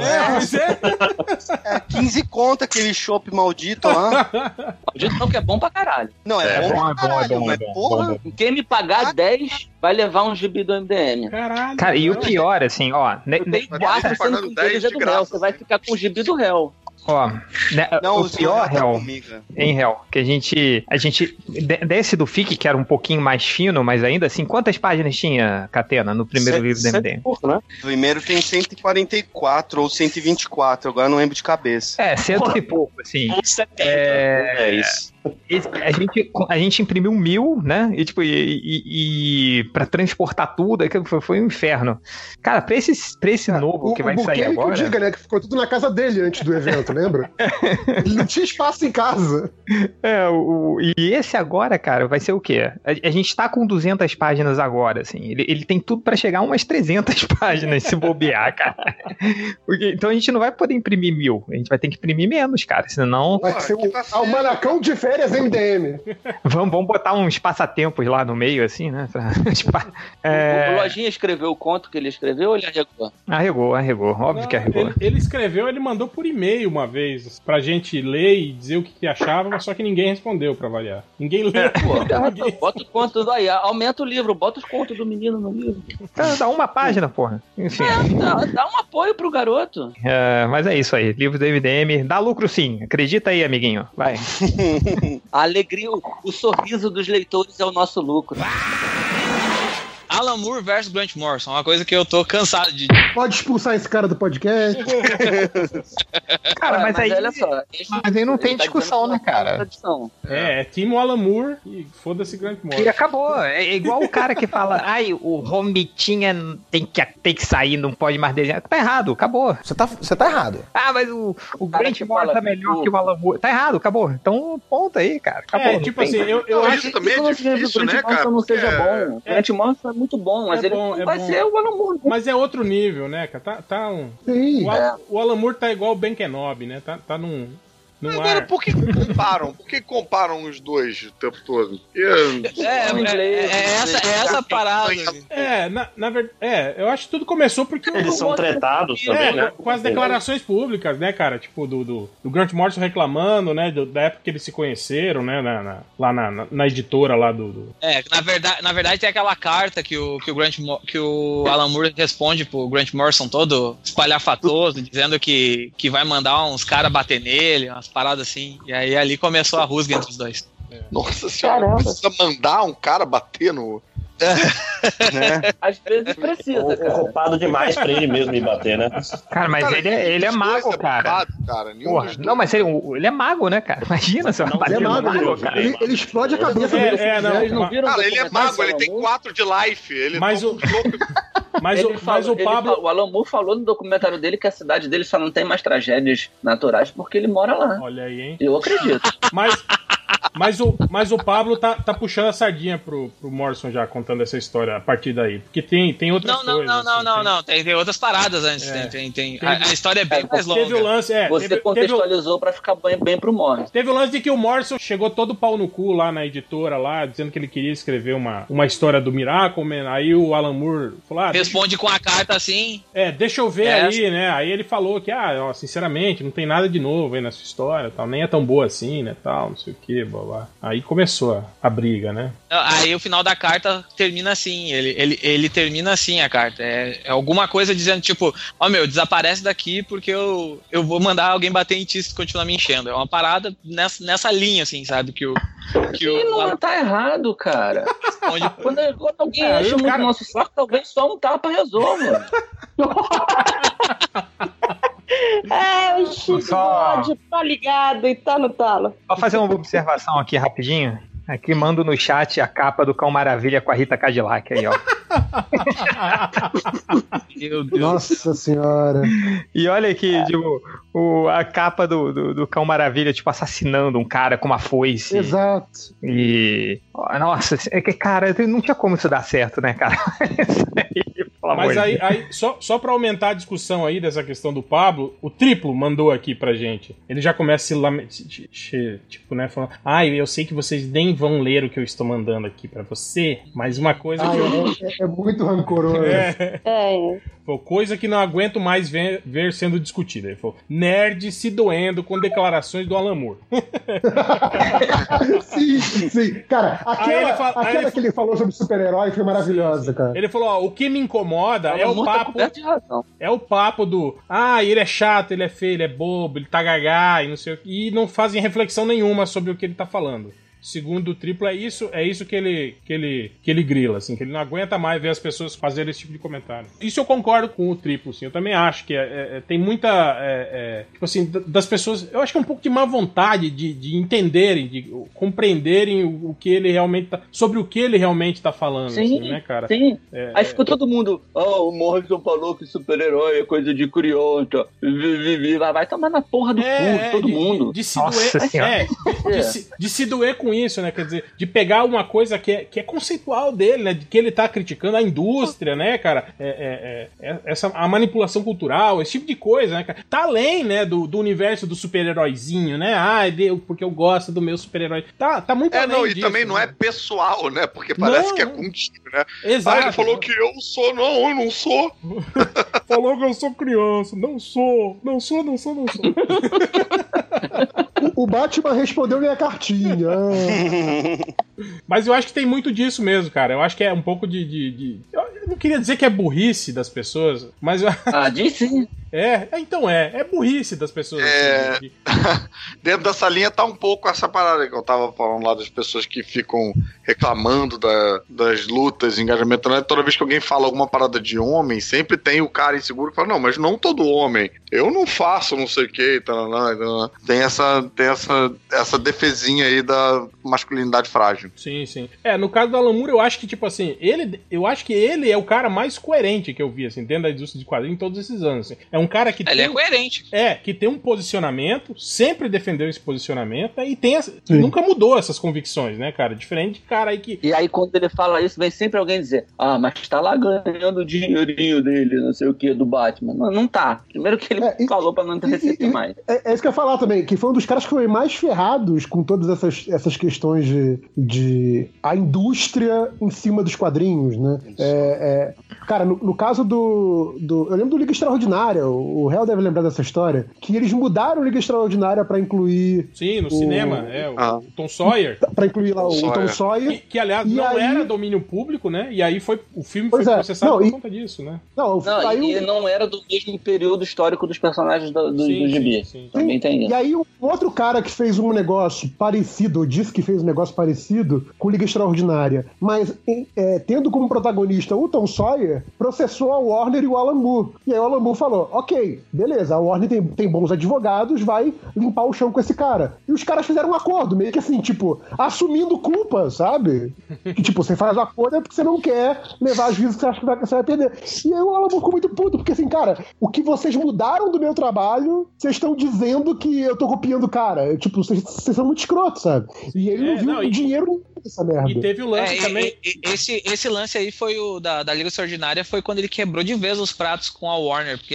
É 15 conto aquele chopp maldito lá. Maldito não, que é bom pra caralho. Não, é bom. Quem me pagar 10 vai levar um gibi do MDM. Caralho. Cara, e o pior, assim, ó... Tem 4 sendo que deles é do réu. Você vai ficar com o gibi do réu. Ó, né, não, o pior, réu, em réu, que a gente desse do FIC, que era um pouquinho mais fino, mas ainda assim, quantas páginas tinha, Catena, no primeiro livro do MDM? Né? O primeiro tem 144 ou 124, agora não lembro de cabeça. É, 100 e pouco, assim. 70, é isso. A gente imprimiu 1000, né? E tipo, pra transportar tudo, foi um inferno. Cara, pra esse novo que vai sair agora... que diga, né? Que ficou tudo na casa dele antes do evento, lembra? Ele não tinha espaço em casa. E esse agora, cara, vai ser o quê? A gente tá com 200 páginas agora, assim. Ele tem tudo pra chegar a umas 300 páginas, se bobear, cara. Então a gente não vai poder imprimir 1000. A gente vai ter que imprimir menos, cara. Senão... Vai ser o almanacão de férias MDM. Vamos botar uns passatempos lá no meio, assim, né? O Lojinha escreveu o conto que ele escreveu ou ele arregou? Arregou. Óbvio que arregou. Ele escreveu, ele mandou por e-mail uma vez pra gente ler e dizer o que achava, mas só que ninguém respondeu pra variar. Ninguém leu, pô. Bota os contos aí, aumenta o livro, bota os contos do menino no livro. Dá uma página, porra. Enfim. Dá um apoio pro garoto. Mas é isso aí, livro do MDM, dá lucro sim, acredita aí, amiguinho, vai. A alegria, o sorriso dos leitores é o nosso lucro. Alan Moore versus Grant Morrison, uma coisa que eu tô cansado de... Pode expulsar esse cara do podcast. Cara, mas aí... olha só. Mas aí não tem discussão, né, cara? É time o Alan Moore e foda-se Grant Morrison. E acabou. É igual o cara que fala, o Romitinha tem que sair, não pode mais desenhar. Tá errado, acabou. Você tá errado. Mas o Grant Morrison é melhor que o Alan Moore. Tá errado, acabou. Então, ponto aí, cara. Acabou. Tipo assim, eu acho que também é difícil, né, cara? Não seja bom. O Grant Morrison é muito bom, mas ele não vai ser o Alan Moore. Mas é outro nível, né, cara? Sim. O Alan Moore tá igual o Ben Kenobi, né? Tá num Agora, por que comparam? Por que comparam os dois o tempo todo? Essa parada. Na verdade, eu acho que tudo começou porque... Eles são tretados também, né? Com as declarações públicas, né, cara? Tipo, do Grant Morrison reclamando, né? Da época que eles se conheceram, né? Lá na editora lá do... Na verdade tem aquela carta que o Alan Moore responde pro Grant Morrison todo espalhafatoso, dizendo que vai mandar uns caras bater nele, umas paradas assim. E aí ali começou a rusga entre os dois. Nossa senhora, precisa mandar um cara bater no... Né? Às vezes precisa, cara. Ocupado demais pra ele mesmo ir bater, né? Cara, mas ele é mago, cara. Porra, não, mas ele é mago, né, cara? Imagina se eu bater no mago, cara. Ele explode a cabeça dele. Eles não viram. Cara, ele é mago, ele tem 4 de life. Mas o Pablo... O Alan Moore falou no documentário dele que a cidade dele só não tem mais tragédias naturais porque ele mora lá. Olha aí, hein? Eu acredito. Mas o Pablo tá puxando a sardinha pro Morrison já, contando essa história a partir daí. Porque tem outras coisas. Não. Tem outras paradas antes. A história é bem mais longa. Teve o lance, Você contextualizou pra ficar bem pro Morrison. Teve o lance de que o Morrison chegou todo pau no cu lá na editora, lá, dizendo que ele queria escrever uma história do Miracle Man. Aí o Alan Moore falou... Responde com a carta assim... deixa eu ver aí, né? Aí ele falou que, sinceramente, não tem nada de novo aí nessa história, tal, nem é tão boa assim, né, tal, não sei o que, blá, blá. Aí começou a briga, né? Aí o final da carta termina assim, ele termina assim a carta, é alguma coisa dizendo, tipo, desaparece daqui porque eu vou mandar alguém bater em ti se continuar me enchendo. É uma parada nessa linha, assim, sabe, não tá errado, cara. Quando alguém enche muito o nosso saco, talvez só um tapa resolva. O Chico pode, tá ligado e tá no talo. Vou fazer uma observação aqui rapidinho. Aqui mando no chat a capa do Cão Maravilha com a Rita Cadillac aí, ó. Meu Deus. Nossa senhora. E olha aqui, a capa do Cão Maravilha, tipo, assassinando um cara com uma foice. Exato. E... Nossa, cara, não tinha como isso dar certo, né, cara? Isso aí, mas aí só pra aumentar a discussão aí dessa questão do Pablo, o Triplo mandou aqui pra gente. Ele já começa a se lamentar, tipo, né, falando, eu sei que vocês nem vão ler o que eu estou mandando aqui pra você, mas uma coisa que é muito rancoroso. Foi coisa que não aguento mais ver sendo discutida. Ele falou, nerd se doendo com declarações do Alan Moore. Sim. Cara, aquela que ele falou sobre super-herói foi maravilhosa, cara. Ele falou, o que me incomoda é o papo... É o papo do... ele é chato, ele é feio, ele é bobo, ele tá gagá e não sei o que. E não fazem reflexão nenhuma sobre o que ele tá falando. Segundo o Triplo, é isso que ele grila, assim, que ele não aguenta mais ver as pessoas fazerem esse tipo de comentário. Isso eu concordo com o Triplo, assim, eu também acho que tem muita, tipo assim, das pessoas, eu acho que é um pouco de má vontade de entenderem, de compreenderem o que ele realmente tá, sobre o que ele realmente tá falando, sim, assim, né, cara? Sim, aí ficou todo mundo, o Morrison falou que super-herói é coisa de criança, vai tomar na porra do cu, todo mundo. De se doer, de se doer com isso, né? Quer dizer, de pegar uma coisa que é conceitual dele, né? De que ele tá criticando a indústria, né, cara? A manipulação cultural, esse tipo de coisa, né, cara? Tá além, né, do universo do super-heróizinho, né? Porque eu gosto do meu super-herói. Tá muito além disso. E também não é pessoal, né? Porque parece que é contigo, né? Exato. Ele falou que eu sou. Não, eu não sou. Falou que eu sou criança. Não sou. O Batman respondeu minha cartinha. Mas eu acho que tem muito disso mesmo, cara. Eu acho que é um pouco de... Eu não queria dizer que é burrice das pessoas, mas... Disse. Então é burrice das pessoas. Assim, dentro dessa linha tá um pouco essa parada que eu tava falando lá das pessoas que ficam reclamando das lutas, engajamento, né? Toda vez que alguém fala alguma parada de homem, sempre tem o cara inseguro que fala, não, mas não todo homem, eu não faço não sei o que, tem essa defesinha aí da masculinidade frágil. Sim. No caso do Alan Moore, eu acho que, tipo assim, eu acho que ele é o cara mais coerente que eu vi, assim, dentro da indústria de quadrinhos em todos esses anos, assim. É um cara que ele é coerente. Que tem um posicionamento, sempre defendeu esse posicionamento, e nunca mudou essas convicções, né, cara? Diferente de cara aí que... E aí, quando ele fala isso, vem sempre alguém dizer, mas tá lá ganhando o dinheirinho dele, não sei o que, do Batman. Não tá. Primeiro que ele falou pra não receber mais. É isso que eu ia falar também, que foi um dos caras que foi mais ferrados com todas essas questões de a indústria em cima dos quadrinhos, né? Cara, no caso do... Eu lembro do Liga Extraordinária, o Hell deve lembrar dessa história, que eles mudaram o Liga Extraordinária pra incluir... Sim, no cinema, o Tom Sawyer. Pra incluir lá o Tom Sawyer. Que aliás, não era domínio público, né? E aí o filme foi processado por conta disso, né? E não era do mesmo período histórico dos personagens do gibi. Sim. Também tem isso. E aí, o outro cara que fez um negócio parecido, ou disse que fez um negócio parecido com Liga Extraordinária, mas tendo como protagonista o Tom Sawyer, processou a Warner e o Alan Moore. E aí o Alan Moore falou, ok, beleza, a Warner tem bons advogados, vai limpar o chão com esse cara. E os caras fizeram um acordo, meio que assim, tipo, assumindo culpa, sabe? Que tipo, você faz o acordo é porque você não quer levar as vidas que você acha que você vai perder. E aí o Alan Moore ficou muito puto, porque assim, cara, o que vocês mudaram do meu trabalho, vocês estão dizendo que eu tô copiando o cara. Tipo, vocês são muito escrotos, sabe? E ele não viu dinheiro nessa merda. E teve o lance também. Esse lance aí foi o da Liga Extraordinária, foi quando ele quebrou de vez os pratos com a Warner, porque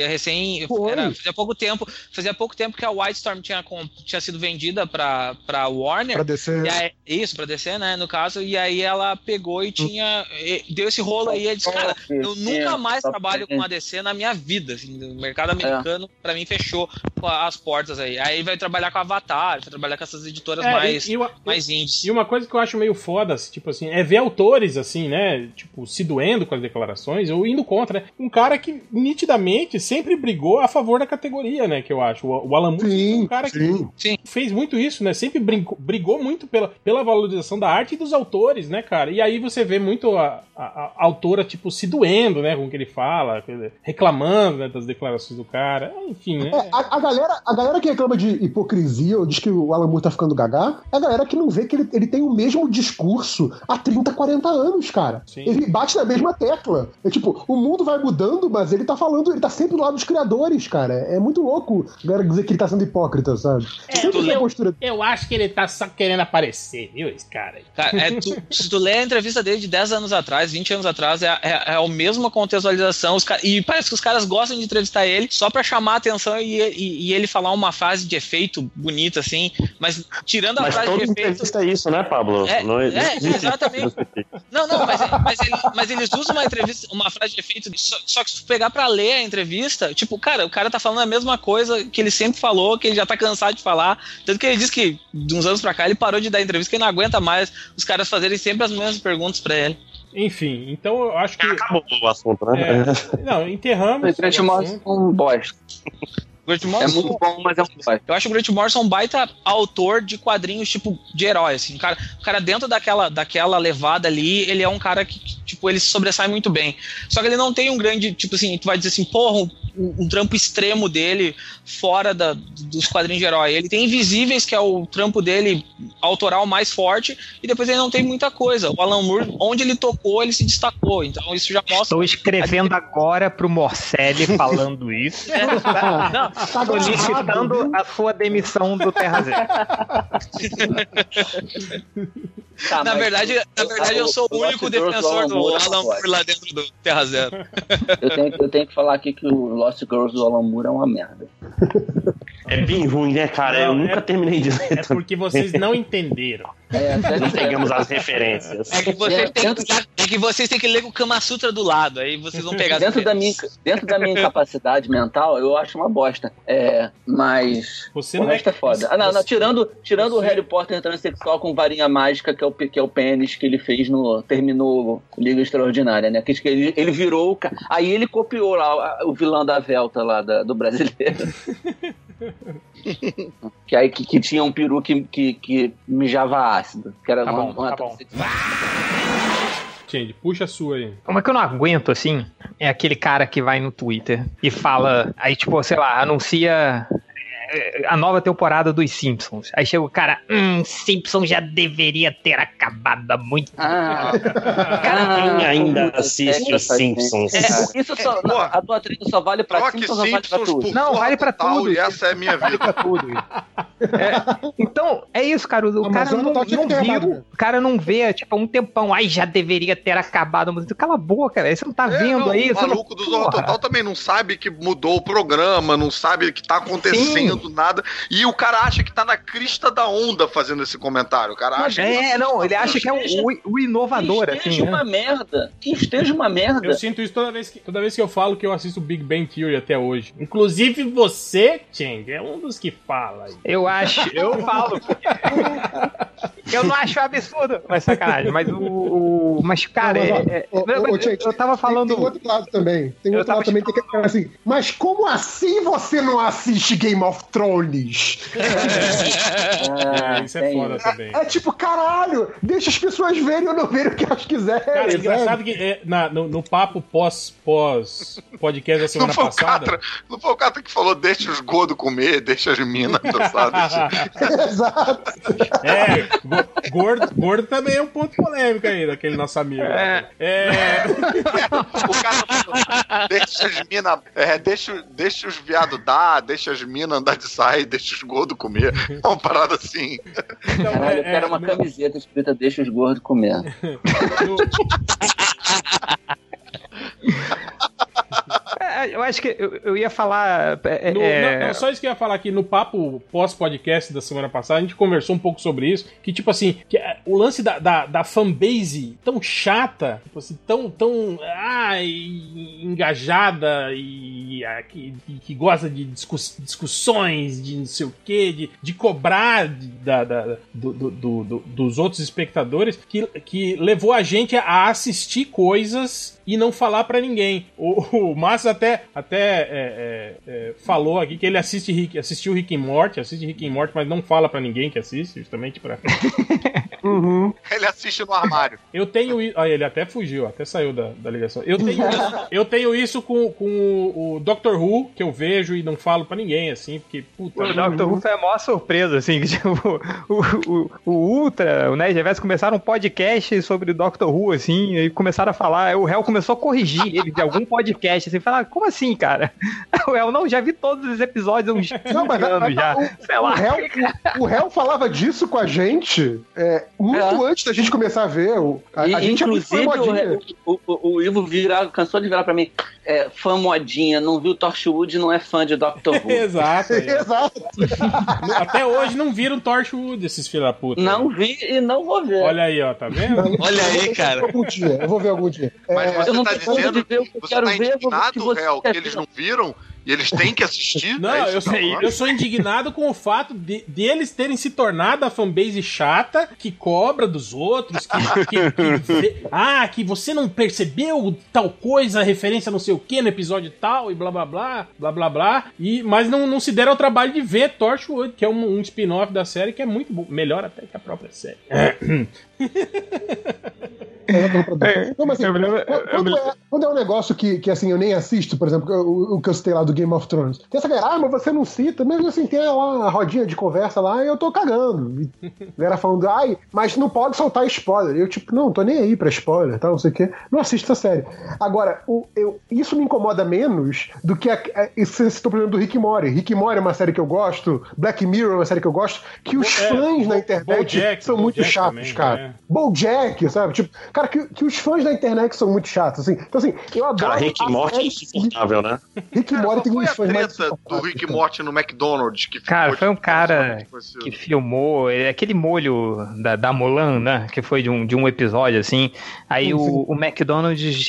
fazia pouco tempo que a Wildstorm tinha sido vendida pra Warner. Pra DC. Pra DC, né, no caso, e aí ela pegou e deu esse rolo aí, e disse, cara, eu nunca mais trabalho com a DC na minha vida, assim, o mercado americano, pra mim, fechou as portas aí. Aí vai trabalhar com a Avatar, vai trabalhar com essas editoras mais indies. E uma coisa que eu acho meio foda, tipo assim, é ver autores, assim, né, tipo, se doendo com as declarações, ou indo contra, né? Um cara que, nitidamente, sempre brigou a favor da categoria, né, que eu acho. O Alan Moore é um cara que fez muito isso, né, sempre brigou muito pela valorização da arte e dos autores, né, cara? E aí você vê muito a autora, tipo, se doendo, né, com o que ele fala, reclamando, né, das declarações do cara, enfim, né? A galera que reclama de hipocrisia ou diz que o Alan Moore tá ficando gaga, é a galera que não vê que ele tem o mesmo discurso há 30, 40 anos, cara. Sim. Ele bate na mesma tecla. É tipo, o mundo vai mudando, mas ele tá falando, ele tá sempre do lado dos criadores, cara. É muito louco a galera dizer que ele tá sendo hipócrita, sabe? Eu acho que ele tá só querendo aparecer, viu, esse cara aí. Cara, se tu lê a entrevista dele de 10 anos atrás, 20 anos atrás, é a mesma contextualização, e parece que os caras gostam de entrevistar ele só pra chamar a atenção e ele falar uma frase de efeito bonita, assim, mas tirando a frase de efeito... Mas entrevista é isso, né, Pablo? Exatamente. Não, mas eles usam uma frase de efeito, só que se tu pegar pra ler a entrevista, tipo, cara, o cara tá falando a mesma coisa que ele sempre falou, que ele já tá cansado de falar, tanto que ele diz que de uns anos pra cá ele parou de dar entrevista, que ele não aguenta mais os caras fazerem sempre as mesmas perguntas pra ele. Enfim, então eu acho que... Acabou o assunto, né? Não, enterramos. O Grant Morrison é um bosta. É muito bom, mas é um bosta. Eu acho o Grant Morrison um baita autor de quadrinhos, tipo, de herói, assim. O cara dentro daquela levada ali, ele é um cara que, tipo, ele se sobressai muito bem. Só que ele não tem um grande, tipo assim, tu vai dizer assim, porra, um trampo extremo dele fora dos quadrinhos de herói. Ele tem Invisíveis, que é o trampo dele autoral mais forte, e depois ele não tem muita coisa. O Alan Moore, onde ele tocou, ele se destacou. Então isso já mostra... Estou escrevendo agora pro Morcelli falando isso. Não, solicitando a sua demissão do Terra Zero. Na verdade, eu sou o único defensor do Alan Moore lá dentro do Terra Zero. Eu tenho que falar aqui que o Lost Girls do Alan Moore é uma merda. É bem ruim, né, cara? Eu nunca terminei de ler. É porque vocês não entenderam. Não pegamos as referências. É que vocês têm que ler o Kama Sutra do lado, aí vocês vão pegar dentro da minha incapacidade mental, eu acho uma bosta. Mas você o resto é foda. Tirando o Harry Potter transexual com varinha mágica, que é o pênis que ele fez terminou Liga Extraordinária, né? Que ele virou aí ele copiou lá o vilão da Velta lá do brasileiro. que tinha um peru que mijava ácido. Que era tá bom. Change, puxa a sua aí. Como é que eu não aguento, assim? É aquele cara que vai no Twitter e fala, aí tipo, sei lá, anuncia a nova temporada dos Simpsons. Aí chega o cara, Simpsons já deveria ter acabado há muito tempo. Quem ainda assiste os Simpsons? Isso só, a tua trilha só vale pra Simpsons ou vale pra tudo? Não, vale pra tudo. E essa é a minha vida. Vale pra tudo. Então, é isso, cara. O cara não viu. O cara não vê, tipo, um tempão. Aí já deveria ter acabado. Mas cala a boca, velho. Você não tá vendo aí? O maluco do Zorro Total também não sabe que mudou o programa, não sabe que tá acontecendo nada. E o cara acha que tá na crista da onda fazendo esse comentário. O cara acha ele acha que é o inovador, que esteja uma merda. Que esteja uma merda. Eu sinto isso toda vez que eu falo que eu assisto Big Bang Theory até hoje. Inclusive você, Chang, é um dos que fala aí. Eu Eu acho, eu falo. Eu não acho absurdo. Mas sacanagem. Mas mas, cara, eu tava falando. Tem outro lado também. Tem outro lado também que é assim. Mas como assim você não assiste Game of Thrones? Isso é foda também. É tipo, caralho, deixa as pessoas verem ou não verem o que elas quiserem. Cara, é engraçado que no papo pós-podcast da semana passada. Não foi o cara que falou: deixa os gordos comer, deixa as minas dançadas. Exato. Gordo também é um ponto polêmico aí, daquele nosso amigo. O cara falou: deixa as minas. Deixa os viados dar, deixa as minas andar de saia, deixa os gordos comer. É uma parada assim. Então, caralho, eu quero uma camiseta escrita deixa os gordos comer. Eu acho que eu ia falar. Não, só isso que eu ia falar aqui. No papo pós-podcast da semana passada, a gente conversou um pouco sobre isso. Que, tipo assim, o lance da fanbase tão chata, tipo assim, tão engajada e que gosta de discussões, de não sei o quê, de cobrar dos outros espectadores, que levou a gente a assistir coisas e não falar pra ninguém. O Márcio até falou aqui que ele assistiu Rick and Morty, mas não fala pra ninguém que assiste, justamente pra... Uhum. Ele assiste no armário. Eu tenho isso... ele até fugiu, até saiu da ligação. Eu tenho isso com o Doctor Who, que eu vejo e não falo pra ninguém, assim, porque... Puta, o Doctor Who foi a maior surpresa, assim, que tipo, o Ultra, o Nerd Reverso começaram um podcast sobre o Doctor Who, assim, e começaram a falar, o Hell começou a corrigir ele de algum podcast, assim, falar, como assim, cara? O Hell, não, já vi todos os episódios há uns 15 anos já. Sei lá. O Hell falava disso com a gente muito antes da gente começar a ver. A gente inclusive, o Ivo cansou de virar pra mim, fã modinha, não viu Torchwood, não é fã de Doctor Who. Exato. Exato. Até hoje não viram Torchwood, esses filha da puta. Não vi e não vou ver. Olha aí, ó, tá vendo? Olha aí, cara. Eu vou ver algum dia. Mas você eu não tá tô dizendo de ver o que eu você quero tá ver, indignado, Hell, que eles não viram? E eles têm que assistir? Não, eu sou indignado com o fato de eles terem se tornado a fanbase chata, que cobra dos outros, que você não percebeu tal coisa, referência não sei o que no episódio tal, e blá blá blá, blá blá blá, mas não se deram ao trabalho de ver Torchwood, que é um spin-off da série que é muito bom, melhor até que a própria série. Não, mas, assim, quando é um negócio que assim, eu nem assisto, por exemplo, o que eu citei lá do Game of Thrones, tem essa galera, mas você não cita, mesmo assim, tem lá a rodinha de conversa lá e eu tô cagando. E a galera falando, mas não pode soltar spoiler. Eu, tipo, não tô nem aí pra spoiler, tá, não sei o quê. Não assisto a série. Agora, isso me incomoda menos do que esse problema do Rick and Morty. Rick and Morty é uma série que eu gosto, Black Mirror é uma série que eu gosto, que os fãs na internet são muito chatos, também, cara. BoJack, sabe? Tipo, cara, que os fãs da internet são muito chatos, assim. Então, assim, eu adoro... Cara, Rick and Morty é insuportável, né? Rick and Morty tem uns fãs mais do Rick and Morty no McDonald's. Cara, foi um cara que filmou aquele molho da Mulan, né? Que foi de um episódio, assim. Aí o McDonald's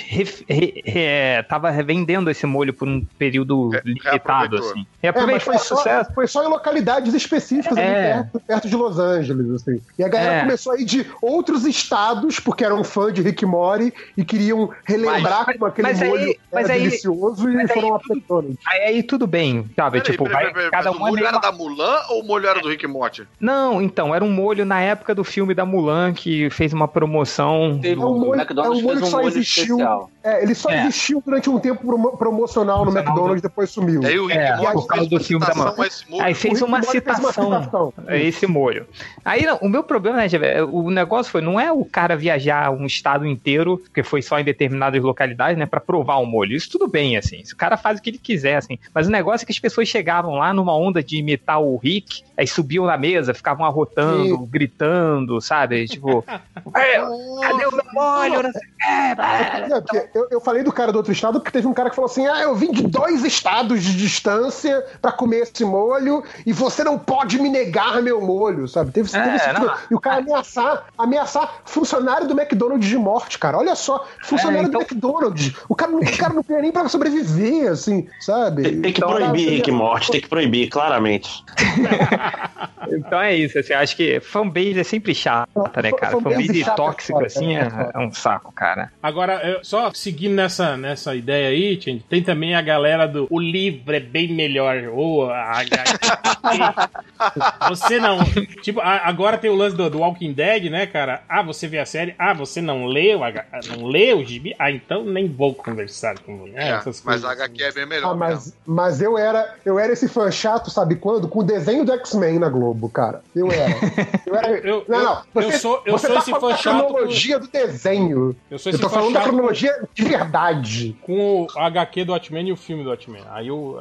tava revendendo esse molho por um período limitado, assim. E aproveitou esse sucesso. Foi só em localidades específicas ali perto de Los Angeles, assim. E a galera começou a ir de outros estados, porque eram fã de Rick and Morty e queriam relembrar como aquele molho era delicioso e foram a McDonald's. Aí tudo bem, sabe? Cada um. O molho era da Mulan ou o molho era do Rick and Morty? Não, então, era um molho na época do filme da Mulan que fez uma promoção. O molho que só existiu. Ele só existiu durante um tempo promocional no McDonald's, depois sumiu. Aí o Rick and Morty por causa do filme da Mulan. Aí fez uma citação a esse molho. Aí o meu problema, né, o negócio não é o cara viajar um estado inteiro, porque foi só em determinadas localidades, né, pra provar o molho. Isso tudo bem, assim. O cara faz o que ele quiser, assim. Mas o negócio é que as pessoas chegavam lá numa onda de imitar o Rick, aí subiam na mesa, ficavam arrotando, gritando, sabe? Tipo, cadê o meu molho? Não sei o que. Eu falei do cara do outro estado porque teve um cara que falou assim, eu vim de 2 estados de distância pra comer esse molho e você não pode me negar meu molho, sabe? Teve esse e o cara ameaçar funcionário do McDonald's McDonald's de morte, cara. Olha só, funcionário do McDonald's. O cara não ganha nem pra sobreviver, assim, sabe? Tem que proibir Rick e Morty, tem que proibir, claramente. Então é isso, assim, acho que fanbase é sempre chata, né, cara? Fanbase tóxico, assim, é um saco, cara. Agora, só seguindo nessa ideia aí, Tindy, tem também a galera do o livro é bem melhor, ou você não... Tipo, agora tem o lance do Walking Dead, né, cara? Você vê a série, você não leu o gibi? Então nem vou conversar com você. Mas a HQ é bem melhor. Mas eu era esse fã chato, sabe quando? Com o desenho do X-Men na Globo, cara. Eu era. Eu sou esse fã chato. A cronologia do desenho. Eu tô falando da cronologia de verdade. Com o HQ do Watchmen e o filme do Watchmen. Aí eu...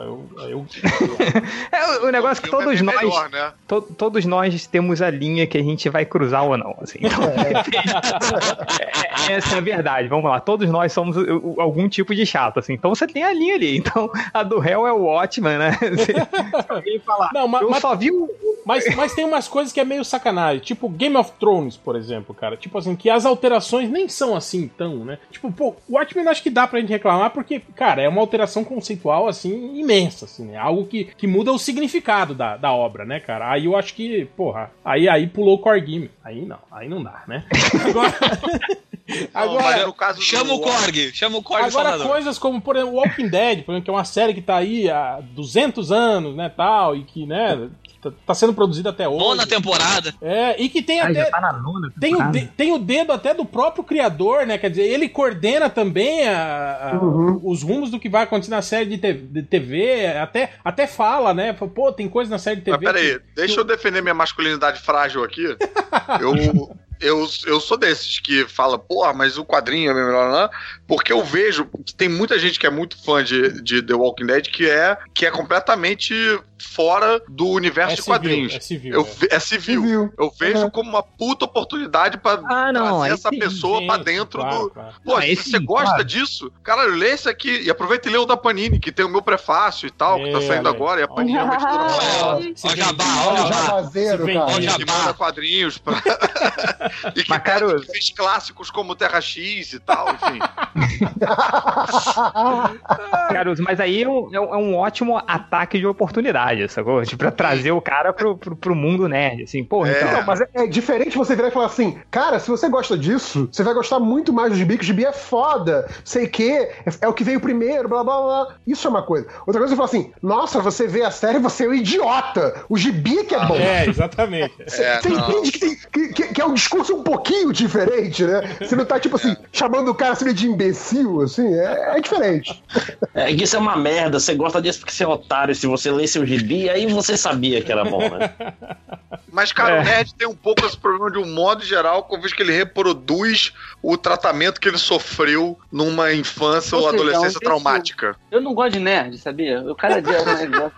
o negócio que todos nós... Melhor, né? Todos nós temos a linha que a gente vai cruzar ou não, assim. Então, essa é a verdade. Vamos lá. Todos nós somos algum tipo de chato, assim. Então você tem a linha ali. Então a do réu é o Watchmen, né? Se alguém falar... Não, mas só viu... Mas tem umas coisas que é meio sacanagem. Tipo Game of Thrones, por exemplo, cara. Tipo assim, que as alterações nem são assim tão, né? Tipo, o Watchmen acho que dá pra gente reclamar porque, cara, é uma alteração conceitual, assim, imensa, assim, né? Algo que muda o significado da obra, né, cara? Aí eu acho que, aí pulou o core game. Aí não dá, né? Agora no caso chama o Korg. Agora coisas como, por exemplo, Walking Dead, por exemplo, que é uma série que tá aí há 200 anos, né, tal, e que, né, tá sendo produzida até hoje. Nona temporada. E que tem até... Já tá na nona temporada. Tem o dedo até do próprio criador, né, quer dizer, ele coordena também os rumos do que vai acontecer na série de TV, até fala, né, pô, tem coisa na série de TV... Mas peraí, deixa eu defender minha masculinidade frágil aqui. Eu sou desses que fala, porra, mas o quadrinho é melhor, não? Porque eu vejo que tem muita gente que é muito fã de The Walking Dead que é completamente fora do universo de quadrinhos. É civil. Eu vejo como uma puta oportunidade pra trazer essa pessoa pra dentro do... Claro. Pô, se você gosta disso, cara, lê esse aqui e aproveita e lê o da Panini, que tem o meu prefácio e tal, que tá saindo agora, e a Panini é uma editora manda quadrinhos pra... E que fez clássicos como Terra X e tal, enfim. Caruso, mas aí é um ótimo ataque de oportunidade, sacou? Tipo, pra trazer o cara pro mundo nerd, assim, porra. Então, mas é diferente você virar e falar assim, cara, se você gosta disso, você vai gostar muito mais do gibi, que o gibi é foda, sei que, é o que veio primeiro, blá, blá, blá. Isso é uma coisa. Outra coisa é você falar assim, nossa, você vê a série, você é um idiota. O gibi que é bom. Exatamente. Você entende que é um discurso um pouquinho diferente, né? Você não tá, tipo assim, chamando o cara assim de imbecil, assim, é diferente. Isso é uma merda, você gosta disso porque você é otário, se você lê seu gibi, aí você sabia que era bom, né? Mas, cara, o nerd tem um pouco esse problema de um modo geral, com vez que ele reproduz o tratamento que ele sofreu numa infância ou adolescência traumática. Eu não gosto de nerd, sabia? O cara de negócio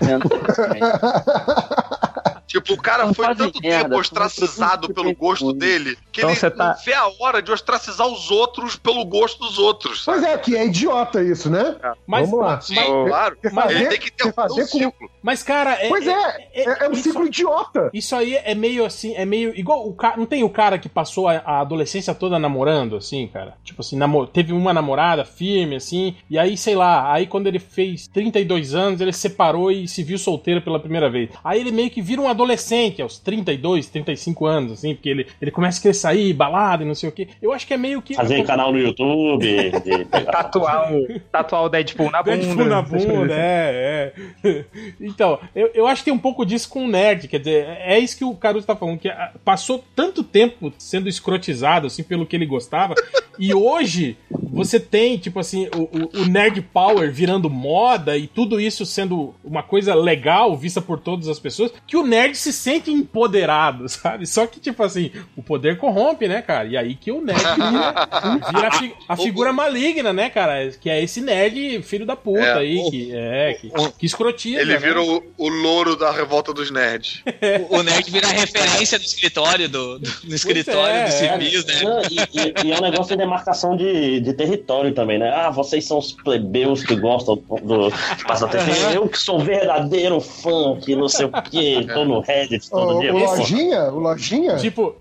Tipo, o cara foi tanto tempo ostracizado pelo gosto dele que ele não vê a hora de ostracizar os outros pelo gosto dos outros. Sabe? Pois é, que é idiota isso, né? Vamos lá. Claro. Ele tem que ter um ciclo. Mas, cara... É um ciclo idiota. Isso aí é meio assim, igual o cara... Não tem o cara que passou a adolescência toda namorando, assim, cara? Tipo assim, teve uma namorada firme, assim, e aí, sei lá, aí quando ele fez 32 anos, ele se separou e se viu solteiro pela primeira vez. Aí ele meio que vira um adolescente aos 32, 35 anos, assim, porque ele começa a querer sair, balada e não sei o quê. Eu acho que é meio que... Fazer canal no YouTube. Tatuar o Deadpool na bunda. Deadpool na bunda, Então, eu acho que tem um pouco disso com o nerd, quer dizer, é isso que o Caruso tá falando, que passou tanto tempo sendo escrotizado, assim, pelo que ele gostava, e hoje você tem, tipo assim, o nerd power virando moda e tudo isso sendo uma coisa legal, vista por todas as pessoas, que o nerd se sente empoderado, sabe? Só que, tipo assim, o poder corrompe, né, cara? E aí que o nerd vira a figura maligna, né, cara? Que é esse nerd filho da puta aí, que escrotiza. Ele vira o louro da revolta dos nerds. O nerd vira a referência do escritório, do escritório dos civis, né? E é um negócio de demarcação de território também, né? Ah, vocês são os plebeus que gostam do Passa TV. Eu que sou verdadeiro fã, que não sei o quê, tô no Reddit todo dia. O Lojinha? Tipo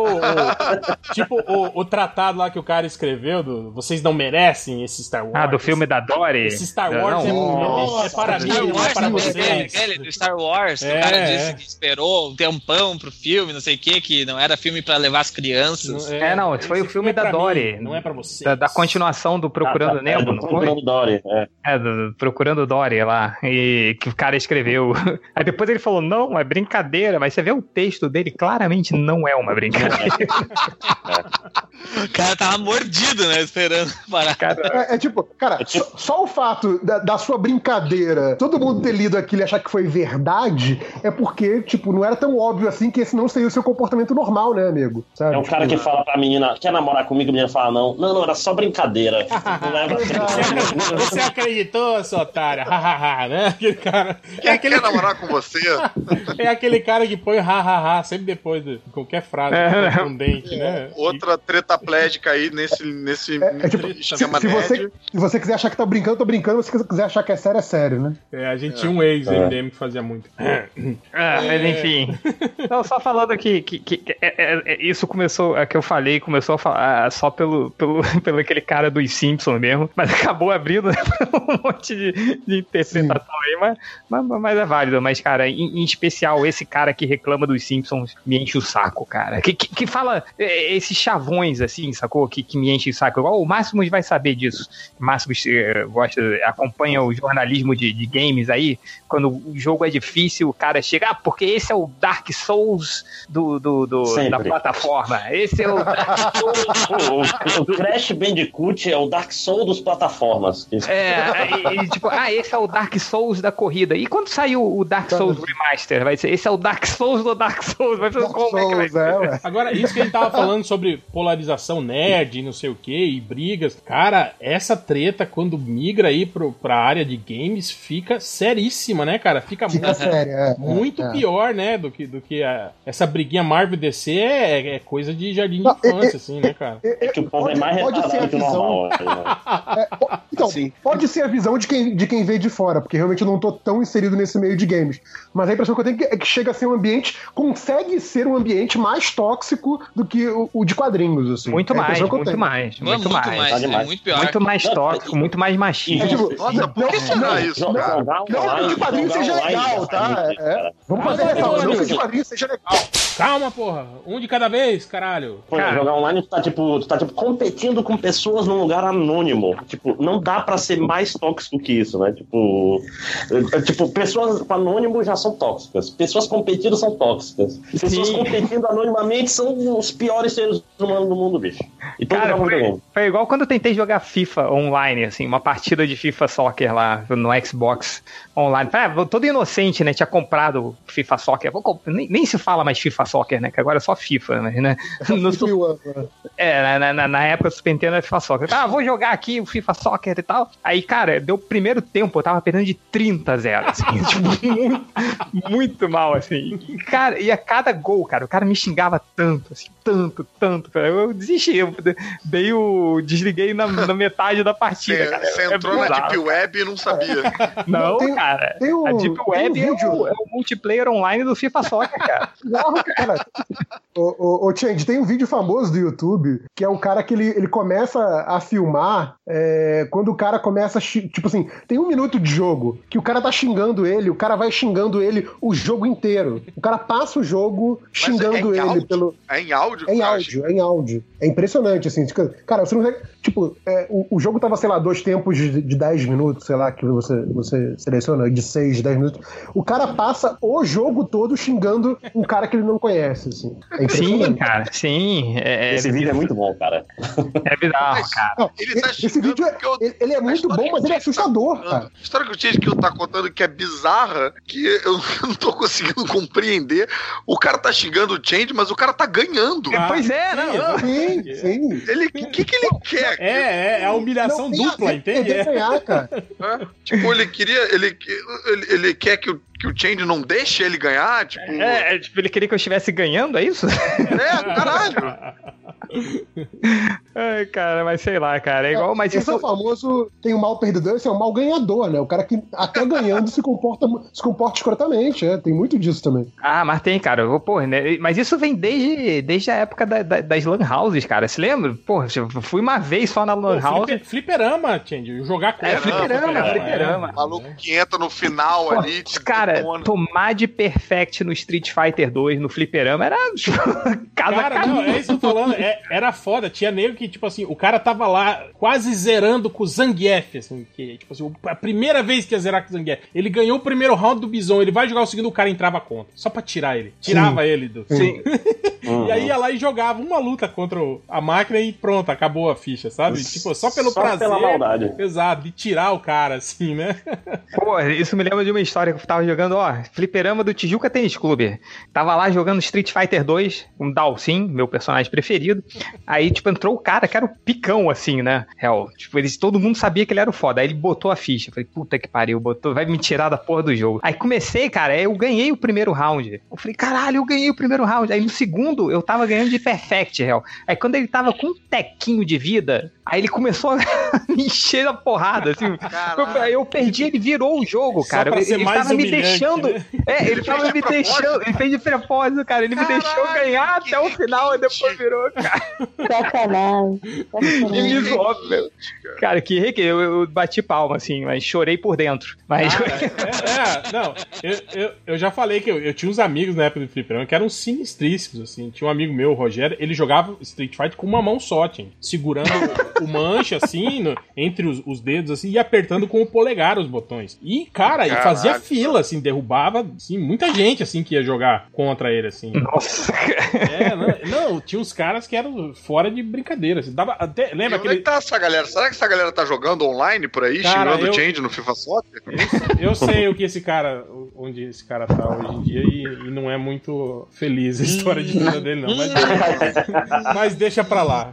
o tratado lá que o cara escreveu, vocês não merecem esse Star Wars. Do filme da Dory? Esse Star Wars é para mim, não é para vocês. Aquele do Star Wars, o cara disse que esperou um tempão pro filme, não sei o que não era filme pra levar as crianças. Não, esse foi o filme da Dory. Não é pra vocês. Da continuação do Procurando Nemo, não foi? Procurando Dory, do Procurando Dory lá, e que o cara escreveu. Aí depois ele falou, não, é brincadeira, mas você vê o texto dele, claramente não é uma brincadeira. O cara tava mordido, né, esperando parar. Só o fato da sua brincadeira, todo mundo ter lido aquilo e achar que foi verdade, é porque, não era tão óbvio assim que esse não seria o seu comportamento normal, né, amigo? Sabe? É um cara que fala pra menina, quer namorar comigo, a menina fala não, era só brincadeira. Você acreditou, sua otária? Né? Aquele cara. Quem quer namorar com você? É aquele cara que põe sempre depois de qualquer frase contundente, né? Outra treta plédica aí nesse se você quiser achar que tá brincando, tô brincando. Se você quiser achar que é sério, né? A gente tinha um ex-MDM que fazia muito. Mas enfim. Então, só falando que isso começou, que eu falei, começou a falar só pelo aquele cara dos Simpsons mesmo, mas acabou abrindo um monte de interpretação aí, mas é válido. Mas, cara, em especial, esse cara que reclama dos Simpsons me enche o saco, cara. Que fala esses chavões, assim, sacou? Que me enche o saco. Igual o Máximos vai saber disso. O Máximos acompanha o jornalismo de games aí. Quando o jogo é difícil, o cara chega, porque esse é o Dark Souls da plataforma. Esse é o Dark Souls. O Crash Bandicoot é o Dark Souls dos plataformas. Esse é o Dark Souls da corrida. E quando saiu o Dark Souls Remaster, vai ser, esse é o Dark Souls do Dark Souls. Vai ser como é que vai ser? Agora, isso que a gente tava falando sobre polarização nerd, não sei o que, e brigas. Cara, essa treta, quando migra aí pra área de games, fica seríssima, né, cara? Fica muito pior, né, do que essa briguinha Marvel DC é coisa de jardim de infância, assim, né, cara? Que o povo é mais retardado que o normal. Pode ser a visão de quem vê de fora, porque realmente eu não tô tão inserido nesse meio de games. Mas a impressão que eu tenho é que chega a ser um ambiente, consegue ser um ambiente mais tóxico do que o de quadrinhos, assim. Muito mais. É muito mais. Muito pior. Muito mais tóxico, muito mais machista. Nossa, por que será isso, cara? Não que o de quadrinhos seja legal, tá? Vamos fazer ressalva, não que o de quadrinhos seja legal. Calma, porra. Um de cada vez, caralho. Jogar online, tu tá competindo com pessoas num lugar anônimo. Não dá pra ser mais tóxico que isso, né? Pessoas anônimos já são tóxicas. Pessoas competindo são tóxicas. Pessoas competindo anonimamente são os piores seres humanos do mundo, bicho. E cara, foi igual quando eu tentei jogar FIFA online, assim, uma partida de FIFA Soccer lá no Xbox online. Todo inocente, né? Tinha comprado FIFA Soccer. Nem se fala mais FIFA Soccer, né? Que agora é só FIFA, né? Na época do Super Nintendo era FIFA Soccer. Vou jogar aqui o FIFA Soccer e tal. Aí, cara, deu o primeiro tempo, eu tava perdendo de 30-0, assim. Muito mal, assim. Cara, e a cada gol, cara, o cara me xingava tanto, assim, tanto. Cara. Eu desisti, desliguei na metade da partida, cara. Você entrou na Deep Web e não sabia. Não, cara. A Deep Web é o multiplayer online do FIFA Soccer, cara. Não, cara. Ô, Change, tem um vídeo famoso do YouTube que é o cara que ele começa a filmar quando o cara começa, tipo assim, tem 1 minuto de jogo que o cara tá xingando ele, o cara vai xingando ele o jogo inteiro. O cara passa o jogo xingando ele áudio? pelo... É em áudio? É em áudio. É impressionante, assim. Cara, você não consegue... Tipo, o jogo tava, sei lá, 2 tempos de 10 minutos, sei lá, que você seleciona, de 6, 10 minutos. O cara passa o jogo todo xingando um cara que ele não conhece, assim. Sim, cara, sim. Esse vídeo é muito bom, cara. É bizarro, cara. Não, esse vídeo ele é muito bom, mas ele é assustador, cara. A história que o Change tá contando que é bizarra, que eu não tô conseguindo compreender. O cara tá xingando o Change, mas o cara tá ganhando. Pois é, né? Sim. O que ele quer? É a humilhação dupla, entende? Cara. Tipo, ele quer que o Change não deixe ele ganhar, tipo... Tipo, ele queria que eu estivesse ganhando, é isso? Caralho! Ai, cara, mas sei lá, cara. É igual, mas esse isso... é o famoso, tem o mal perdedor, esse é o mal ganhador, né? O cara que até ganhando se comporta escrotamente, tem muito disso também. Ah, mas tem, cara. Porra, né? Mas isso vem desde a época das lan houses, cara. Você lembra? Porra, eu fui uma vez só na lan house. Fliperama, Change. Jogar com fliperama. O maluco que entra no final ali. Cara, tomar de perfect no Street Fighter 2, no fliperama, era cara, não, é isso que eu tô falando. Era foda. Tinha nego que, tipo assim, o cara tava lá quase zerando com o Zangief, assim, que, tipo assim, a primeira vez que ia zerar com o Zangief. Ele ganhou o primeiro round do Bison, ele vai jogar o segundo, o cara entrava contra. Só pra tirar ele. Tirava ele do... Sim. E aí ia lá e jogava uma luta contra a máquina e pronto, acabou a ficha, sabe? Tipo, só pelo prazer. Pela maldade. Exato, de tirar o cara, assim, né? Pô, isso me lembra de uma história que eu tava jogando, fliperama do Tijuca Tênis Clube. Tava lá jogando Street Fighter 2, um Dalsin, meu personagem preferido. Aí, tipo, entrou o cara que era o picão, assim, né? Tipo, todo mundo sabia que ele era o foda. Aí ele botou a ficha. Falei, puta que pariu, vai me tirar da porra do jogo. Aí comecei, cara, eu ganhei o primeiro round. Eu falei, caralho, eu ganhei o primeiro round. Aí no segundo, eu tava ganhando de perfect, Aí quando ele tava com um tequinho de vida, aí ele começou a me encher a porrada, assim. Eu perdi, ele virou o jogo, cara. Ele tava me deixando... Né? Ele tava me deixando... Ele fez de propósito, cara. Ele me deixou ganhar até o final e depois virou, cara. Sacanagem. E me zoou, meu. Cara, eu bati palma, assim, mas chorei por dentro. Mas... não. Eu já falei que eu tinha uns amigos na época do fliperama que eram sinistríssimos, assim. Tinha um amigo meu, o Rogério, ele jogava Street Fighter com uma mão só, segurando o manche, assim, entre os dedos, assim, e apertando com o polegar os botões. E, cara, ele fazia fila, assim, derrubava, assim, muita gente, assim, que ia jogar contra ele, assim. Nossa. Não, tinha uns caras que eram fora de brincadeira, assim. Dava até, lembra onde é que tá essa galera? Será que essa galera tá jogando online por aí, xingando o Change no FIFA Soccer? Eu sei onde esse cara tá hoje em dia e não é muito feliz a história de vida dele, não. Mas deixa pra lá.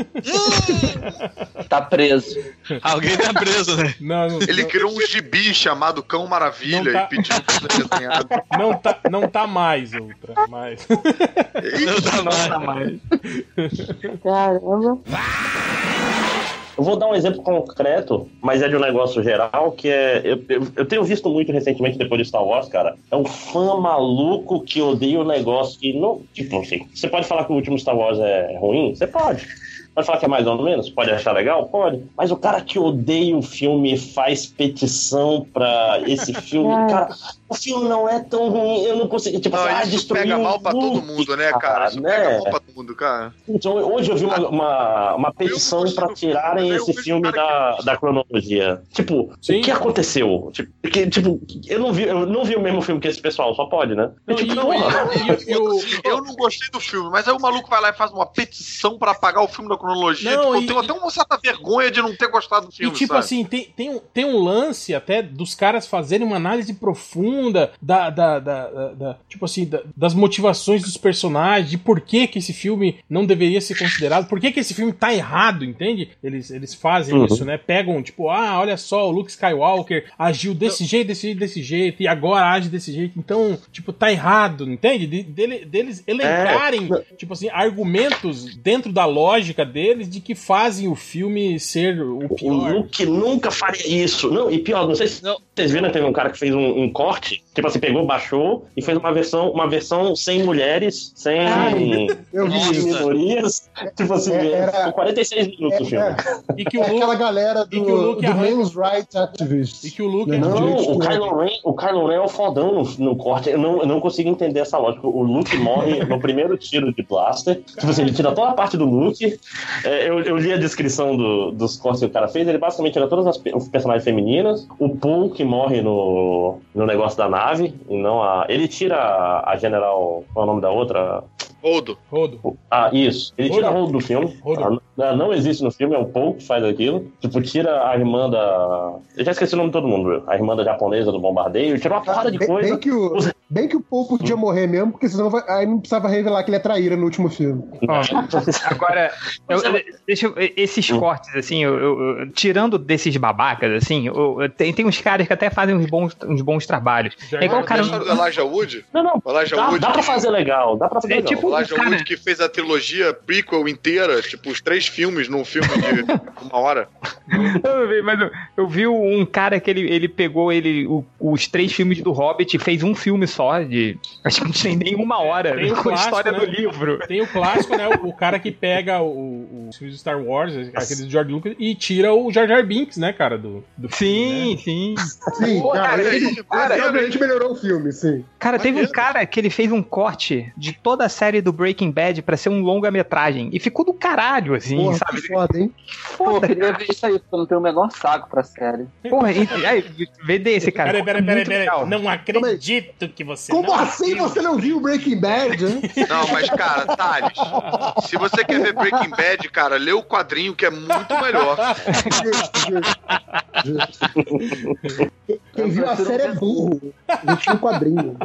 Tá preso. Alguém tá preso, né? Ele criou um gibi chamado Cão Maravilha e pediu pra ser desenhado. Não tá mais, Ultra. Mas... Não tá mais. Caramba. Eu vou dar um exemplo concreto, mas é de um negócio geral, que é... Eu tenho visto muito recentemente, depois de Star Wars, cara, é um fã maluco que odeia o negócio que não... Tipo assim, você pode falar que o último Star Wars é ruim? Você pode. Pode falar que é mais ou menos? Pode achar legal? Pode. Mas o cara que odeia o filme faz petição pra esse filme. Cara, o filme não é tão ruim. Eu não consigo. Tipo, isso pega mal pra todo mundo, né, cara? Isso pega mal pra todo mundo, cara. Então, hoje eu vi uma petição pra tirarem esse filme da cronologia. Tipo, sim. O que aconteceu? Eu não vi o mesmo filme que esse pessoal, só pode, né? Eu não gostei do filme, mas aí o maluco vai lá e faz uma petição pra apagar o filme da cronologia. Eu tenho até uma certa vergonha de não ter gostado do filme. E tipo, sabe? Assim, tem um lance até dos caras fazerem uma análise profunda tipo assim, das motivações dos personagens, de por que esse filme não deveria ser considerado, por que esse filme tá errado, entende? Eles fazem isso, né? Pegam, tipo, olha só, o Luke Skywalker agiu desse jeito, e agora age desse jeito, então, tipo, tá errado, entende? Deles elencarem, tipo assim, argumentos dentro da lógica deles de que fazem o filme ser o pior. O Luke nunca faria isso. Não, e pior, não sei se vocês viram, teve um cara que fez um corte, tipo assim, pegou, baixou e fez uma versão sem mulheres, sem minorias. Tipo assim, com 46 minutos o filme. E que aquela galera do Men's Rights Activists. E que o Luke o Kylo Ren é o fodão no corte. Eu não consigo entender essa lógica. O Luke morre no primeiro tiro de blaster. Tipo assim, ele tira toda a parte do Luke. Eu li a descrição dos cortes que o cara fez. Ele basicamente tira todas as personagens femininas. O Poe, que morre no negócio da nave. E não ele tira a General... Qual é o nome da outra? Holdo. Isso. Ele tira a Holdo do filme. Não existe no filme, é o Poe que faz aquilo. Tipo, tira a irmã da... Eu já esqueci o nome de todo mundo, viu? A irmã da japonesa do bombardeio. Tira uma porrada de coisa. Bem que o Paul podia morrer mesmo, porque senão aí não precisava revelar que ele é traíra no último filme. Agora, esses cortes, assim, tirando desses babacas, assim, tem uns caras que até fazem uns bons trabalhos. É igual o cara... do Elijah Wood? Não. Wood Dá pra fazer legal. Tipo, o Elijah Wood que fez a trilogia prequel inteira, tipo, os 3 filmes num filme de 1 hora. Eu vi um cara que ele pegou os 3 filmes do Hobbit e fez um filme só, acho que não tem nem 1 hora, tem com a história, né, do livro. Tem o clássico, né? O cara que pega os filmes do Star Wars, aqueles do George Lucas, e tira o Jar Jar Binks, né, cara? Do sim, filme, né? Sim, cara, realmente melhorou o filme, sim. Cara, teve um cara que ele fez um corte de toda a série do Breaking Bad pra ser um longa-metragem. E ficou do caralho, assim, porra, sabe? Que foda, hein? Pô, eu queria ver isso aí, porque eu não tenho o menor saco pra série. Porra, vê desse, cara. Peraí. Não acredito que você Como não assim você não viu Breaking Bad, hein? Não, mas, cara, Thales, se você quer ver Breaking Bad, cara, lê o quadrinho que é muito melhor. Quem viu a série é burro. Não tinha um quadrinho.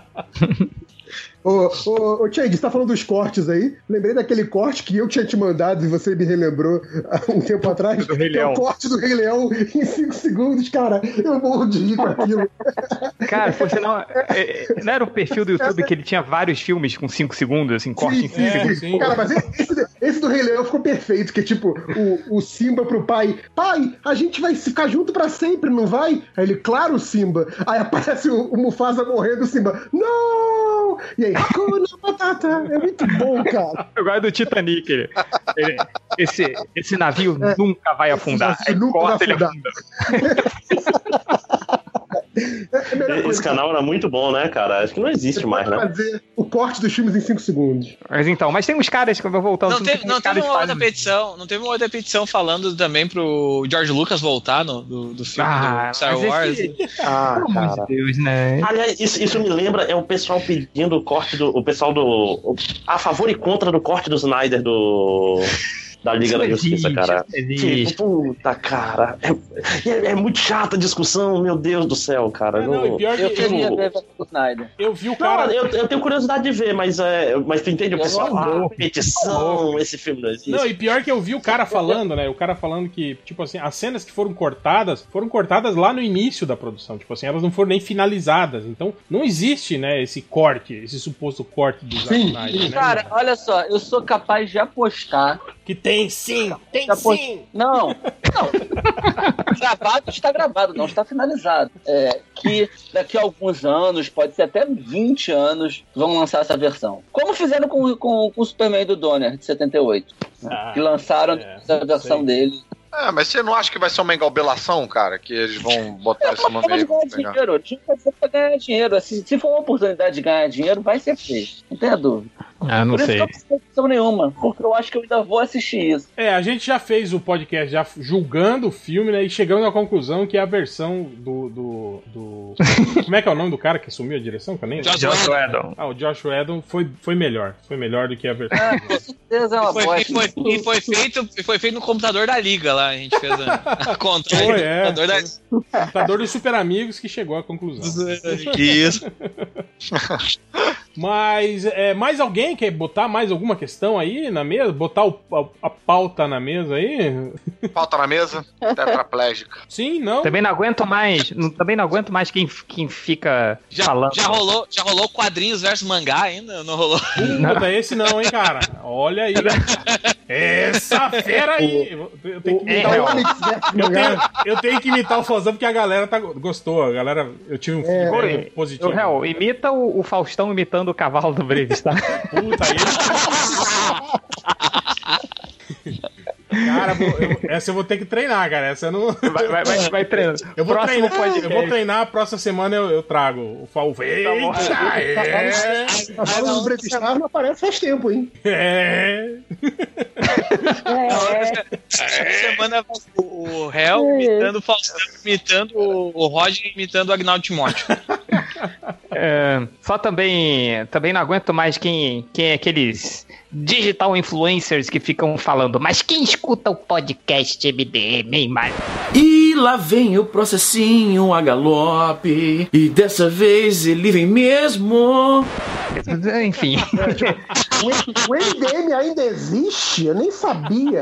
Ô, Chad, você tá falando dos cortes aí? Lembrei daquele corte que eu tinha te mandado e você me relembrou há um tempo atrás. Do Rei Leão. É o corte do Rei Leão em 5 segundos, cara. Eu morro de rir com aquilo. Cara, não era o perfil do YouTube que ele tinha vários filmes com 5 segundos, assim, corte em 5 segundos? Sim. Cara, mas esse do Rei Leão ficou perfeito, que é tipo, o Simba pro pai, a gente vai ficar junto pra sempre, não vai? Aí ele, claro, Simba. Aí aparece o Mufasa morrendo, o Simba, não! E aí, Hakuna Matata. É muito bom, cara. Eu gosto do Titanic. Esse navio nunca vai afundar. Nunca vai afundar. Esse canal era muito bom, né, cara? Acho que não existe mais, né? Fazer o corte dos filmes em 5 segundos. Mas tem uns caras que eu vou voltando. Não teve uma outra petição. Não teve uma outra petição falando também pro George Lucas voltar do filme do Star Wars. Pelo amor de Deus, né? Aliás, isso me lembra, o pessoal pedindo o corte o pessoal a favor e contra do corte do Snyder da Liga da Justiça, cara. Puta, cara. É muito chata a discussão, meu Deus do céu, cara. E pior que eu queria ver o Snyder. Eu vi o cara... Eu tenho curiosidade de ver, mas tu entende? O pessoal, petição, esse filme não existe. Não, e pior que eu vi o cara falando, né? O cara falando que, tipo assim, as cenas que foram cortadas lá no início da produção. Tipo assim, elas não foram nem finalizadas. Então, não existe, né, esse suposto corte do Zack Snyder, né? Cara, olha só, eu sou capaz de apostar que tem sim. Não. Gravado está gravado, não está finalizado. Que daqui a alguns anos, pode ser até 20 anos, vão lançar essa versão. Como fizeram com o Superman do Donner, de 78. Que lançaram essa versão dele. Mas você não acha que vai ser uma engabelação, cara? Que eles vão botar esse nome aí? Pra ganhar dinheiro. Se for uma oportunidade de ganhar dinheiro, vai ser feito. Não tenha dúvida. Não sei. Por isso que eu não tenho opção nenhuma, porque eu acho que eu ainda vou assistir isso. A gente já fez o podcast já julgando o filme, né? E chegando à conclusão que a versão do... Como é que é o nome do cara que assumiu a direção? Josh Whedon. O Josh Whedon foi melhor. Foi melhor do que a versão. Com certeza é uma bosta. Foi feito no computador da Liga lá. A gente fez a conta. Computador dos Super Amigos que chegou à conclusão. Isso. Mas mais alguém quer botar mais alguma questão aí na mesa? Botar a pauta na mesa aí? Pauta na mesa? Tetraplégica. Sim, não. Também não aguento mais quem fica falando. Já rolou quadrinhos versus mangá ainda? Não rolou? Puta, esse não, hein, cara? Olha aí. Essa fera aí. Eu tenho que imitar eu tenho que imitar o Fozão porque a galera gostou. A galera, eu tive um feedback positivo. Imita o Faustão imitando o cavalo do Breves, tá? Puta, aí. Cara, essa eu vou ter que treinar, cara. Essa eu não. Vai treinando. Eu vou treinar, a próxima semana eu trago o Falvei. A fala do Brevistar não aparece faz tempo, hein? Essa semana o Hel imitando o Faustão, imitando o Roger, imitando o Agnaldo Timóteo. Só também não aguento mais quem é aqueles digital influencers que ficam falando, mas quem escuta o podcast MDM, hein, Mário? E lá vem o processinho a galope. E dessa vez ele vem mesmo. Enfim. O MDM ainda existe? Eu nem sabia.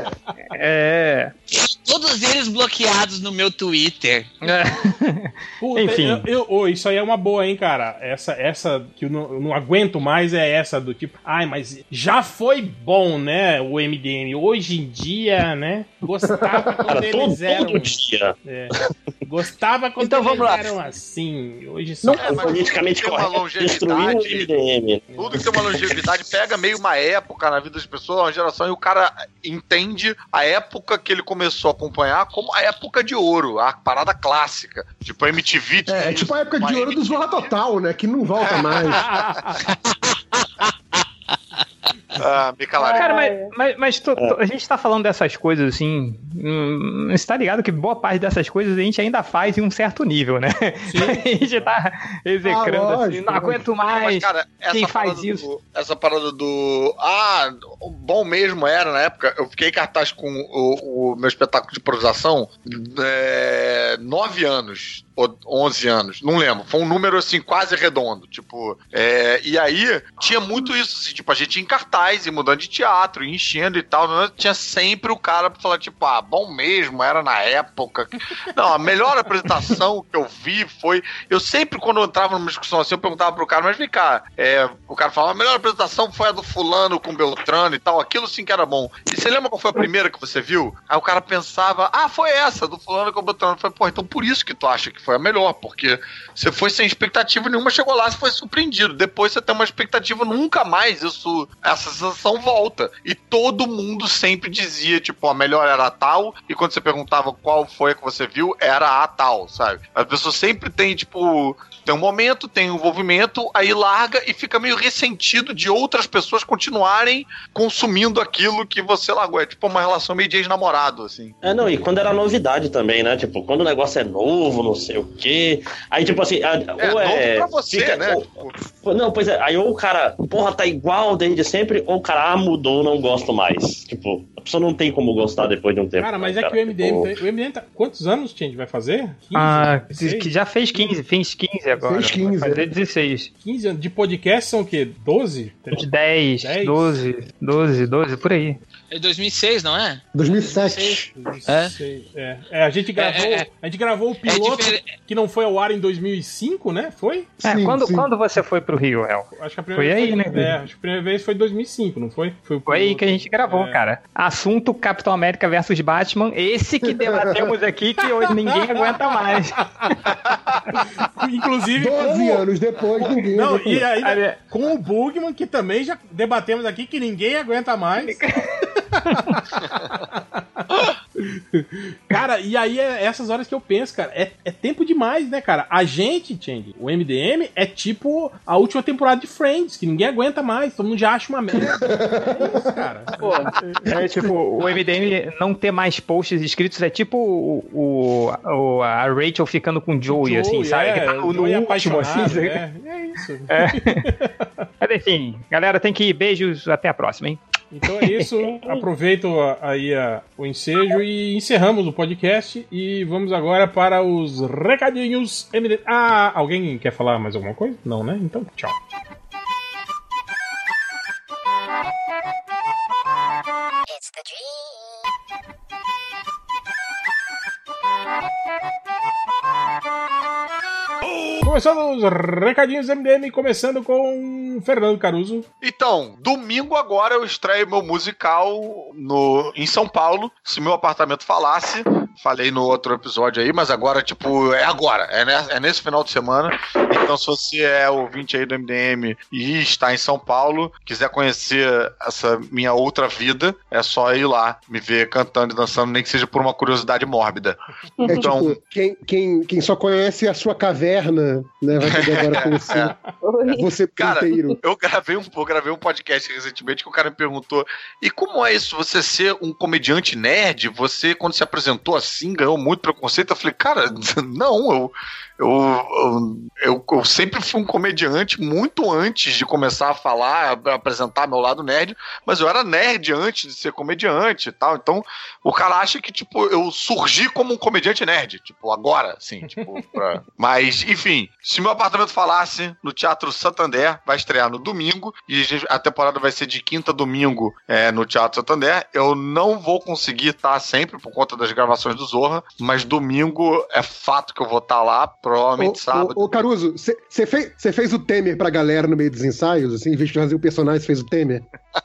Todos eles bloqueados no meu Twitter. Puta, Enfim. Isso aí é uma boa, hein, cara. Essa que eu não aguento mais é essa do tipo, mas já foi bom, né, o MDM. Hoje em dia, né, gostava quando eles eram... Todo dia. Gostava quando então, eles vamos lá. eram assim. Hoje só... politicamente tem uma correto, destruiu o longevidade. MDM. Tudo que tem uma longevidade pega meio uma época na vida das pessoas, uma geração, e o cara entende a época que ele começou a acompanhar como a época de ouro, a parada clássica. Tipo a MTV. É tipo a época de ouro do Zorra Total, né? Que não volta mais. Me calaram. Cara, mas a gente tá falando dessas coisas assim. Você tá ligado que boa parte dessas coisas a gente ainda faz em um certo nível, né? A gente tá execrando assim, não aguento mais. Mas, cara, quem faz isso? Essa parada do. Bom mesmo era na época. Eu fiquei em cartaz com o meu espetáculo de improvisação 9 anos. Ou 11 anos, não lembro. Foi um número, assim, quase redondo. Tipo, e aí tinha muito isso, assim, tipo, a gente ia em cartaz e mudando de teatro, e enchendo e tal. Tinha sempre o cara pra falar, tipo, bom mesmo, era na época. Não, a melhor apresentação que eu vi foi. Eu sempre, quando eu entrava numa discussão assim, eu perguntava pro cara, mas vem cá, o cara falava, a melhor apresentação foi a do fulano com Beltrano e tal, aquilo sim que era bom. E você lembra qual foi a primeira que você viu? Aí o cara pensava, foi essa, do fulano com Beltrano. Eu falei, então por isso que tu acha que foi a melhor, porque você foi sem expectativa nenhuma, chegou lá, você foi surpreendido. Depois você tem uma expectativa, nunca mais essa sensação volta. E todo mundo sempre dizia, tipo, a melhor era a tal, e quando você perguntava qual foi a que você viu, era a tal, sabe? As pessoas sempre têm, tipo, tem um momento, tem um envolvimento, aí larga e fica meio ressentido de outras pessoas continuarem consumindo aquilo que você largou. É tipo uma relação meio de ex-namorado, assim. E quando era novidade também, né? Tipo, quando o negócio é novo, não sei o quê. Aí, tipo assim, novo pra você, né? Não, pois é, aí ou o cara, porra, tá igual desde sempre, ou o cara, mudou, não gosto mais. Tipo, a pessoa não tem como gostar depois de um tempo. Cara, mas né, é que o MDM tá... Quantos anos, Change, vai fazer? 15? Que já fez 15 agora. Fez 15. Vai fazer 16. 15 anos. De podcast são o quê? 12? 10, 12, por aí. É 2006, não é? 2007. 2006. A gente gravou o piloto que não foi ao ar em 2005, né? Foi? Sim. Quando você foi pro Rio, El? Acho que a primeira foi vez aí, né? Acho que a primeira vez foi em 2005, não foi? Foi aí que a gente gravou, cara. Assunto Capitão América versus Batman. Esse que debatemos aqui, que hoje ninguém aguenta mais. Inclusive... 12 anos depois, ninguém aguenta. E aí, com o Bugman, que também já debatemos aqui, que ninguém aguenta mais. Cara, e aí essas horas que eu penso, cara, é tempo demais, né, cara? A gente, Change, o MDM é tipo a última temporada de Friends, que ninguém aguenta mais, todo mundo já acha uma merda. É isso, cara. Pô, tipo, o MDM não ter mais posts escritos é tipo a Rachel ficando com o Joey, assim, sabe? O Joey último, assim. É isso. Mas enfim, galera, tem que ir. Beijos, até a próxima, hein? Então é isso, aproveito aí o ensejo e encerramos o podcast e vamos agora para os recadinhos. Alguém quer falar mais alguma coisa? Não, né? Então, tchau. It's the dream. Começando os recadinhos MDM, começando com Fernando Caruso. Então, domingo agora eu estreio meu musical em São Paulo, Se Meu Apartamento Falasse. Falei no outro episódio aí, mas agora, tipo, é nesse final de semana. Então, se você é ouvinte aí do MDM e está em São Paulo, quiser conhecer essa minha outra vida, é só ir lá, me ver cantando e dançando, nem que seja por uma curiosidade mórbida. Então, tipo, quem só conhece a sua caverna, né, vai poder agora conhecer você inteiro. Eu gravei um podcast recentemente que o cara me perguntou, e como é isso, você ser um comediante nerd, você, quando se apresentou assim, ganhou muito preconceito. Eu falei, cara, não, eu sempre fui um comediante muito antes de começar a falar, a apresentar meu lado nerd, mas eu era nerd antes de ser comediante e tal. Então, o cara acha que, tipo, eu surgi como um comediante nerd, tipo, agora, assim, tipo, Mas, enfim, se meu apartamento falasse no Teatro Santander, vai estrear no domingo, e a temporada vai ser de quinta a domingo no Teatro Santander. Eu não vou conseguir estar sempre por conta das gravações do Zorra, mas domingo é fato que eu vou estar lá, provavelmente sábado. Ô Caruso, você fez o Temer pra galera no meio dos ensaios, assim, em vez de fazer o personagem, você fez o Temer?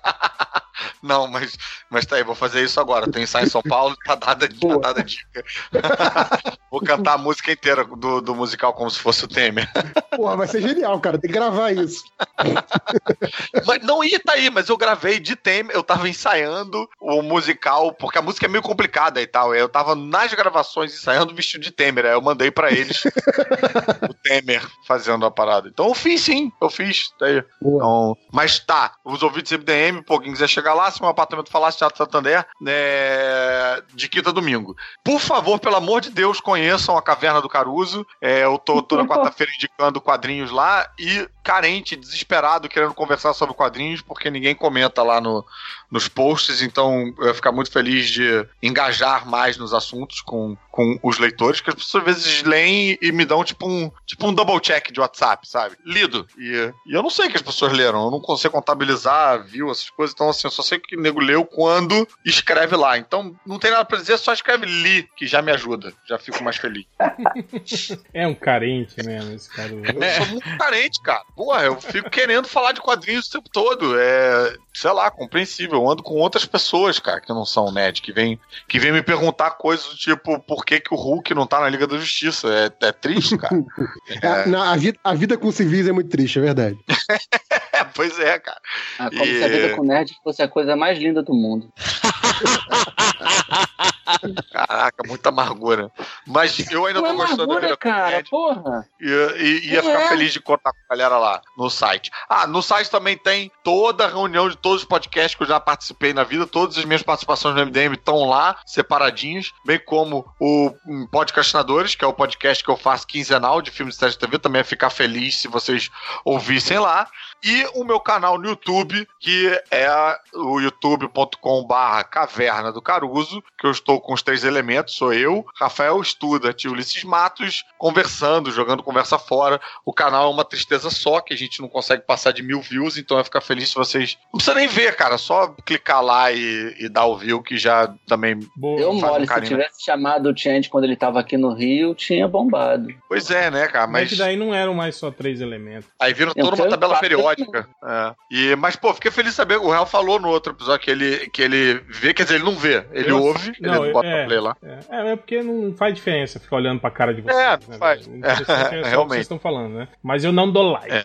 Não, mas tá aí, vou fazer isso agora. Tem ensaio em São Paulo, tá dada dica. Vou cantar a música inteira do musical como se fosse o Temer. Porra, vai ser genial, cara. Tem que gravar isso. Mas não ia tá aí, mas eu gravei de Temer. Eu tava ensaiando o musical, porque a música é meio complicada e tal. Eu tava nas gravações ensaiando vestido de Temer. Aí eu mandei pra eles o Temer fazendo a parada. Então eu fiz sim, tá aí. Então, mas tá, os ouvintes MDM, pô, quem quiser chegar lá, se meu apartamento falasse Teatro Santander, de quinta a domingo. Por favor, pelo amor de Deus, conheçam a Caverna do Caruso. Eu tô toda quarta-feira indicando quadrinhos lá e carente, desesperado, querendo conversar sobre quadrinhos, porque ninguém comenta lá nos posts, então eu ia ficar muito feliz de engajar mais nos assuntos com os leitores, que as pessoas às vezes leem e me dão tipo um double check de WhatsApp, sabe? Lido. E eu não sei que as pessoas leram, eu não consigo contabilizar, viu, essas coisas, então assim, eu só sei que o nego leu quando escreve lá. Então não tem nada pra dizer, só escreve li, que já me ajuda, já fico mais feliz. É um carente mesmo esse cara. Eu sou muito carente, cara. Porra, eu fico querendo falar de quadrinhos o tempo todo. Sei lá, compreensível. Eu ando com outras pessoas, cara, que não são nerd, que vem me perguntar coisas do tipo, por que o Hulk não tá na Liga da Justiça? É triste, cara. A vida com civis é muito triste, é verdade. Pois é, cara. Como se a vida com nerd fosse a coisa mais linda do mundo. Caraca, muita amargura. Mas eu ainda tô gostando da vida cara, com nerd. Porra. Ia ficar feliz de contar com a galera lá no site. No site também tem toda a reunião de todos os podcasts que eu já participei na vida. Todas as minhas participações no MDM estão lá, separadinhos, bem como o Podcastinadores, que é o podcast que eu faço quinzenal de filmes e séries de TV. Também ia ficar feliz se vocês ouvissem lá. E o meu canal no YouTube, que é o youtube.com/Caverna do Caruso, que eu estou com os 3 elementos, sou eu, Rafael Studa, tio Ulisses Matos, conversando, jogando conversa fora. O canal é uma tristeza só, que a gente não consegue passar de 1000 views, então eu ia ficar feliz se vocês... Não precisa nem ver, cara, só clicar lá e dar o view, que já também... Deu mole, se tivesse chamado o Change quando ele tava aqui no Rio, tinha bombado. Pois é, né, cara, mas... que daí não eram mais só 3 elementos. Aí viram toda uma tabela periódica. Mas, pô, fiquei feliz de saber, o Real falou no outro episódio que ele vê, quer dizer, ele não vê, ele ouve, ele bota pra play lá. É porque não faz diferença ficar olhando pra cara de vocês. Não faz. Realmente. O que vocês estão falando, né? Mas eu não dou like.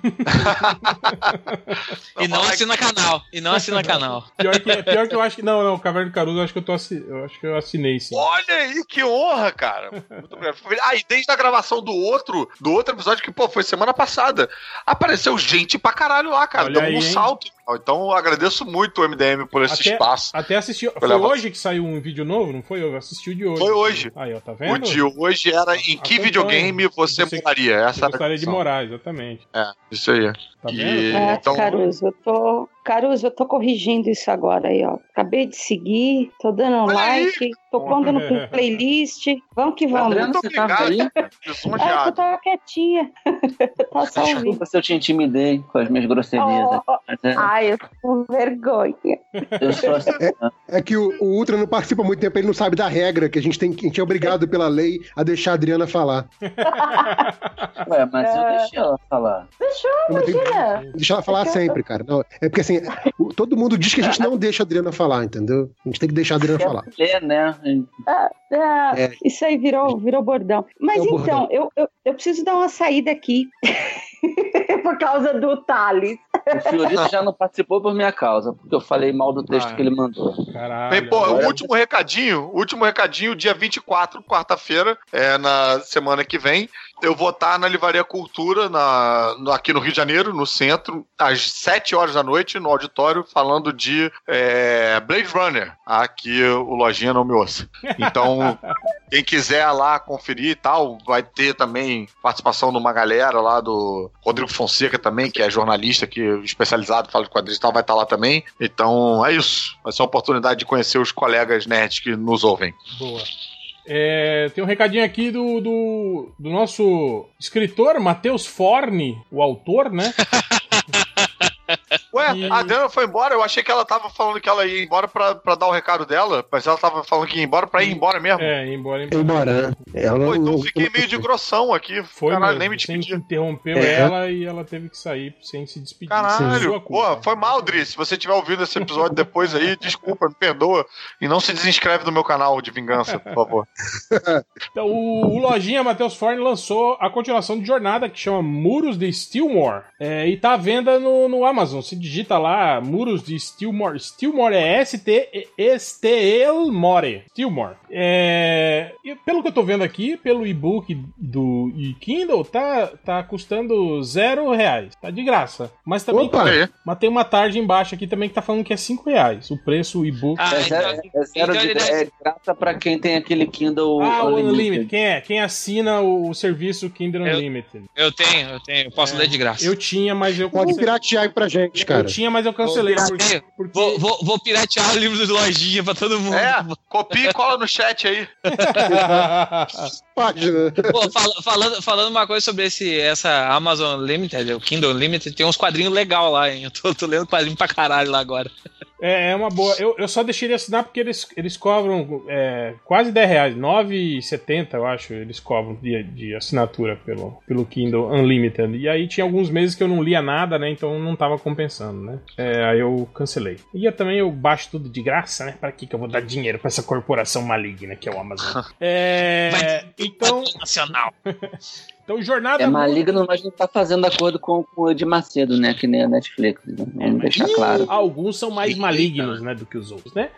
E não assina canal. Pior que eu acho que... Não, Caverna do Caruso, eu acho que eu assinei, sim. Olha aí, que honra, cara. Muito obrigado. E desde a gravação do outro episódio, que, pô, foi semana passada, apareceu gente pra caralho lá, cara. Deu um salto. Então eu agradeço muito o MDM por esse espaço. Até assisti. Foi hoje que saiu um vídeo novo, não foi? Eu assisti o de hoje. Foi hoje. Aí, ó, tá vendo? O de hoje era em que videogame você moraria? Essa gostaria de morar, exatamente. Isso aí. Tá vendo? Então... Caruso, eu tô corrigindo isso agora aí, ó. Acabei de seguir, tô dando like, tô pondo no playlist. Vamos que vamos. Adriano, você tava aí? Eu tava quietinha. Desculpa se eu te intimidei com as minhas grosserias. Ai, eu tô com vergonha. Eu sou assim. É que o Ultra não participa há muito tempo, ele não sabe da regra, que a gente é obrigado pela lei a deixar a Adriana falar. Ué, mas eu deixei ela falar. Deixou, imagina. Deixa ela falar sempre, cara. Não, é porque assim, todo mundo diz que a gente não deixa a Adriana falar, entendeu? A gente tem que deixar a Adriana falar. Né? Isso aí virou bordão. Mas então, eu preciso dar uma saída aqui. Por causa do Thales. O Fiorito já não participou por minha causa, porque eu falei mal do texto que ele mandou. Caralho. Bem, pô, o último recadinho, dia 24, quarta-feira, na semana que vem, eu vou estar na Livraria Cultura, aqui no Rio de Janeiro, no centro, às 7 horas da noite, no auditório, falando de Blade Runner. Aqui o Lojinha não me ouça. Então, quem quiser lá conferir e tal, vai ter também participação de uma galera lá do Rodrigo Fonseca também, que é jornalista aqui, especializado, fala de quadrinhos e tal, vai estar lá também. Então, é isso. Vai ser uma oportunidade de conhecer os colegas nerds que nos ouvem. Boa. Tem um recadinho aqui do nosso escritor, Matheus Forni, o autor, né? Ué, a Adriana foi embora? Eu achei que ela tava falando que ela ia embora pra dar o recado dela, mas ela tava falando que ia embora pra ir embora mesmo. Ir embora. Pô, então fiquei meio de grossão aqui. Foi, caralho, nem me despedi. Interrompeu ela e ela teve que sair sem se despedir. Caralho, pô, foi mal, Dri. Se você estiver ouvindo esse episódio depois aí, desculpa, me perdoa. E não se desinscreve no meu canal de vingança, por favor. Então, o Lojinha Matheus Forne lançou a continuação de Jornada, que chama Muros de Stillmore. E tá à venda no Amazon. Se digita lá, Muros de Stillmore. Stillmore é Stillmore. Stillmore. E pelo que eu tô vendo aqui, pelo e-book do Kindle, tá custando R$0. Tá de graça. Mas também mas tem uma tarde embaixo aqui também que tá falando que é R$5. O preço, o e-book. É graça pra quem tem aquele Kindle Unlimited. Quem assina o serviço Kindle Unlimited. Eu tenho. Eu posso ler de graça. Eu tinha, mas eu pode piratear aí pra gente, cara. Eu tinha, mas eu cancelei. Porque... Vou piratear o livro do Lojinha pra todo mundo. Copia e cola no chat aí. Página. Pô, falando uma coisa sobre essa Amazon Unlimited, o Kindle Unlimited, tem uns quadrinhos legais lá, hein? Eu tô lendo quadrinho pra caralho lá agora. É uma boa. Eu só deixei ele assinar porque eles cobram quase R$10, R$9,70, eu acho, eles cobram de assinatura pelo Kindle Unlimited. E aí tinha alguns meses que eu não lia nada, né? Então não tava compensando, né? Aí eu cancelei. E também eu baixo tudo de graça, né? Pra que eu vou dar dinheiro pra essa corporação maligna que é o Amazon? Então... Nacional. Então, Jornada... É maligno, mas não tá fazendo acordo com o Edir Macedo, né? Que nem a Netflix, né? Vamos deixar claro. Alguns são mais malignos, né? Do que os outros, né?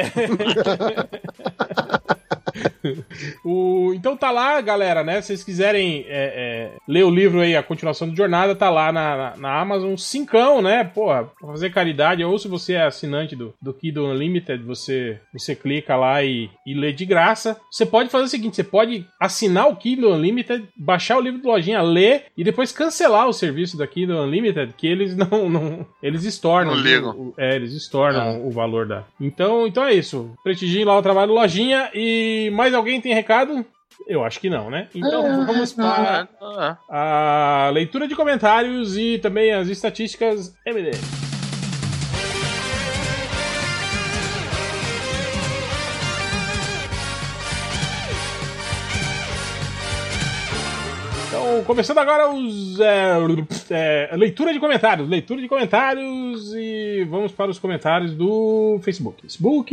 Então tá lá, galera, né? Se vocês quiserem ler o livro aí, a continuação de Jornada, tá lá na Amazon. Cincão, né? Porra, pra fazer caridade. Ou se você é assinante do Kindle Unlimited, você clica lá e lê de graça. Você pode fazer o seguinte, você pode assinar o Kindle Unlimited, baixar o livro do Lojinha, ler e depois cancelar o serviço da Kindle Unlimited, que eles eles estornam. Não ligam. Eles estornam o valor da... Então é isso. Prestigiem lá o trabalho do Lojinha. E mais alguém tem recado? Eu acho que não, né? Então vamos para a leitura de comentários e também as estatísticas MD. Então, começando agora leitura de comentários e vamos para os comentários do Facebook.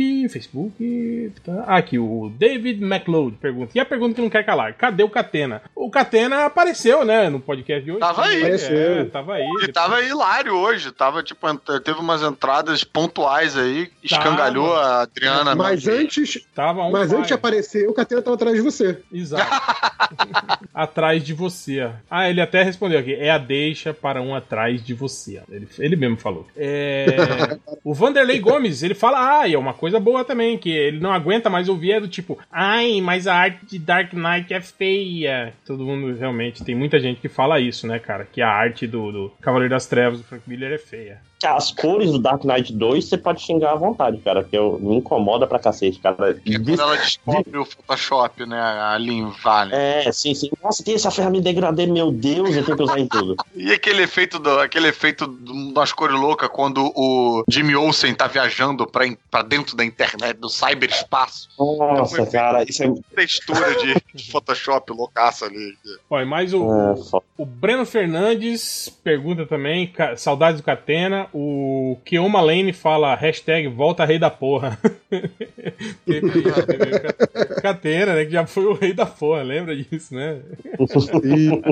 Tá. Aqui, o David McLeod pergunta, e a pergunta que não quer calar, cadê o Catena? O Catena apareceu, né, no podcast de hoje. Tava aí. Tava aí. E tava hilário hoje, teve umas entradas pontuais aí, escangalhou a Adriana. Mas antes de aparecer, o Catena tava atrás de você. Exato. Atrás de você. Ele até respondeu aqui. É a deixa para um atrás de você. Ele mesmo falou. O Vanderlei Gomes, ele fala, e é uma coisa boa também, que ele não aguenta mais ouvir, do tipo, mas a arte de Dark Knight é feia. Todo mundo realmente, tem muita gente que fala isso, né, cara? Que a arte do Cavaleiro das Trevas, do Frank Miller, é feia. As cores do Dark Knight 2 você pode xingar à vontade, cara, porque me incomoda pra cacete, cara. Quando ela descobre o Photoshop, né, a Lin Vale. Sim. Nossa, tem essa ferramenta de degradê, meu Deus, eu tenho que usar em tudo. E aquele efeito das cores loucas quando o Jimmy Olsen tá viajando pra dentro da internet, do cyberespaço. Nossa, então, cara, isso é... textura de Photoshop loucaça ali. Olha, mas o Breno Fernandes pergunta também, saudades do Catena. O Keoma Lane fala #volta rei da porra. Teve o Catena, né? Que já foi o rei da porra, lembra disso, né?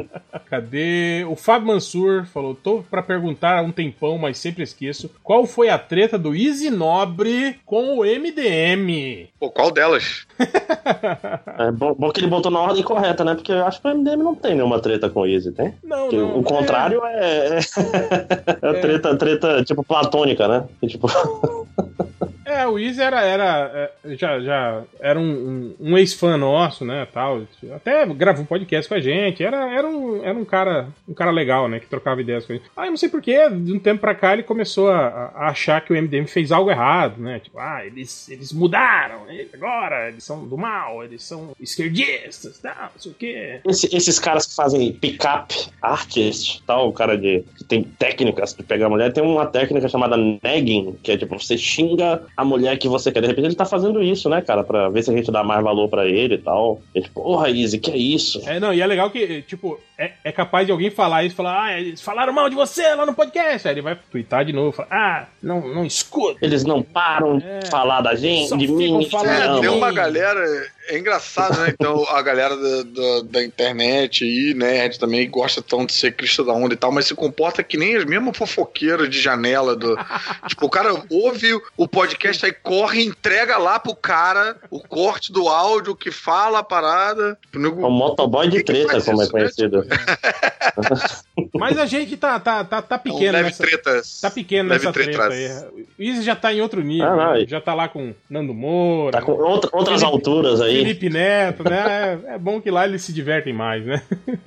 Cadê? O Fábio Mansur falou: tô pra perguntar há um tempão, mas sempre esqueço. Qual foi a treta do Easy Nobre com o MDM? Pô, qual delas? É bom que ele botou na ordem correta, né? Porque eu acho que o MDM não tem nenhuma treta com o Easy, tem? Não, o contrário é treta tipo platônica, né? Tipo... O Easy já era um ex-fã nosso, né, tal. Até gravou um podcast com a gente. Era um cara legal, né, que trocava ideias com a gente. Eu não sei porquê, de um tempo pra cá ele começou a achar que o MDM fez algo errado, né? Tipo, eles mudaram, agora eles são do mal, eles são esquerdistas, tal, não sei o quê. Esses caras que fazem pick-up artist, tal, o cara que tem técnicas de pegar a mulher, tem uma técnica chamada nagging, que é tipo, você xinga a mulher que você quer. De repente ele tá fazendo isso, né, cara? Pra ver se a gente dá mais valor pra ele e tal. E tipo, porra, Easy, que é isso? E é legal que, tipo, é capaz de alguém falar isso, falar, eles falaram mal de você lá no podcast. Aí ele vai twittar de novo, falar, não escuta. Eles não param de falar da gente, de mim. Tem uma galera... É engraçado, né? Então, a galera da internet e nerd também gosta tão de ser crista da onda e tal, mas se comporta que nem as mesmas fofoqueiras de janela tipo, o cara ouve o podcast, aí corre e entrega lá pro cara o corte do áudio que fala a parada. O motoboy de treta, como é conhecido. Mas a gente tá pequeno nessa... Tá pequeno nessa treta aí. O Easy já tá em outro nível. Já tá lá com Nando Moura. Tá com outras alturas aí. Felipe Neto, né? É bom que lá eles se divertem mais, né?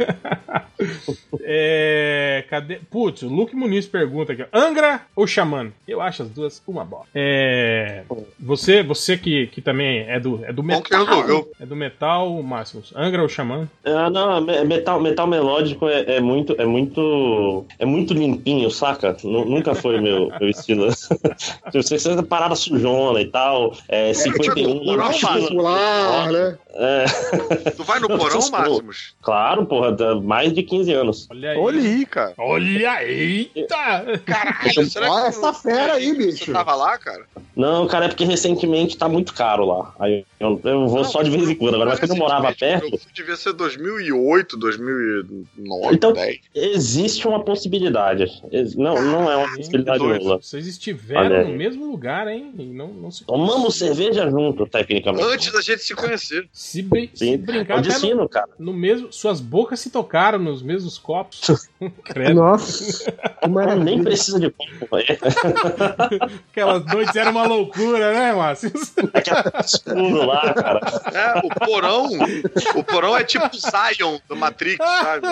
Cadê? Putz, o Luke Muniz pergunta aqui: Angra ou Xamã? Eu acho as duas uma bosta. Você que também é do metal. É do metal, Máximos. Angra ou Xamã? Não, metal melódico é muito limpinho, saca? Nunca foi meu estilo. Você é parada sujona e tal. 51. Né? Tu vai no porão, Máximos? Claro, porra, mais de 15 anos. Olha aí, cara. Olha, eita! Caralho, será que essa fera aí, bicho? Você tava lá, cara? Não, cara, é porque recentemente tá muito caro lá. Aí eu vou só de vez em quando. Agora, mas quando eu morava perto... Devia ser 2008, 2009, então, 10. Existe uma possibilidade. Não é uma possibilidade nula. Vocês estiveram no mesmo lugar, hein? E não se... Tomamos cerveja junto, tecnicamente. Antes da gente se conhecer. Se brincar, é destino, cara. No mesmo, suas bocas se tocaram nos mesmos copos. Credo. Nossa. Nem precisa de copo, velho. Aquelas noites eram uma loucura, né, Márcio? Tudo lá, cara. O porão é tipo Zion do Matrix, sabe?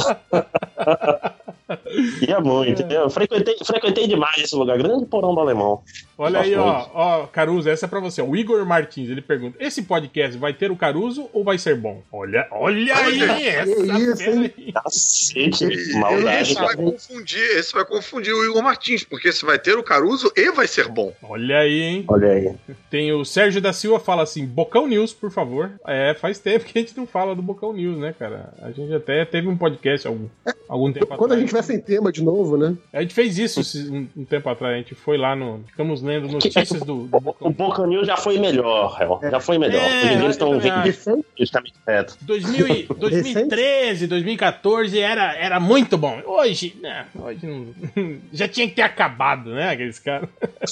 Ia muito. Eu frequentei demais esse lugar. Grande porão do Alemão. Olha aí, ó, Caruso, essa é pra você. O Igor Martins, ele pergunta: esse podcast vai ter o Caruso ou vai ser bom? Olha aí, essa cacete, maldade. Esse vai confundir o Igor Martins, porque esse vai ter o Caruso e vai ser bom. Olha aí, hein? Olha aí. Tem o Sérgio da Silva, fala assim: Bocão News, por favor. Faz tempo que a gente não fala do Bocão News, né, cara? A gente até teve um podcast algum tempo atrás. Quando a gente vai sem tema de novo, né? A gente fez isso um tempo atrás. A gente foi lá ficamos lendo notícias do Bocão. O Bocão News já foi melhor, já foi melhor. Hoje em dia eles estão justamente perto. 2013, 2014 era muito bom. Hoje não, já tinha que ter acabado, né, aqueles caras.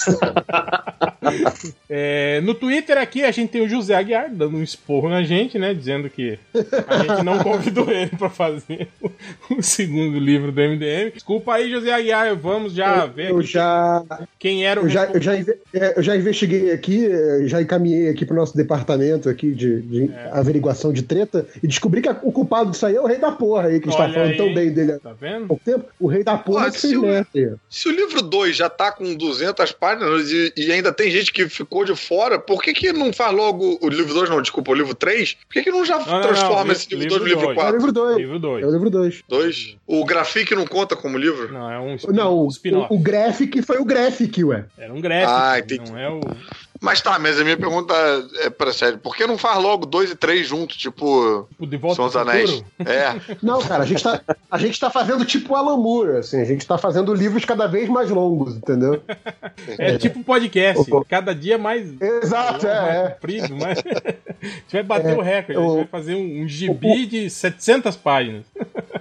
No Twitter aqui a gente tem o José Aguiar dando um esporro na gente, né, dizendo que a gente não convidou ele pra fazer o segundo livro do MDM. Desculpa aí, José Aguiar, vamos já ver quem era o... Eu já investiguei aqui, já encaminhei aqui pro nosso departamento aqui de averiguação de treta e descobri que o culpado disso aí é o Rei da Porra aí, que está falando tão bem dele. Tá vendo? Há pouco tempo. O Rei da Porra que fez merda. Se o livro 2 já tá com 200 páginas e ainda tem gente que ficou de fora, por que não faz logo o livro 2, não, desculpa, o livro 3? Por que não já transforma esse livro 2 no livro 4? É o livro 2. É o livro 2. 2? O Graphic não conta como livro? Não, é um spin-off. O Graphic foi o Graphic, ué. Era um Graphic, entendi. Não é o... Mas a minha pergunta é pra sério. Por que não faz logo 2 e 3 juntos, tipo De Volta São os Anéis? Não, cara, a gente tá fazendo tipo Alan Moore, assim, a gente tá fazendo livros cada vez mais longos, entendeu? É tipo podcast, cada dia mais... Exato, mais comprido, mas... A gente vai bater o recorde, a gente vai fazer um gibi de 700 páginas.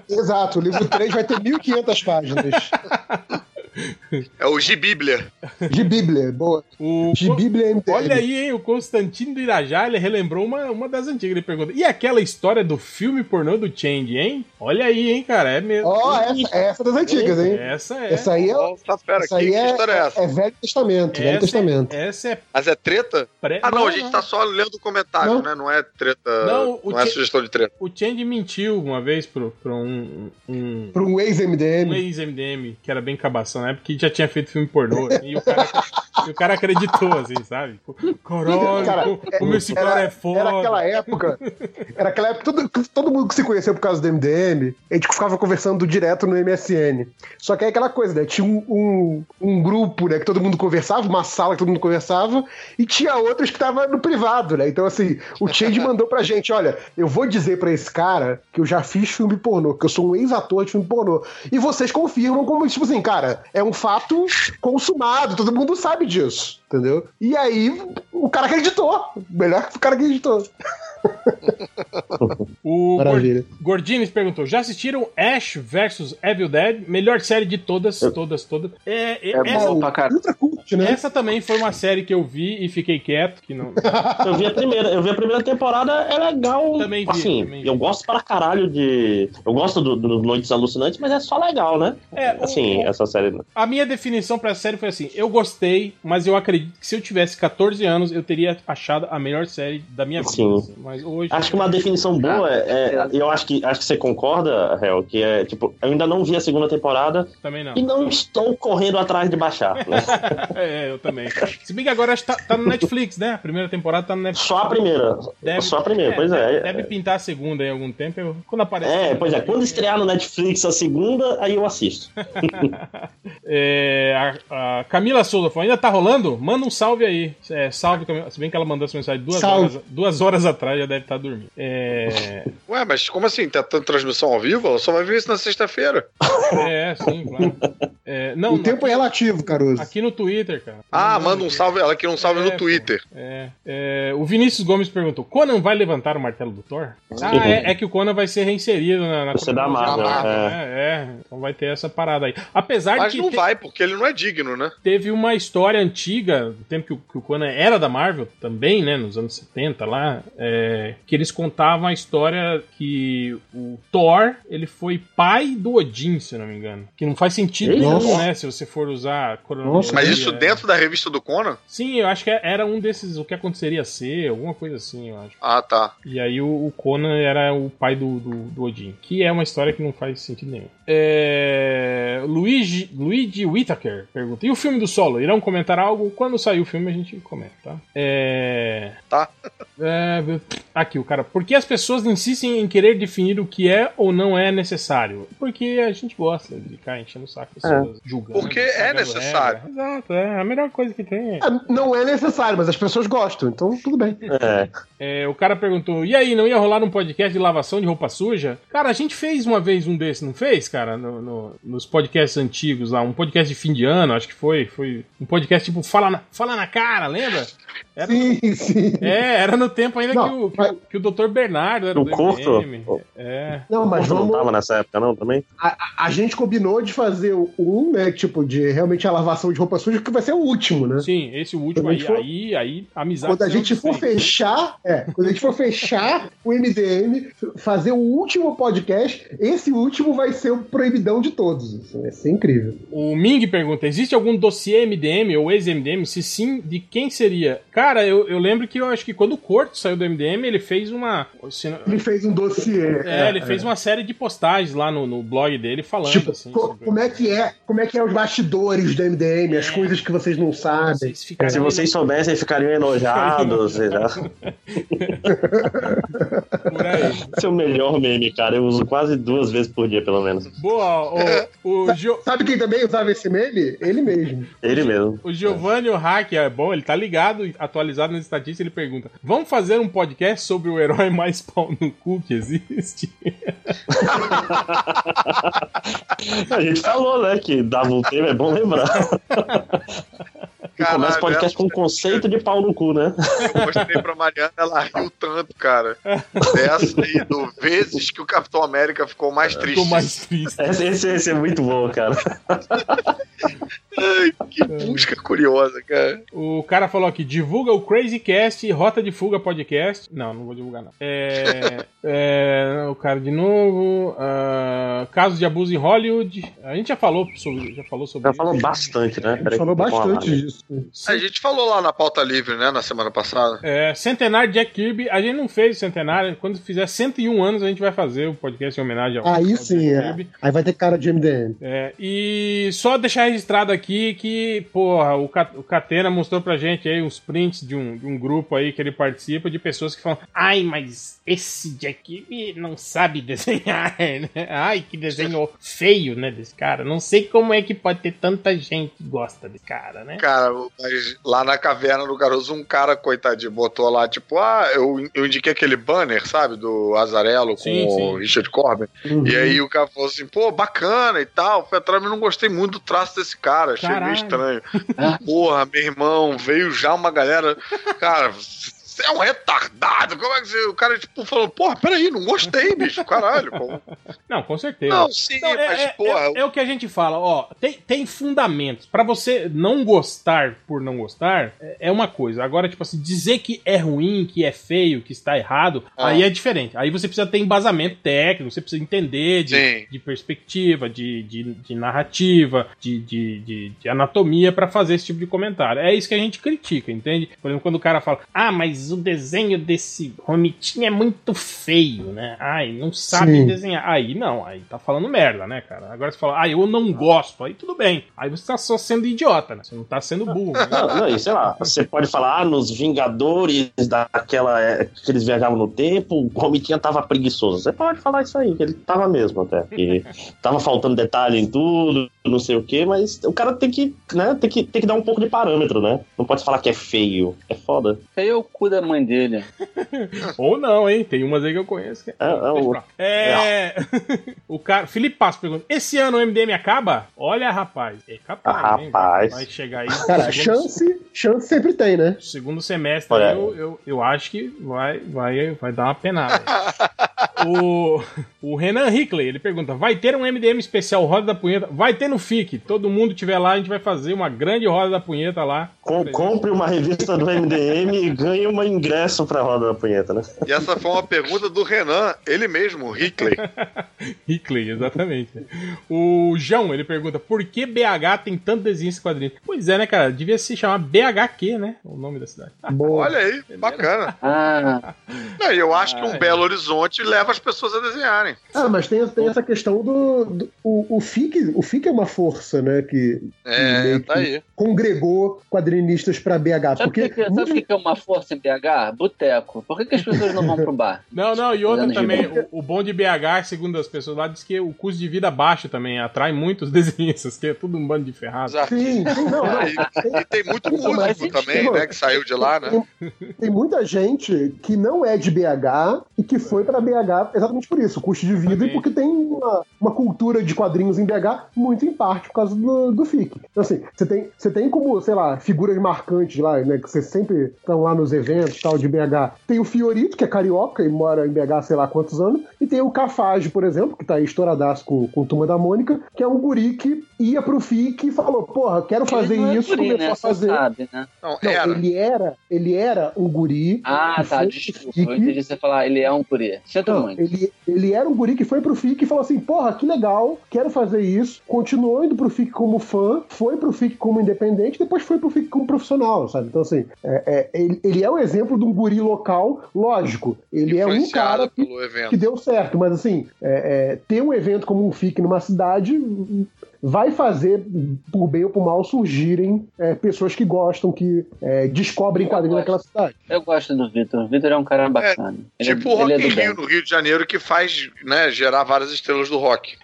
Exato, o livro 3 vai ter 1.500 páginas. É o Gibíblia. Gibíblia, boa. Gibíblia MDM. Olha aí, hein, o Constantino do Irajá, ele relembrou uma das antigas. Ele pergunta, e aquela história do filme pornô do Change, hein? Olha aí, hein, cara, é mesmo. Essa das antigas, hein? Essa é. Essa aí é... que história é essa? É Velho Testamento, Velho Testamento. Essa é... Mas é treta? Não, a gente tá só lendo o comentário, né? Não é treta, não é sugestão de treta. O Change mentiu uma vez pra um ex-MDM. Um ex-MDM, que era bem cabação, né? Porque já tinha feito filme pornô. E o cara acreditou, assim, sabe? Caralho, como esse cara é foda. Era aquela época, todo mundo que se conheceu por causa do MDM, a gente ficava conversando direto no MSN. Só que é aquela coisa, né? Tinha um grupo, né, que todo mundo conversava, uma sala que todo mundo conversava, e tinha outros que tava no privado, né? Então, assim, o Change mandou pra gente, olha, eu vou dizer pra esse cara que eu já fiz filme pornô, que eu sou um ex-ator de filme pornô. E vocês confirmam como, tipo assim, cara, é um fato consumado, todo mundo sabe disso, entendeu? E aí, o cara acreditou. Melhor que o cara acreditou. O Gordines perguntou, já assistiram Ash vs Evil Dead? Melhor série de todas. Essa, bom pra caralho. Né? Essa também foi uma série que eu vi e fiquei quieto. Que não... eu vi a primeira temporada, é legal. Também vi. Assim, eu gosto para caralho de... Eu gosto do Noites Alucinantes, mas é só legal, né? Essa série... A minha definição pra série foi assim, eu gostei, mas eu acredito que se eu tivesse 14 anos, eu teria achado a melhor série da minha vida. Sim. Assim. Mas hoje... Acho que uma definição boa eu acho que você concorda, Hel, que é, tipo, eu ainda não vi a segunda temporada. Também não. E não estou correndo atrás de baixar, né? Eu também. Se bem que agora acho que tá no Netflix, né? A primeira temporada tá no Netflix. Só a primeira. Pois é. Deve pintar a segunda em algum tempo. Quando aparece. Quando estrear no Netflix a segunda, aí eu assisto. A Camila Souza falou, ainda tá rolando? Manda um salve aí. Salve, Camila. Se bem que ela mandou essa mensagem 2 horas atrás, já deve estar dormindo. Ué, mas como assim? Tá tendo transmissão ao vivo? Ela só vai ver isso na sexta-feira. Sim, claro. O tempo é relativo, Caruso. Aqui no Twitter, cara. Manda um salve. Ela quer um salve no Twitter. O Vinícius Gomes perguntou, Conan vai levantar o martelo do Thor? É que o Conan vai ser reinserido na Você dá Marvel. Então vai ter essa parada aí. Apesar mas de que não vai, porque ele não é digno, né? Teve uma história antiga, do tempo que o Conan era da Marvel, também, né, nos anos 70 lá, que eles contavam a história que o Thor, ele foi pai do Odin, se eu não me engano. Que não faz sentido nenhum, né, se você for usar a cronologia. Mas isso dentro da revista do Conan? Sim, eu acho que era um desses, o que aconteceria ser, alguma coisa assim, eu acho. Tá. E aí o Conan era o pai do Odin, que é uma história que não faz sentido nenhum. Luigi Whittaker pergunta, e o filme do Solo? Irão comentar algo? Quando sair o filme a gente comenta, tá? Tá. Aqui o cara, por que as pessoas insistem em querer definir o que é ou não é necessário? Porque a gente gosta de ficar enchendo o saco, pessoas julgando. Porque é necessário. Exato, é a melhor coisa que tem. Não é necessário, mas as pessoas gostam, então tudo bem. O cara perguntou, e aí, não ia rolar um podcast de lavação de roupa suja? Cara, a gente fez uma vez um desses, não fez, cara? Nos podcasts antigos lá, um podcast de fim de ano, acho que foi um podcast tipo Fala na Cara, lembra? Sim. Era no tempo ainda que o Dr. Bernardo era do MDM. Não, mas não tava nessa época não, também? A gente combinou de fazer né, tipo, de realmente a lavação de roupa suja, que vai ser o último, né? Sim, esse último aí, amizade. Quando a gente for fechar, o MDM, fazer o último podcast, esse último vai ser o proibidão de todos. Isso vai ser incrível. O Ming pergunta, existe algum dossiê MDM ou ex-MDM? Se sim, de quem seria? Cara, eu lembro que eu acho que quando o Corto saiu do MDM, ele fez uma... Ele fez um dossiê. Ele fez uma série de postagens lá no blog dele falando, tipo, assim. Como é que é os bastidores do MDM, as coisas que vocês não sabem. Se vocês soubessem, ficariam enojados. Por aí. Esse é o melhor meme, cara. Eu uso quase 2 vezes por dia, pelo menos. Boa, Sabe quem também usava esse meme? Ele mesmo. Ele mesmo. O Giovanni, o hack, é bom, ele tá ligado, atualizado nas estatísticas, ele pergunta, vamos fazer um podcast sobre o herói mais pau no cu que existe? A gente falou, né, que dava um tema, é bom lembrar. Caralho, começa o podcast com um conceito de pau no cu, né? Eu mostrei pra Mariana, ela riu tanto, cara. Dessa aí, do vezes que o Capitão América ficou mais triste. Ficou mais triste. Esse é muito bom, cara. Ai, que busca curiosa, cara. O cara falou aqui, divulga o Crazy Cast e Rota de Fuga Podcast. Não vou divulgar, não. O cara de novo. Casos de abuso em Hollywood. A gente já falou sobre isso. Já falou bastante, né? A gente falou bastante disso. A gente falou lá na Pauta Livre, né, na semana passada. Centenário de Jack Kirby. A gente não fez o centenário. Quando fizer 101 anos, a gente vai fazer o podcast em homenagem ao Aí sim, Jack Kirby. Aí vai ter cara de MDM. E só deixar registrado aqui que, porra, o Catena mostrou pra gente aí uns prints de um grupo aí que ele participa de pessoas que falam: ai, mas esse Jack Kirby não sabe desenhar, né? Ai, que desenho feio, né, desse cara. Não sei como é que pode ter tanta gente que gosta desse cara, né? Cara, mas lá na Caverna do Caruso, um cara, coitadinho, botou lá, tipo, eu indiquei aquele banner, sabe, do Azarello com o Richard Corbin. Uhum. E aí o cara falou assim, pô, bacana e tal. Foi atrás, mas não gostei muito do traço desse cara, achei meio estranho. Porra, meu irmão, veio já uma galera, cara... Você é um retardado, como é que você... O cara, tipo, falando, porra, peraí, não gostei, bicho, caralho. Como... Não, com certeza. Não, sim, mas, porra... É o que a gente fala, ó, tem fundamentos. Pra você não gostar por não gostar, é uma coisa. Agora, tipo assim, dizer que é ruim, que é feio, que está errado, aí é diferente. Aí você precisa ter embasamento técnico, você precisa entender de perspectiva, de narrativa, de anatomia pra fazer esse tipo de comentário. É isso que a gente critica, entende? Por exemplo, quando o cara fala, mas o desenho desse Romitinho é muito feio, né? Ai, não sabe desenhar. Aí tá falando merda, né, cara? Agora você fala, eu não gosto, aí tudo bem. Aí você tá só sendo idiota, né? Você não tá sendo burro. Né? Não, sei lá, você pode falar, nos Vingadores que eles viajavam no tempo, o Romitinho tava preguiçoso. Você pode falar isso aí, que ele tava mesmo até. Que tava faltando detalhe em tudo, não sei o quê, mas o cara tem que dar um pouco de parâmetro, né? Não pode falar que é feio. É foda. Feio é o cu da mãe dele. Ou não, hein? Tem umas aí que eu conheço. O cara, Felipe Passo pergunta: esse ano o MDM acaba? Olha, rapaz. É capaz, hein? Vai chegar aí. Cara, chance sempre tem, né? Segundo semestre, eu acho que vai dar uma penada. O Renan Hickley, ele pergunta: vai ter um MDM especial Roda da Punheta? Vai ter no FIC. Todo mundo tiver lá, a gente vai fazer uma grande Roda da Punheta lá. Compre uma revista do MDM e ganhe um ingresso pra Roda da Punheta, né? E essa foi uma pergunta do Renan, ele mesmo, Hickley. Hickley, exatamente. O João, ele pergunta: por que BH tem tanto desenho esse quadrinho? Pois é, né, cara? Devia se chamar BHQ, né? O nome da cidade. Olha aí, bacana. Não, eu acho que um Belo Horizonte leva as pessoas a desenharem. Mas tem essa questão o FIC é uma força, né? Que tá aí. Congregou quadrinistas pra BH. Sabe o que é uma força em BH? Boteco. Por que as pessoas não vão pro bar? Não, e outra também, o bom de BH, segundo as pessoas lá, diz que o custo de vida baixo também atrai muitos desenhistas, que é tudo um bando de ferrados. Sim, não. E tem muito músico também, né, que saiu de lá, né? Tem muita gente que não é de BH e que foi pra BH exatamente por isso, o custo de vida, e porque tem uma cultura de quadrinhos em BH muito em parte por causa do FIC. Então, assim, você tem como, sei lá, figuras marcantes lá, né, que você sempre estão lá nos eventos tal de BH. Tem o Fiorito, que é carioca e mora em BH sei lá quantos anos, e tem o Cafage, por exemplo, que tá aí estouradaço com Turma da Mônica, que é um guri que ia pro FIC e falou, porra, quero fazer isso, começou a fazer. Sabe, né? Não, ele era um guri. Desculpa, eu entendi você falar, ele é um guri. Sinto muito. Ele era um guri que foi pro FIC e falou assim, porra, que legal, quero fazer isso, continuou indo pro FIC como fã, foi pro FIC como independente, depois foi pro FIC como profissional, sabe? Então, assim, ele é o exemplo de um guri local, lógico, ele é um cara que deu certo, mas assim, ter um evento como um FIC numa cidade vai fazer, por bem ou por mal, surgirem pessoas que gostam, que descobrem quadrinhos naquela cidade. Eu gosto do Vitor. O Vitor é um cara bacana. Tipo o Rock in Rio, no Rio de Janeiro, que faz, né, gerar várias estrelas do rock.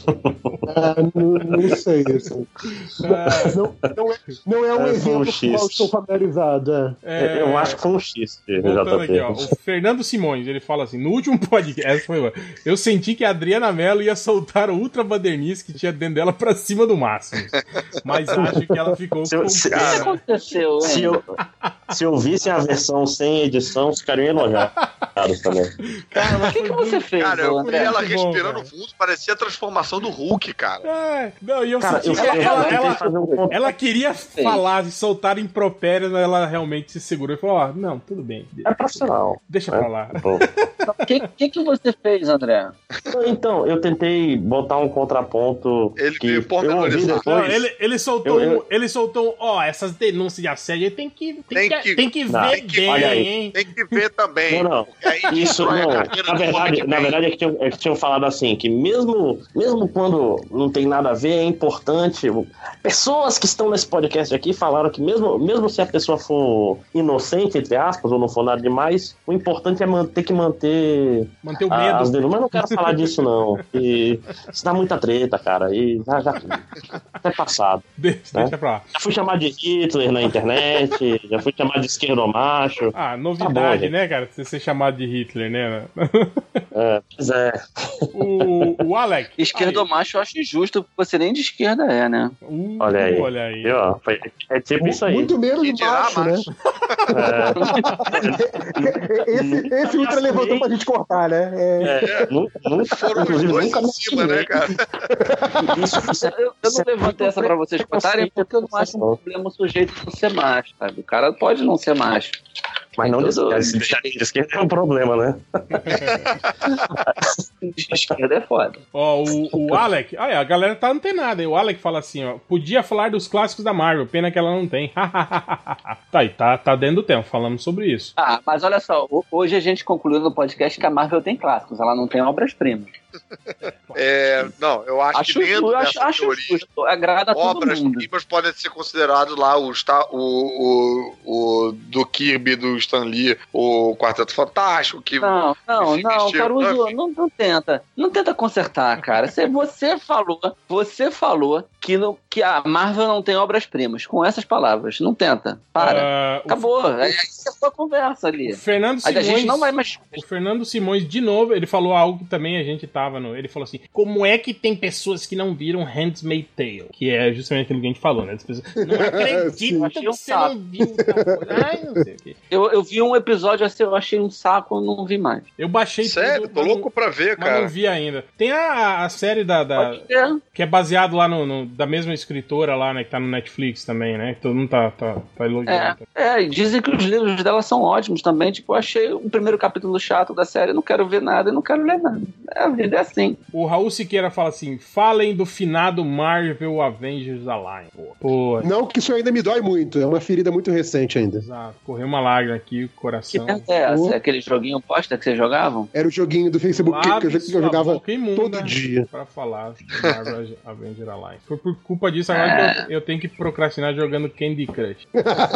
Não sei isso. Não é um exemplo com o qual estou familiarizado. Eu acho que foi um X. Aqui, ó, o Fernando Simões, ele fala assim: no último podcast, eu senti que a Adriana Mello ia soltar o Ultra Badernice que tinha dentro dela pra cima do máximo. Mas acho que ela ficou com O que aconteceu, hein? Se eu visse a versão sem edição, ficariam enojados também. Cara, o que você fez, Cara, eu vi André? ela Muito bom, respirando cara. fundo, parecia a transformação do Hulk, cara. Não, e eu Cara, senti eu que tentei fazer um ela queria falar e soltar impropérios, mas ela realmente se segurou e falou: não, tudo bem. É profissional. Deixa pra lá. O que você fez, André? Então, eu tentei botar um contraponto Ele que por eu ouvi menorizar. Não, depois. ele soltou essas denúncias de assédio tem que ver olha aí. bem, hein? Tem que ver também. Não. Porque aí Isso destrói a não. carreira Na do homem que verdade vem. é que tinham falado assim, que mesmo quando não tem nada a ver, é importante. Pessoas que estão nesse podcast aqui falaram que mesmo se a pessoa for inocente, entre aspas, ou não for nada demais, o importante é ter que manter o medo. as denúncias. Mas não quero falar disso, não. E isso dá muita treta, cara. E já é passado. Deixa pra lá. Já fui chamado de Hitler na internet, já fui chamado de esquerdomacho. Novidade, Tá bom, gente. né, cara? Você ser chamado de Hitler, né? Pois é. O Alec. Esquerdomacho eu acho injusto, porque você nem de esquerda é, né? Olha aí. Olha aí. E, ó, é tipo isso aí. Muito menos Que dirá, baixo, né? Esse Ultra levantou pra gente cortar, né? Nunca, Foram os inclusive, dois nunca em cima, né, cara? Eu não levantei essa pra vocês contarem porque eu não acho um problema o sujeito não ser macho, sabe? O cara pode não ser macho. Mas não se deixarem de esquerda é um problema, né? De esquerda é foda. O Alec, a galera tá antenada. O Alec fala assim, podia falar dos clássicos da Marvel, pena que ela não tem. Tá aí, tá dentro do tempo, falamos sobre isso. Mas olha só, hoje a gente concluiu no podcast que a Marvel tem clássicos, ela não tem obras-primas. Não, eu acho que dentro dessa teoria, justo, agrada a todo mundo. obras-primas podem ser considerados lá o do Kirby, do Stan Lee, o Quarteto Fantástico, que... Não, Caruso, não tenta consertar, cara. Você falou que a Marvel não tem obras-primas, com essas palavras. Não tenta, para. Acabou, aí é só conversa ali. O Fernando Aí a gente não vai mais... O Fernando Simões, de novo, ele falou algo que também a gente tava ele falou assim, como é que tem pessoas que não viram Handmaid's Tale? Que é justamente aquilo que a gente falou, né? As pessoas, não acredito que você não viu tal coisa. Ai, não sei o quê. Eu vi um episódio assim, eu achei um saco, não vi mais. Eu baixei Sério? Tô louco pra ver, cara. Mas não vi ainda. Tem a série que é baseado lá da mesma escritora lá, né? Que tá no Netflix também, né? Que todo mundo tá elogiando. E dizem que os livros dela são ótimos também. Tipo, eu achei o primeiro capítulo chato da série, não quero ver nada, não quero ler nada. A vida é assim. O Raul Siqueira fala assim, falem do finado Marvel Avengers Alliance. Pô. Não, que isso ainda me dói muito. É uma ferida muito recente ainda. Exato. Correu uma lágrima aqui, o coração. Que merda é essa? Aquele joguinho posta que vocês jogavam? Era o joguinho do Facebook que eu jogava todo dia. Pra falar do Marvel Avengers Alliance. Foi por culpa disso agora que eu tenho que procrastinar jogando Candy Crush.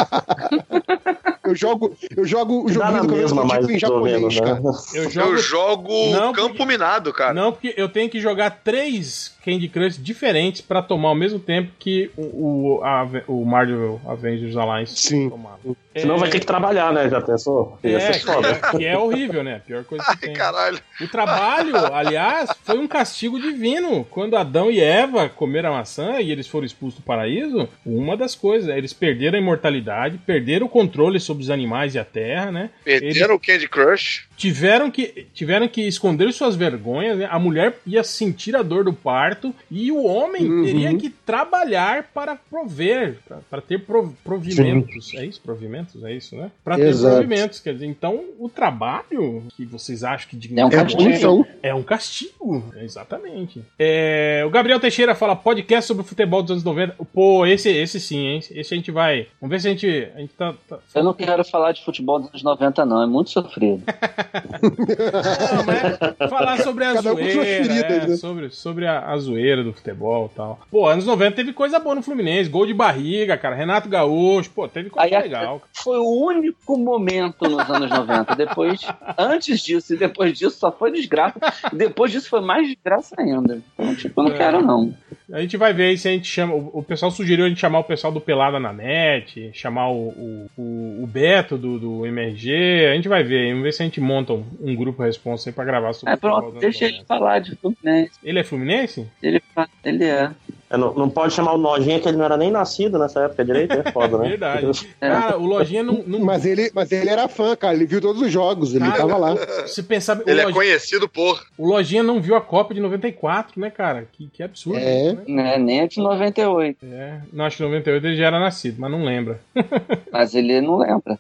Eu jogo o joguinho do começo tipo em japonês, cara. Eu jogo Campo Minado, cara. Não, porque eu tenho que jogar 3 Candy Crush diferentes pra tomar ao mesmo tempo que o Marvel Avengers Alliance. Sim. Senão vai ter que trabalhar, né? Já pensou? Que é horrível, né? A pior coisa que tem. Caralho. O trabalho, aliás, foi um castigo divino. Quando Adão e Eva comeram a maçã e eles foram expulsos do paraíso, uma das coisas, eles perderam a imortalidade, perderam o controle sobre os animais e a terra, né? Perderam o Candy Crush. Tiveram que esconder suas vergonhas, né? A mulher ia sentir a dor do parto e o homem teria que trabalhar para prover, para ter provimentos. Sim. É isso? Provimentos? É isso, né? Para ter provimentos. Quer dizer, então o trabalho que vocês acham que é um castigo. Exatamente. O Gabriel Teixeira fala podcast sobre o futebol dos anos 90. Pô, esse sim, hein? Esse a gente vai. Vamos ver se a gente tá... Eu não quero falar de futebol dos anos 90, não. É muito sofrido. Não, mas falar sobre a zoeira, sobre a zoeira do futebol e tal. Pô, anos 90 teve coisa boa no Fluminense, gol de barriga, cara, Renato Gaúcho, pô, teve coisa legal. Foi o único momento nos anos 90. Antes disso e depois disso só foi desgraça. E depois disso foi mais desgraça ainda. Então, tipo, eu não quero, não. A gente vai ver aí se a gente chama. O pessoal sugeriu a gente chamar o pessoal do Pelada na Net, chamar o Beto do MRG. A gente vai ver. Vamos ver se a gente monta um grupo responsa aí pra gravar sobre pronto, deixa ele falar de Fluminense. Ele é Fluminense? Ele é. Não pode chamar o Lojinha, que ele não era nem nascido nessa época direito, é foda, né? Verdade. Cara, o Lojinha não... Mas ele era fã, cara. Ele viu todos os jogos, ele tava lá. Se pensar... Ele é conhecido por... O Lojinha não viu a Copa de 94, né, cara? Que absurdo. Isso, né? Nem a de 98. Não, acho que 98 ele já era nascido, mas não lembra. Mas ele não lembra.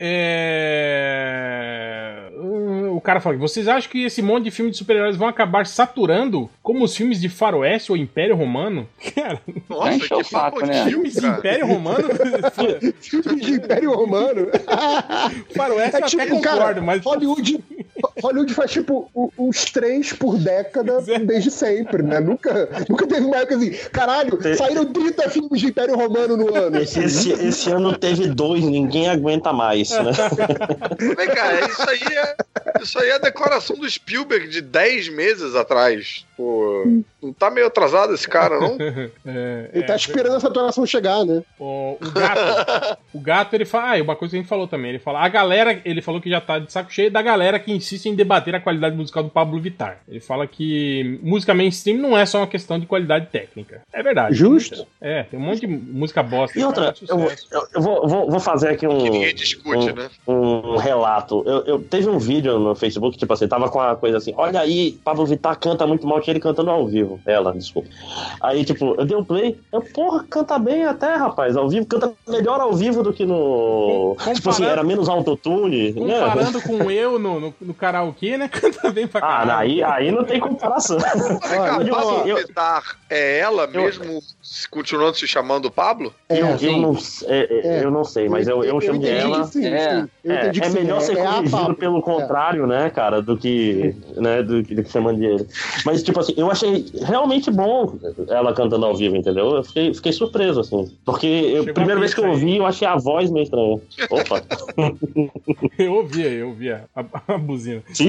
O cara fala: vocês acham que esse monte de filmes de super-heróis vão acabar saturando como os filmes de Faroeste ou Império Romano? Cara, nossa, que o saco, né? Filmes de Império Romano? Filmes de Império Romano? Faroeste eu até concordo, mas... Hollywood faz tipo uns 3 por década desde sempre, né? Nunca teve uma época assim, caralho, saíram 30 filmes de Império Romano no ano. Esse ano teve 2, ninguém aguenta mais, né? Vem cá, isso aí é a declaração do Spielberg de 10 meses atrás. Pô, não tá meio atrasado esse cara, não? Ele tá esperando essa atuação chegar, né? O gato, ele fala... uma coisa que a gente falou também, ele fala, a galera, ele falou que já tá de saco cheio da galera que insiste em debater a qualidade musical do Pablo Vittar. Ele fala que música mainstream não é só uma questão de qualidade técnica. É verdade. Justo. Tem um monte de música bosta. E outra, eu vou fazer aqui que ninguém discute, né? Um relato. Eu teve um vídeo no Facebook, tipo assim, tava com uma coisa assim, olha aí, Pablo Vittar canta muito mal, tinha ele cantando ao vivo. Desculpa. Aí, tipo, eu dei um play, porra, canta bem até, rapaz, ao vivo, canta melhor ao vivo do que no... Tipo assim, era menos autotune. Comparando com eu no karaokê, né? Canta bem pra caralho. Aí não tem comparação. Pablo Vittar é ela mesmo continuando se chamando Pablo? Eu não sei, mas eu chamo de ela. É melhor ser corrigido pelo contrário, né, cara, do que chamando de ele. Mas, tipo assim, eu achei realmente bom ela cantando ao vivo, entendeu? Eu fiquei surpreso, assim. Porque a primeira vez que eu ouvi, eu achei a voz meio estranha. Opa! eu ouvia a buzina. Sim.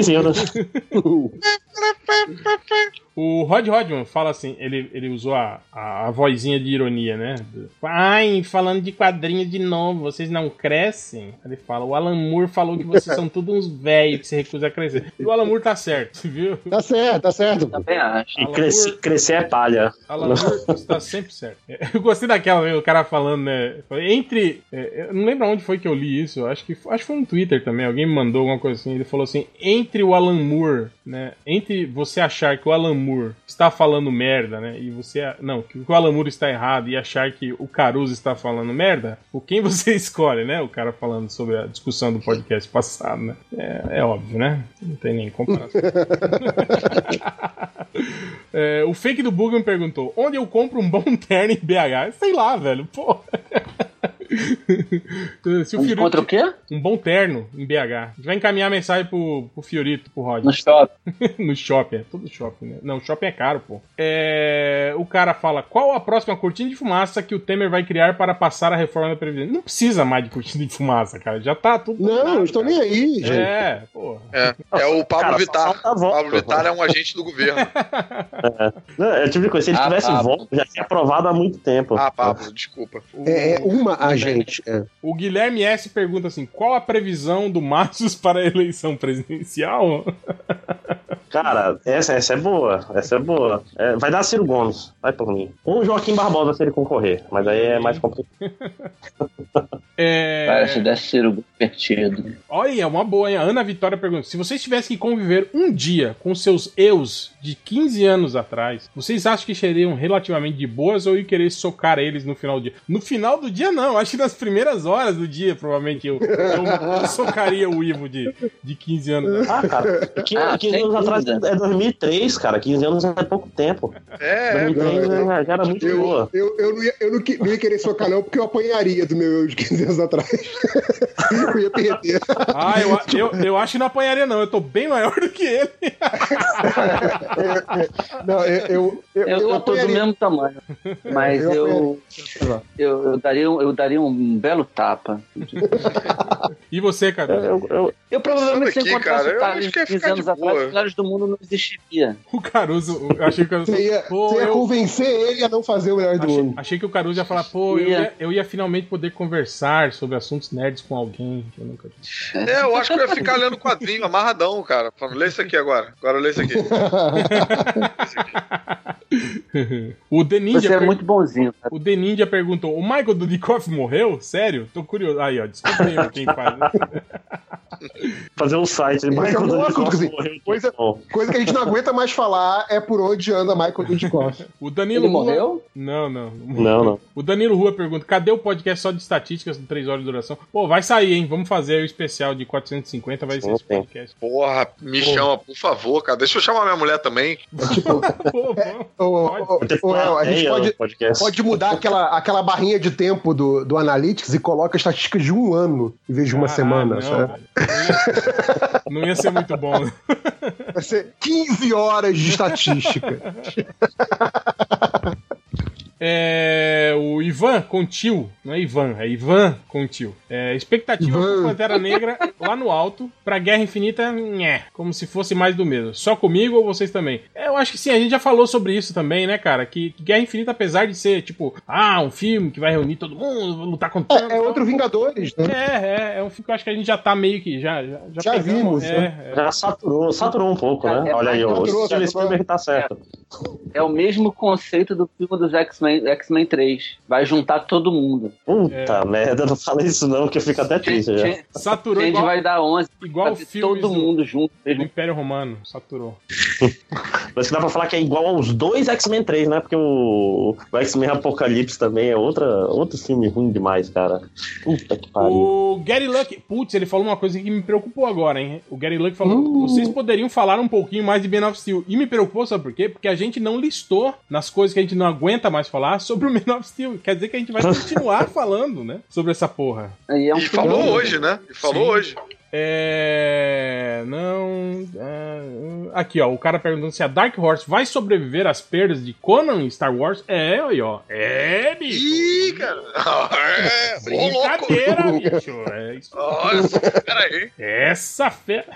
O Rod Rodman fala assim, ele usou a vozinha de ironia, né? Ai, falando de quadrinhos de novo, vocês não crescem? Ele fala, o Alan Moore falou que vocês são todos uns velhos que se recusam a crescer. E o Alan Moore tá certo, viu? Tá certo. Também acho. E crescer é palha. Alan Moore está sempre certo. Eu gostei daquela, o cara falando, né? Eu não lembro onde foi que eu li isso, acho que foi no Twitter também, alguém me mandou alguma coisa assim, ele falou assim, entre o Alan Moore, né? Entre você achar que o Alan Moore está falando merda, né? E que o Alan Moore está errado e achar que o Caruso está falando merda, quem você escolhe, né? O cara falando sobre a discussão do podcast passado, né? É óbvio, né? Não tem nem comparação. O fake do Bug me perguntou, onde eu compro um bom terno em BH? Sei lá, velho, porra. Se o Fiorito, contra o quê? Um bom terno em BH. A gente vai encaminhar a mensagem pro Fiorito, pro Rod. No shopping. No shopping, todo shopping, né? Não, shopping é caro, pô. O cara fala, qual a próxima cortina de fumaça que o Temer vai criar para passar a reforma da Previdência? Não precisa mais de cortina de fumaça, cara. Já tá tudo... Não, estou nem aí, gente. Porra. É o Pablo Vittar. O Pablo Vittar é um agente do governo. É tipo de coisa, se ele tivesse voto, já tinha aprovado há muito tempo. Pablo, desculpa. Uma agente. O Guilherme S. pergunta assim, qual a previsão do Márcio para a eleição presidencial? Cara, essa é boa. Vai dar Ciro Gomes, vai por mim. Ou Joaquim Barbosa se ele concorrer, mas aí é mais complicado. Parece dar Ciro perdido. Olha, é uma boa, hein? A Ana Vitória pergunta, se vocês tivessem que conviver um dia com seus eus de 15 anos atrás, vocês acham que seriam relativamente de boas ou iam querer socar eles no final do dia? No final do dia, não. Acho que nas primeiras horas do dia, provavelmente, eu socaria o Ivo de 15 anos. Cara, 15 anos atrás é 2003, cara. 15 anos é pouco tempo. 2003 já era muito boa. Eu não ia querer socar, não, porque eu apanharia do meu eu de 15 anos atrás. Eu ia perder. Eu acho que não apanharia, não. Eu tô bem maior do que ele. Não, eu tô do mesmo tamanho. Mas eu daria um belo tapa. E você, cara? Eu provavelmente se encontrasse o Thales 15 anos atrás, os melhores do mundo não existiria. O Caruso, eu achei que o Caruso... Você ia convencer ele a não fazer o melhor do mundo. Achei que o Caruso ia falar, eu ia finalmente poder conversar sobre assuntos nerds com alguém que eu nunca disse. Eu acho que eu ia ficar lendo quadrinho, amarradão, cara. Falando, lê isso aqui agora. Agora lê isso aqui. O The Ninja Você é muito bonzinho, cara. O The Ninja perguntou: o Michael Dudikoff morreu? Sério? Tô curioso. Aí, ó, descobriu quem faz. Fazer um site. Michael Dudikoff morreu. Coisa que a gente não aguenta mais falar é por onde anda Michael Dudikoff. O Danilo Ele morreu? Não. O Danilo Rua pergunta: cadê o podcast só de estatísticas de 3 horas de duração? Pô, vai sair, hein? Vamos fazer o especial de 450, vai ser esse podcast. Porra, me chama, por favor, cara. Deixa eu chamar minha mulher também. A gente pode mudar aquela barrinha de tempo do Analytics e coloca estatísticas de um ano em vez de uma semana, não, sabe? Não ia ser muito bom. Vai ser 15 horas de estatística. O Ivan Contil, não é Ivan, é Ivan Contil. Expectativa pro Pantera Negra lá no alto, pra Guerra Infinita, como se fosse mais do mesmo. Só comigo ou vocês também? Eu acho que sim, a gente já falou sobre isso também, né, cara? Que Guerra Infinita, apesar de ser, tipo, um filme que vai reunir todo mundo, lutar contra... É outro Vingadores, né? É um filme que eu acho que a gente já tá meio que... Já vimos, Já saturou um pouco, né? Olha aí, o Steven Spielberg tá certo. É o mesmo conceito do filme dos X-Men 3. Vai juntar todo mundo. Puta merda, não fala isso não, que eu fico até triste já. Saturou a gente vai dar 11. Igual o filme todo mundo junto. Do Império Romano. Saturou. Mas que dá pra falar que é igual aos 2 X-Men 3, né? Porque o X-Men Apocalipse também é outro filme ruim demais, cara. Puta que pariu. O Gary Luck... Putz, ele falou uma coisa que me preocupou agora, hein? O Gary Luck falou: vocês poderiam falar um pouquinho mais de Man of Steel. E me preocupou, sabe por quê? Porque a gente não listou nas coisas que a gente não aguenta mais falar sobre o Man of Steel. Quer dizer que a gente vai continuar falando, né? Sobre essa porra. E falou hoje, né? Hoje. Aqui, ó, o cara perguntando se a Dark Horse vai sobreviver às perdas de Conan em Star Wars. Aí, ó. Bicho. Ih, cara. Brincadeira, bicho. Isso. Nossa, peraí. Essa fera.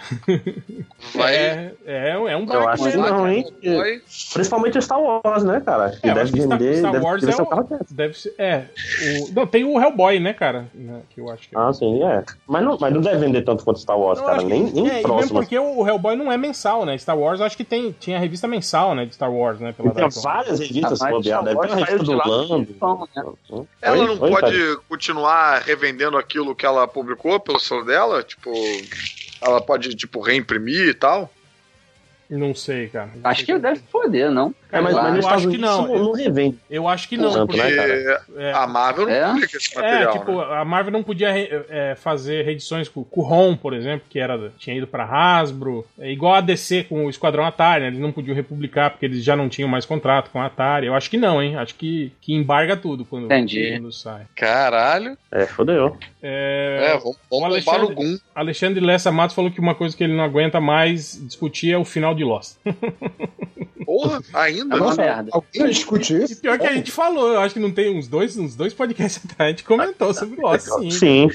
É um Eu acho que não, hein? Principalmente o Star Wars, né, cara? Que deve vender. Star Wars deve ser. Não, tem o Hellboy, né, cara? Que eu acho que sim, Mas não deve vender tanto quanto Star Wars, cara. Nem próximo. Mesmo porque o Hellboy não é mensal, né? Star Wars, eu acho que tinha a revista mensal, né? De Star Wars, né? Tem várias revistas bobeadas. Deve ter uma revista do Lando. Ela não pode continuar revendendo aquilo que ela publicou pelo selo dela? Tipo, ela pode, tipo, reimprimir e tal? Não sei, cara. Acho que deve poder, não? Mas eu acho que não. Não revende. Eu acho que não. Tanto, porque né, a Marvel não publica esse material. A Marvel não podia fazer reedições com o Ron, por exemplo, que tinha ido pra Hasbro. Igual a DC com o Esquadrão Atari, né? Eles não podiam republicar porque eles já não tinham mais contrato com a Atari. Eu acho que não, hein? Acho que embarga tudo quando sai. Caralho. Fodeu. Vamos bombar no Gum. Alexandre Lessa Matos falou que uma coisa que ele não aguenta mais discutir é o final de Lost. Porra, ainda? Alguém discute isso? E pior que a gente falou, eu acho que não tem uns dois podcasts atrás, a gente comentou sobre Lost, sim.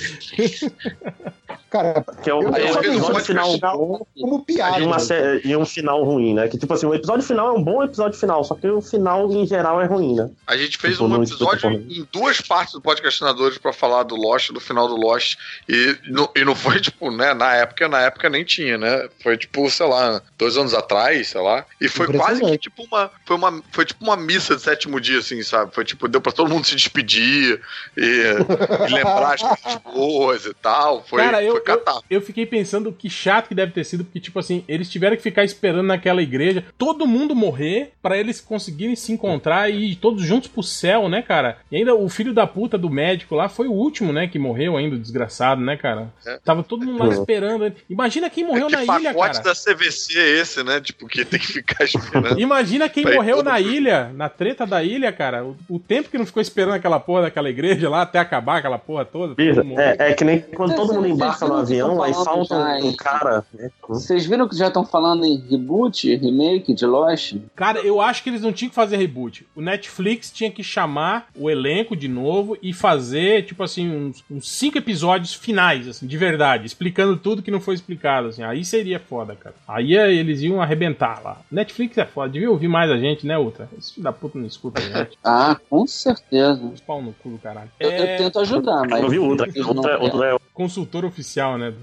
Cara, que é o episódio final bom como piada. E um final ruim, né? Que tipo assim, o episódio final é um bom episódio final, só que o final em geral é ruim, né? A gente fez um episódio em 2 partes do Podcastinadores pra falar do Lost, do final do Lost, e não foi tipo, né? Na época nem tinha, né? Foi tipo, sei lá, 2 anos atrás, sei lá. E foi quase que tipo foi tipo uma missa de 7º dia, assim, sabe? Foi tipo, deu pra todo mundo se despedir e lembrar as coisas boas e tal. Cara, eu fiquei pensando que chato que deve ter sido, porque, tipo assim, eles tiveram que ficar esperando naquela igreja todo mundo morrer pra eles conseguirem se encontrar e ir todos juntos pro céu, né, cara? E ainda o filho da puta do médico lá foi o último, né, que morreu ainda, o desgraçado, né, cara? Tava todo mundo lá esperando. Imagina quem morreu na ilha, cara. Que pacote da CVC é esse, né? Tipo, que tem que ficar esperando. Imagina quem morreu na ilha, na treta da ilha, cara. O tempo que não ficou esperando aquela porra daquela igreja lá até acabar aquela porra toda. É que nem quando todo mundo embarca no avião, aí falta um cara. Vocês viram que já estão falando em reboot, remake de Lost? Cara, eu acho que eles não tinham que fazer reboot. O Netflix tinha que chamar o elenco de novo e fazer, tipo assim, uns 5 episódios finais, assim, de verdade, explicando tudo que não foi explicado, assim. Aí seria foda, cara. Aí eles iam arrebentar lá. Netflix é foda. Devia ouvir mais a gente, né, Ultra? Esse filho da puta não escuta a gente. Com certeza. Os pau no cu do caralho. Eu tento ajudar, mas... Eu vi Ultra. Consultor oficial, né?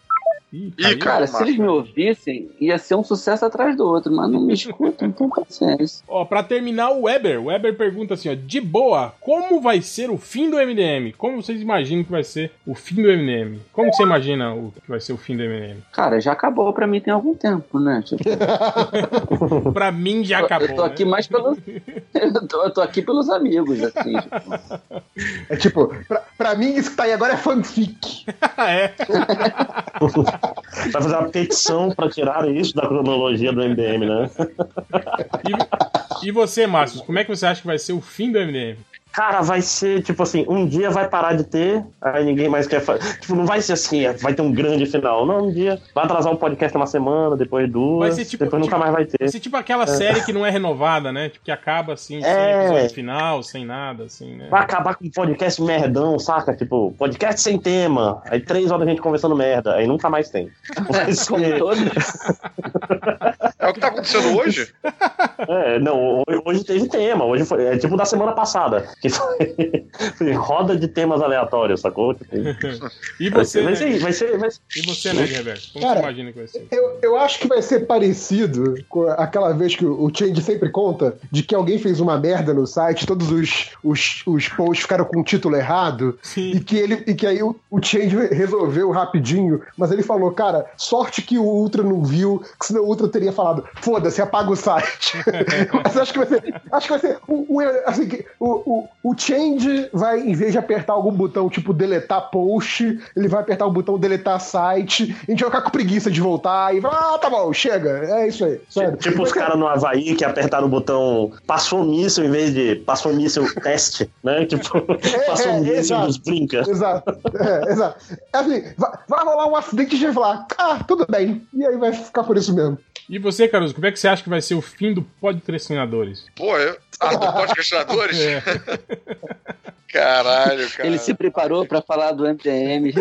Cara, se eles me ouvissem, ia ser um sucesso atrás do outro, mas não me escutam, não tem paciência. Ó, pra terminar, o Weber pergunta assim, ó, de boa, como vai ser o fim do MDM? Como vocês imaginam que vai ser o fim do MDM? Como que você imagina que vai ser o fim do MDM? Cara, já acabou pra mim tem algum tempo, né? Tipo... Pra mim já acabou. Eu tô aqui mais pelos... eu tô aqui pelos amigos, assim. É tipo, pra mim isso que tá aí agora é fanfic. É. Vai fazer uma petição pra tirar isso da cronologia do MDM, né? E você, Márcio, como é que você acha que vai ser o fim do MDM? Cara, vai ser, tipo assim, um dia vai parar de ter, aí ninguém mais quer fazer. Tipo, não vai ser assim, vai ter um grande final. Não, um dia vai atrasar um podcast uma semana, depois duas, depois nunca mais vai ter. Vai ser tipo aquela série que não é renovada, né? Tipo, que acaba assim, sem episódio final, sem nada, assim, né? Vai acabar com um podcast merdão, saca? Tipo, podcast sem tema. Aí 3 horas a gente conversando merda, aí nunca mais tem. É o que tá acontecendo hoje? Não, hoje teve tema. Hoje foi tipo da semana passada. Que foi roda de temas aleatórios, sacou? E você, vai ser. E você, né, Roberto? Como você imagina que vai ser? Eu acho que vai ser parecido com aquela vez que o Change sempre conta de que alguém fez uma merda no site, todos os posts ficaram com o título errado. Sim. E que aí o Change resolveu rapidinho, mas ele falou, cara, sorte que o Ultra não viu, que senão o Ultra teria falado, foda-se, apaga o site. Mas acho que vai ser o Change vai, em vez de apertar algum botão tipo deletar post, ele vai apertar o botão deletar site, a gente vai ficar com preguiça de voltar e falar, tá bom, chega, é isso aí. Sabe? Tipo os caras no Havaí que apertaram o botão passou míssil em vez de passou míssil teste, né? Tipo, passou míssil dos brinca. Exato. Assim, vai rolar um acidente e a gente vai falar, tudo bem. E aí vai ficar por isso mesmo. E você, Caruso, como é que você acha que vai ser o fim do Podcastinadores? Pô, do Podcastinadores? É. Caralho, cara. Ele se preparou pra falar do MDM.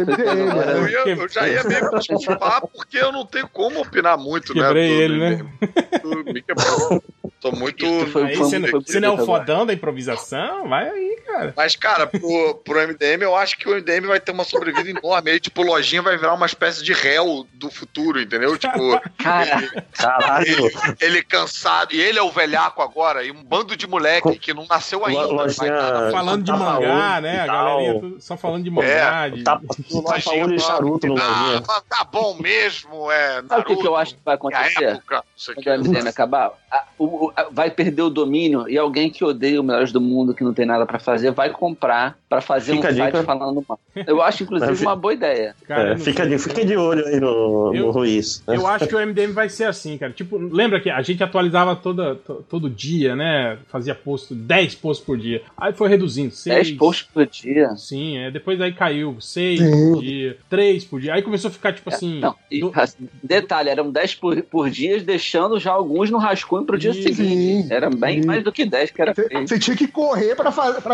Eu já ia meio que desculpar porque eu não tenho como opinar muito, Quebrei né? Ele, né? Me quebrou. Tô muito... Você não é o fodão da improvisação? Vai aí, cara. Mas, cara, pro MDM, eu acho que o MDM vai ter uma sobrevida enorme. Aí, tipo, o Lojinha vai virar uma espécie de réu do futuro, entendeu? Tipo, caralho. Ele cansado. E ele é o velhaco agora. E um bando de moleque que não nasceu ainda. Lojinha, falando de mangá, né? A galerinha só falando de mangá. Tapa-olho e charuto no Lojinha. Tá bom mesmo, Sabe o que eu acho que vai acontecer? Quando o MDM acabar? Vai perder o domínio e alguém que odeia o Melhores do Mundo, que não tem nada pra fazer, vai comprar pra fazer um site falando mal. Eu acho, inclusive, uma boa ideia. Cara, fica de olho aí no Ruiz. Eu acho que o MDM vai ser assim, cara. Tipo, lembra que a gente atualizava todo dia, né? Fazia 10 posts por dia. Aí foi reduzindo. 10 posts por dia? Sim, depois aí caiu 6 por dia, 3 por dia. Aí começou a ficar, tipo assim... Não, detalhe, eram 10 por dia, deixando já alguns no rascunho pro dia seguinte. Era bem mais do que 10 que era feito. Você tinha que correr pra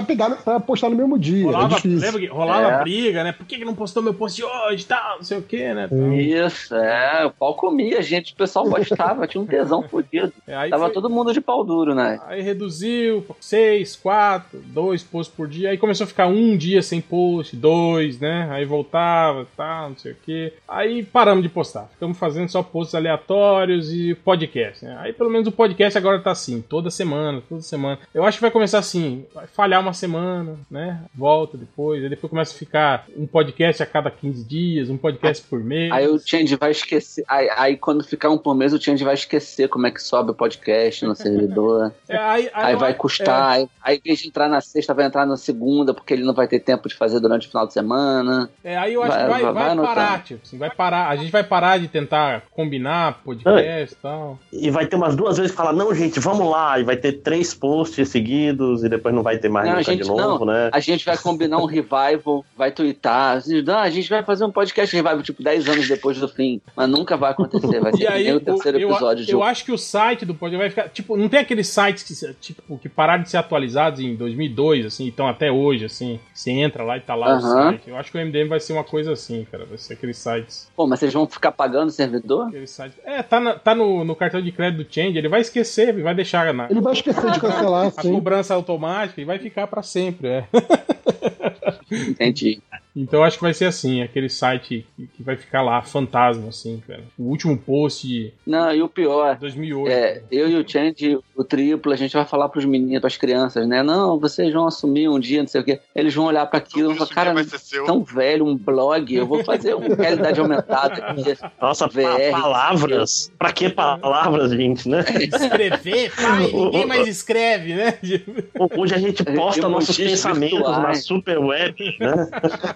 postar no mesmo dia. Lembra que rolava briga, né? Por que não postou meu post hoje e tal? Não sei o que, né? Isso, o pau comia, gente. O pessoal gostava, tinha um tesão fodido. Tava todo mundo de pau duro, né? Aí reduziu 6, 4, 2 posts por dia. Aí começou a ficar um dia sem post, 2, né? Aí voltava, tal, não sei o que. Aí paramos de postar. Ficamos fazendo só posts aleatórios e podcast, né? Aí pelo menos o podcast agora tá assim, toda semana. Eu acho que vai começar assim, vai falhar uma semana, né? Volta depois, aí depois começa a ficar um podcast a cada 15 dias, um podcast por mês. Aí o Change vai esquecer, aí quando ficar um por mês, o Change vai esquecer como é que sobe o podcast no servidor. Aí vai custar, aí em vez de entrar na sexta, vai entrar na segunda, porque ele não vai ter tempo de fazer durante o final de semana. Aí eu acho que vai parar, tipo assim, vai parar. A gente vai parar de tentar combinar podcast e tal. E vai ter umas 2 vezes que falar, não, gente, vamos lá, e vai ter 3 posts seguidos, e depois não vai ter mais nunca de novo, né? A gente vai combinar um revival, vai twittar, a gente vai fazer um podcast revival, tipo, 10 anos depois do fim, mas nunca vai acontecer, vai ser o terceiro episódio. Eu acho que o site do podcast vai ficar, tipo, não tem aqueles sites que pararam de ser atualizados em 2002, assim, então até hoje, assim, você entra lá e tá lá o site. Eu acho que o MDM vai ser uma coisa assim, cara, vai ser aqueles sites. Pô, mas vocês vão ficar pagando o servidor? Aqueles sites. Tá no cartão de crédito do Change, ele vai esquecer, vai deixar ele vai esquecer de cancelar, a cobrança automática e vai ficar pra sempre, Entendi. Então acho que vai ser assim, aquele site que vai ficar lá, fantasma, assim, cara. O último post... Não, e o pior... 2008. Eu e o Change, o triplo, a gente vai falar pros meninos, pras crianças, né? Não, vocês vão assumir um dia, não sei o quê. Eles vão olhar pra aquilo e vão falar, cara, tão velho, um blog, eu vou fazer uma realidade aumentada aqui. Nossa, palavras? Pra que palavras, gente, né? Escrever? Pai, ninguém mais escreve, né? Hoje a gente posta nossos pensamentos na super web, né?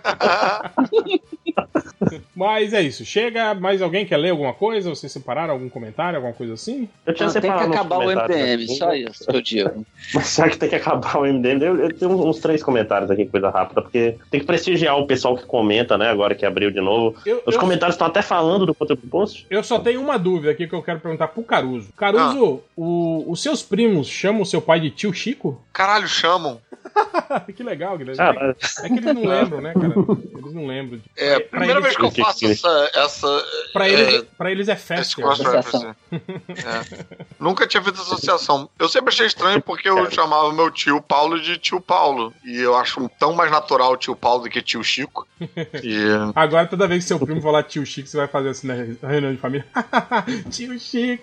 Mas é isso. Chega, mais alguém quer ler alguma coisa? Vocês separaram algum comentário, alguma coisa assim? Eu tinha tem que acabar o MDM, só isso que eu digo. Mas já que tem que acabar o MDM, eu tenho uns 3 comentários aqui, coisa rápida, porque tem que prestigiar o pessoal que comenta, né? Agora que abriu de novo. Os comentários estão até falando do conteúdo do post. Eu só tenho uma dúvida aqui que eu quero perguntar pro Caruso. Caruso, os seus primos chamam o seu pai de tio Chico? Caralho, chamam. Que legal, Guilherme. É que eles não lembram, né, cara? Eles não lembram. Primeira vez que eu faço essa pra eles é festa. Nunca tinha feito associação. Eu sempre achei estranho porque eu chamava meu tio Paulo de tio Paulo. E eu acho tão mais natural tio Paulo do que tio Chico. Agora, toda vez que seu primo falar tio Chico, você vai fazer assim na reunião de família. Tio Chico.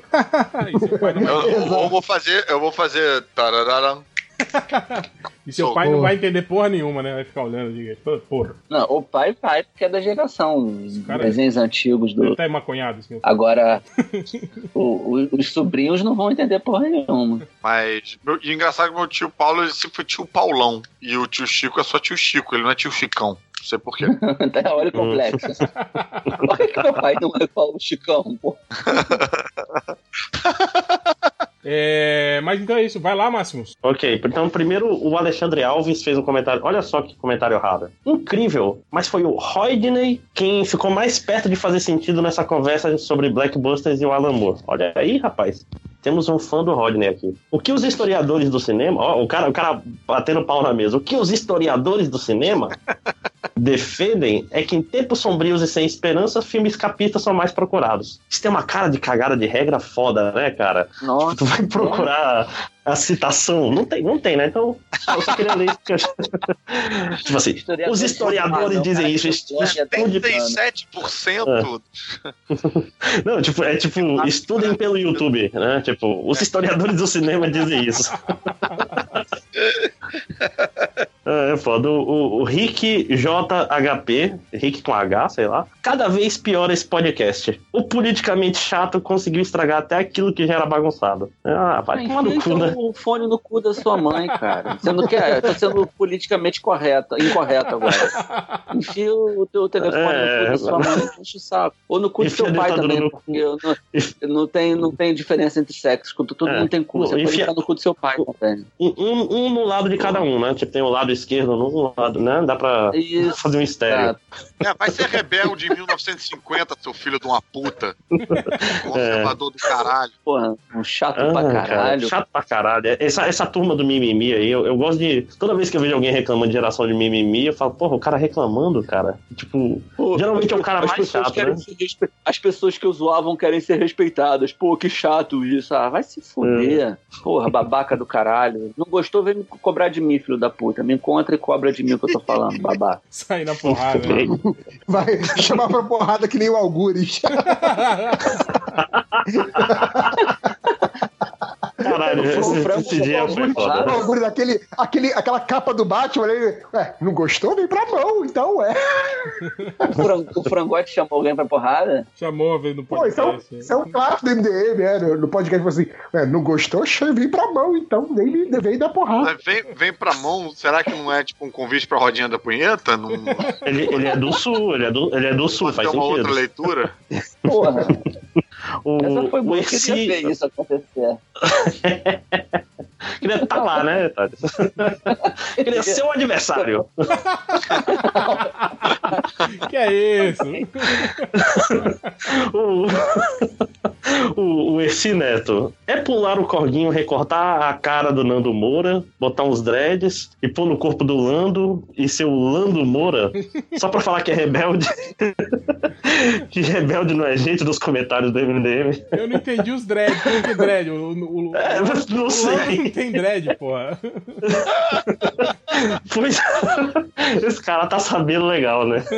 Eu vou fazer. Tararara. E seu pai não vai entender porra nenhuma, né? Vai ficar olhando e dizer, porra. Não, o pai vai, porque é da geração. Os desenhos antigos do. Tá maconhado, assim. Agora, os sobrinhos não vão entender porra nenhuma. Mas, engraçado que meu tio Paulo, ele sempre foi tio Paulão. E o tio Chico é só tio Chico, ele não é tio Chicão. Não sei porquê. Olha o complexo. Por que meu pai não é Paulo Chicão, pô? Mas então é isso, vai lá, Máximos. Ok, então primeiro o Alexandre Alves fez um comentário, olha só que comentário errado. Incrível, mas foi o Rodney quem ficou mais perto de fazer sentido nessa conversa sobre Blackbusters e o Alan Moore. Olha aí, rapaz. Temos um fã do Rodney aqui. O que os historiadores do cinema... o cara batendo pau na mesa. O que os historiadores do cinema defendem é que em tempos sombrios e sem esperança, filmes escapistas são mais procurados. Isso tem uma cara de cagada de regra foda, né, cara? Nossa. Tu vai procurar a citação. Não tem, né? Então, eu só queria ler isso. Tipo assim, os historiadores dizem isso. 87%. Não, estudem pelo YouTube, né? Tipo, os historiadores do cinema dizem isso. É foda. O Rick JHP, Rick com H, sei lá. Cada vez pior esse podcast. O politicamente chato conseguiu estragar até aquilo que já era bagunçado. Vai tomar no cu, né? O fone no cu da sua mãe, cara. Você não quer? Tá sendo politicamente incorreto agora. Enfia o teu telefone no cu da sua mãe, enche o saco. Ou no cu do seu pai também, porque não tem diferença entre sexos. Quando todo mundo tem cu, você pode ficar no cu do seu pai também. Um no lado de cada um, né? Tipo, tem o lado esquerdo no lado, né? Dá pra fazer um estéreo. Vai ser rebelde em 1950, seu filho de uma puta. Conservador do caralho. Porra, um chato pra caralho. Cara, chato pra caralho. Essa turma do mimimi aí, eu gosto de... Toda vez que eu vejo alguém reclamando de geração de mimimi, eu falo, porra, o cara reclamando, cara. Tipo, geralmente é o cara mais chato, né? As pessoas que eu zoavam querem ser respeitadas. Pô, que chato isso. Vai se fuder. Porra, babaca do caralho. Não gostou, vem me cobrar de mim, filho da puta. Me encontra e cobra de mim o que eu tô falando, babaca. Sai na porrada. Vai chamar pra porrada que nem o Algures. Caralho, esse dia foi foda. Aquela capa do Batman, ele, não gostou? Vem pra mão, então O Frangote chamou alguém pra porrada? Chamou, veio no podcast. Isso é um clássico do MDM, no podcast, assim, não gostou? Vem pra mão, então vem dar porrada. Vem pra mão, será que não é tipo um convite pra rodinha da punheta? Não... Ele é do sul, ele é do sul, faz sentido. Uma outra leitura? Porra. Essa foi boa, eu queria ver isso acontecer. Queria estar lá, né? Queria ser o adversário. Que é isso? O Erci Neto. É pular o corguinho, recortar a cara do Nando Moura, botar uns dreads e pôr no corpo do Lando e ser o Lando Moura só pra falar que é rebelde? Que rebelde não é gente dos comentários do MDM. Eu não entendi os dread. Quem tem dread? Não sei. Não tem dread, porra. Pois, esse cara tá sabendo legal, né?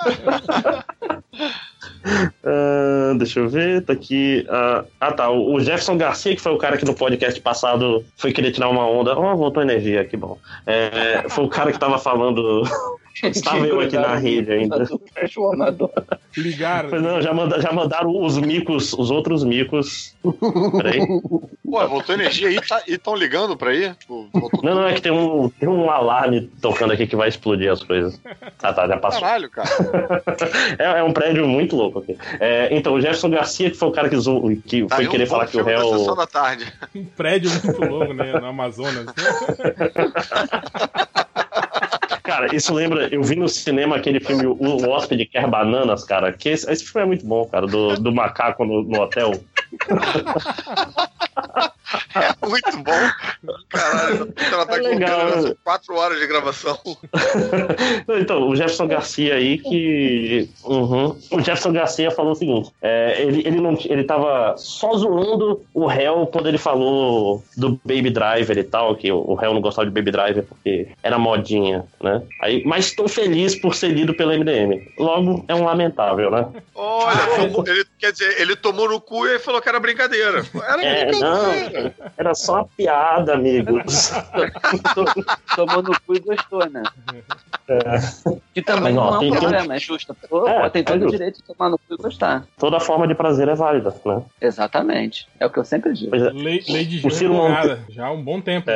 Deixa eu ver, tá aqui. Tá. O Jefferson Garcia, que foi o cara que no podcast passado foi querer tirar uma onda. Voltou energia, que bom. Foi o cara que tava falando. Estava eu aqui na rede ainda. Ligaram. Não, já mandaram os micos, os outros micos. Peraí. Pô, voltou energia aí e estão ligando pra ir? Não, é que tem um alarme tocando aqui que vai explodir as coisas. Tá, já passou. Caralho, cara. É um prédio muito louco aqui. Então, o Jefferson Garcia, que foi o cara que foi querer falar que o réu... Sessão da tarde. Um prédio muito longo, né? No Amazonas. Cara, isso lembra... Eu vi no cinema aquele filme O Hóspede Quer Bananas, cara. Que esse filme é muito bom, cara. Do macaco no hotel. É muito bom. Caralho, ela tá com 4 horas de gravação. Então, o Jefferson Garcia aí que... O Jefferson Garcia falou o seguinte. Ele tava só zoando o réu quando ele falou do Baby Driver e tal, que o réu não gostava de Baby Driver porque era modinha, né? Mas tô feliz por ser lido pela MDM. Logo, é um lamentável, né? Olha, quer dizer, ele tomou no cu e falou que era brincadeira. Não, era só uma piada, amigos. Tomou no cu e gostou, né? Que também não é um problema, é justo. Tem todo o direito de tomar no cu e gostar. Toda forma de prazer é válida, né? Exatamente. É o que eu sempre digo. Lei de Gil revogada. Já há um bom tempo.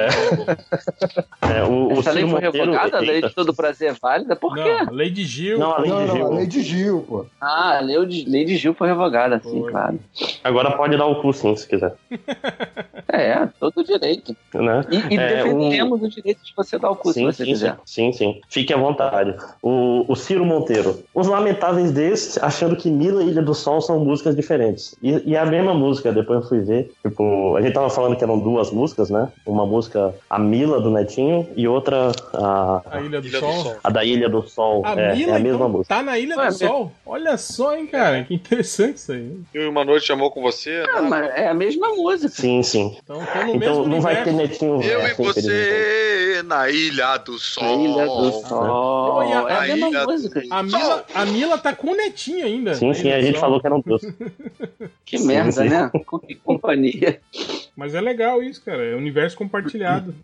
Essa lei foi revogada? A lei de todo prazer é válida? Por quê? Não, lei de Gil. Não, a lei de Gil, pô. A lei de Gil foi revogada, sim, claro. Agora pode dar o cu, sim, se quiser. Todo o direito. Né? E defendemos o direito de você dar o cu, se você quiser. Sim. Fique à vontade. O Ciro Monteiro. Os lamentáveis desses, achando que Mila e Ilha do Sol são músicas diferentes. E é a mesma música, depois eu fui ver. Tipo, a gente tava falando que eram 2 músicas, né? Uma música, a Mila do Netinho, e outra, a Ilha do Sol. A da Ilha do Sol. Mila, é a mesma música. Tá na Ilha do Sol. Olha só, hein, cara. Que interessante isso aí. Eu e Uma Noite Chamou com Você. Mas é a mesma música. Sim. Então não vai ter Netinho. Eu e você na Ilha do Sol. Na Ilha do Sol. É a mesma música. A Mila tá com o Netinho ainda. Sim, a gente falou que eram 2. Que merda, né? Que companhia. Mas é legal isso, cara. É universo compartilhado.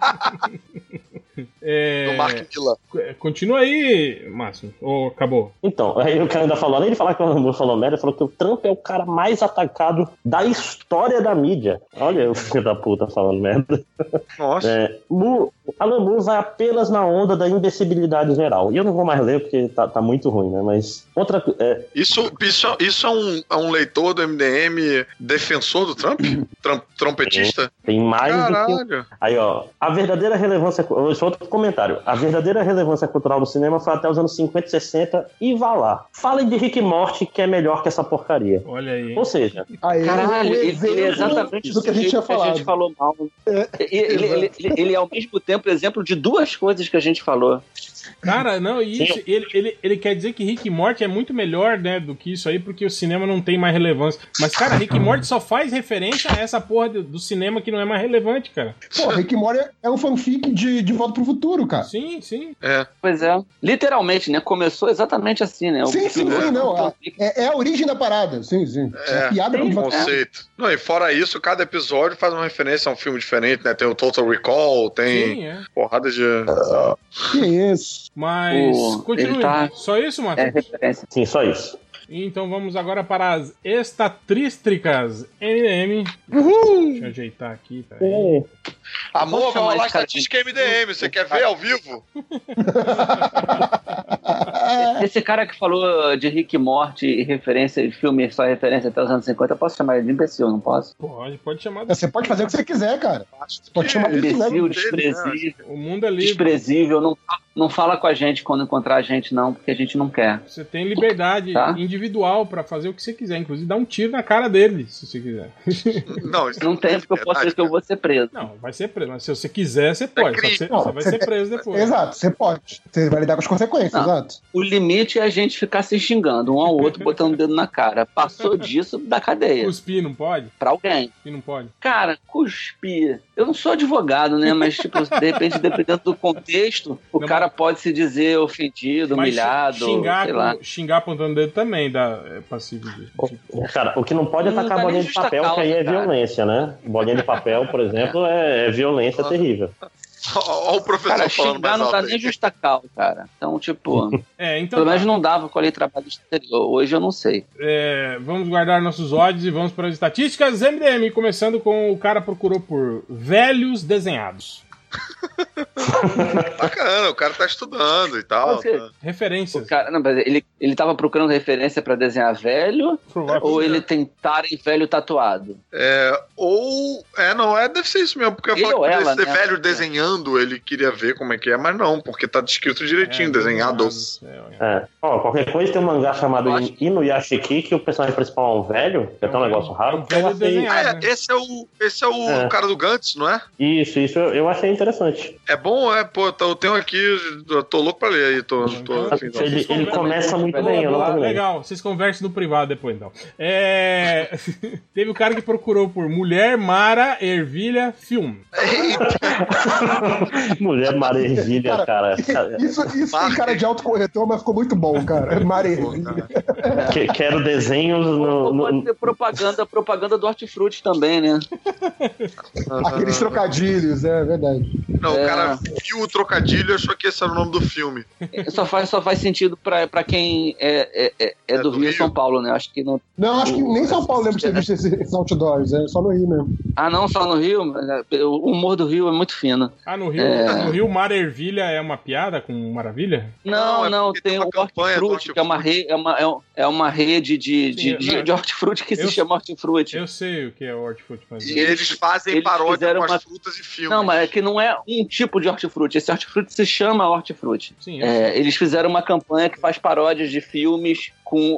Do Mark Mila. Continua aí, Márcio. Ou acabou? Então, aí o cara ainda falou, além de falar que o Alan falou merda, ele falou que o Trump é o cara mais atacado da história da mídia. Olha o filho da puta falando merda. Nossa. Alan Moore vai apenas na onda da imbecilidade geral. E eu não vou mais ler porque tá muito ruim, né? Mas outra... Isso é um leitor do MDM defensor do Trump? Trompetista? Tem mais Caralho. do que... Aí, ó, a verdadeira relevância... Outro comentário. A verdadeira relevância cultural do cinema foi até os anos 50 e 60 e vá lá. Falem de Rick e Morty, que é melhor que essa porcaria. Olha aí. Ou seja... Caralho, ele é exatamente do que a gente tinha falado. A gente falou mal. Ele é ao mesmo tempo exemplo de 2 coisas que a gente falou. Cara, não, isso, ele quer dizer que Rick e Morty é muito melhor, né, do que isso aí, porque o cinema não tem mais relevância. Mas, cara, Rick e Morty só faz referência a essa porra do cinema que não é mais relevante, cara. Pô, Rick e Morty é um fanfic de Volta pro Futuro, cara. Sim. Pois é. Literalmente, né? Começou exatamente assim, né? Sim, não. É a origem da parada, sim. É piada com conceito. Não, e fora isso, cada episódio faz uma referência a um filme diferente, né? Tem o Total Recall, tem porrada de... Que isso? Mas, continue. Só isso, Marcos? Sim, só isso. Então vamos agora para as estatísticas MDM. Uhul! Deixa eu ajeitar aqui, peraí. Amor, vai rolar estatística MDM, você quer ver ao vivo? Esse cara que falou de Rick e Morty e referência de filme, só referência até os anos 50, eu posso chamar ele de imbecil, não posso? Pode chamar. Você pode fazer o que você quiser, cara. Você pode chamar imbecil, desprezível. O mundo é livre. Desprezível, Não fala com a gente quando encontrar a gente, não, porque a gente não quer. Você tem liberdade individual pra fazer o que você quiser, inclusive dar um tiro na cara dele, se você quiser. Não tem, porque eu posso dizer que eu vou ser preso. Não, vai ser preso, mas se você quiser, você pode. Você vai ser preso depois. Exato, você pode. Você vai lidar com as consequências, exato. O limite é a gente ficar se xingando um ao outro, botando o dedo na cara. Passou disso, da cadeia. Cuspir não pode? Pra alguém. Cuspir não pode? Cara, cuspir. Eu não sou advogado, né? Mas, tipo, de repente, dependendo do contexto, o cara pode se dizer ofendido, humilhado, sei lá. Xingar apontando o dedo também é passivo disso. Cara, o que não pode é tacar bolinha de papel, que aí é violência, né? Bolinha de papel, por exemplo, é violência terrível. Olha o professor cara, falando xingar mais não dá alto nem justa causa, cara. Então, tipo... então pelo menos não dava com a lei de trabalho exterior. Hoje eu não sei. Vamos guardar nossos ódios e vamos para as estatísticas. MDM, começando com o cara procurou por velhos desenhados. Bacana, o cara tá estudando e tal. Referências. O cara, não, mas ele tava procurando referência pra desenhar velho ou ele tentar em velho tatuado? Deve ser isso mesmo, porque eu falo que ela, ser velho desenhando, ele queria ver como é que é, mas não, porque tá descrito direitinho, desenhado. Qualquer coisa tem um mangá chamado Inuyashiki, que o personagem principal é um velho, que é até um negócio raro. Esse é o cara do Gantz, não é? Isso, eu achei interessante. É bom, eu tenho aqui, eu tô louco pra ler aí, ele começa muito bem, eu não legal, vocês conversem no privado depois, então. Teve o cara que procurou por Mulher Mara Ervilha Filme. Mulher Mara Ervilha, cara. Isso tem cara de autocorretor, mas ficou muito bom, cara. Mara Ervilha. Quero desenhos Pode ter propaganda do Hortifruti também, né? Aqueles trocadilhos, é verdade. Não, o cara viu o trocadilho e achou que esse era o nome do filme. Só faz sentido pra quem é do Rio e São Paulo, né? Acho que não. Não, acho que nem São Paulo lembra de ter visto esses outdoors, é só no Rio mesmo. Ah, não, só no Rio? O humor do Rio é muito fino. No Rio Mara Ervilha é uma piada com Maravilha? Não, tem o Hortifruti, que é uma rede de hortifruti que se chama Hortifruti. Eu sei o que é o Hortifruti. E eles fazem paródia com as frutas e filmes. Não, mas é que não é um tipo de hortifruti. Esse hortifruti se chama hortifruti. Sim, eles fizeram uma campanha que faz paródias de filmes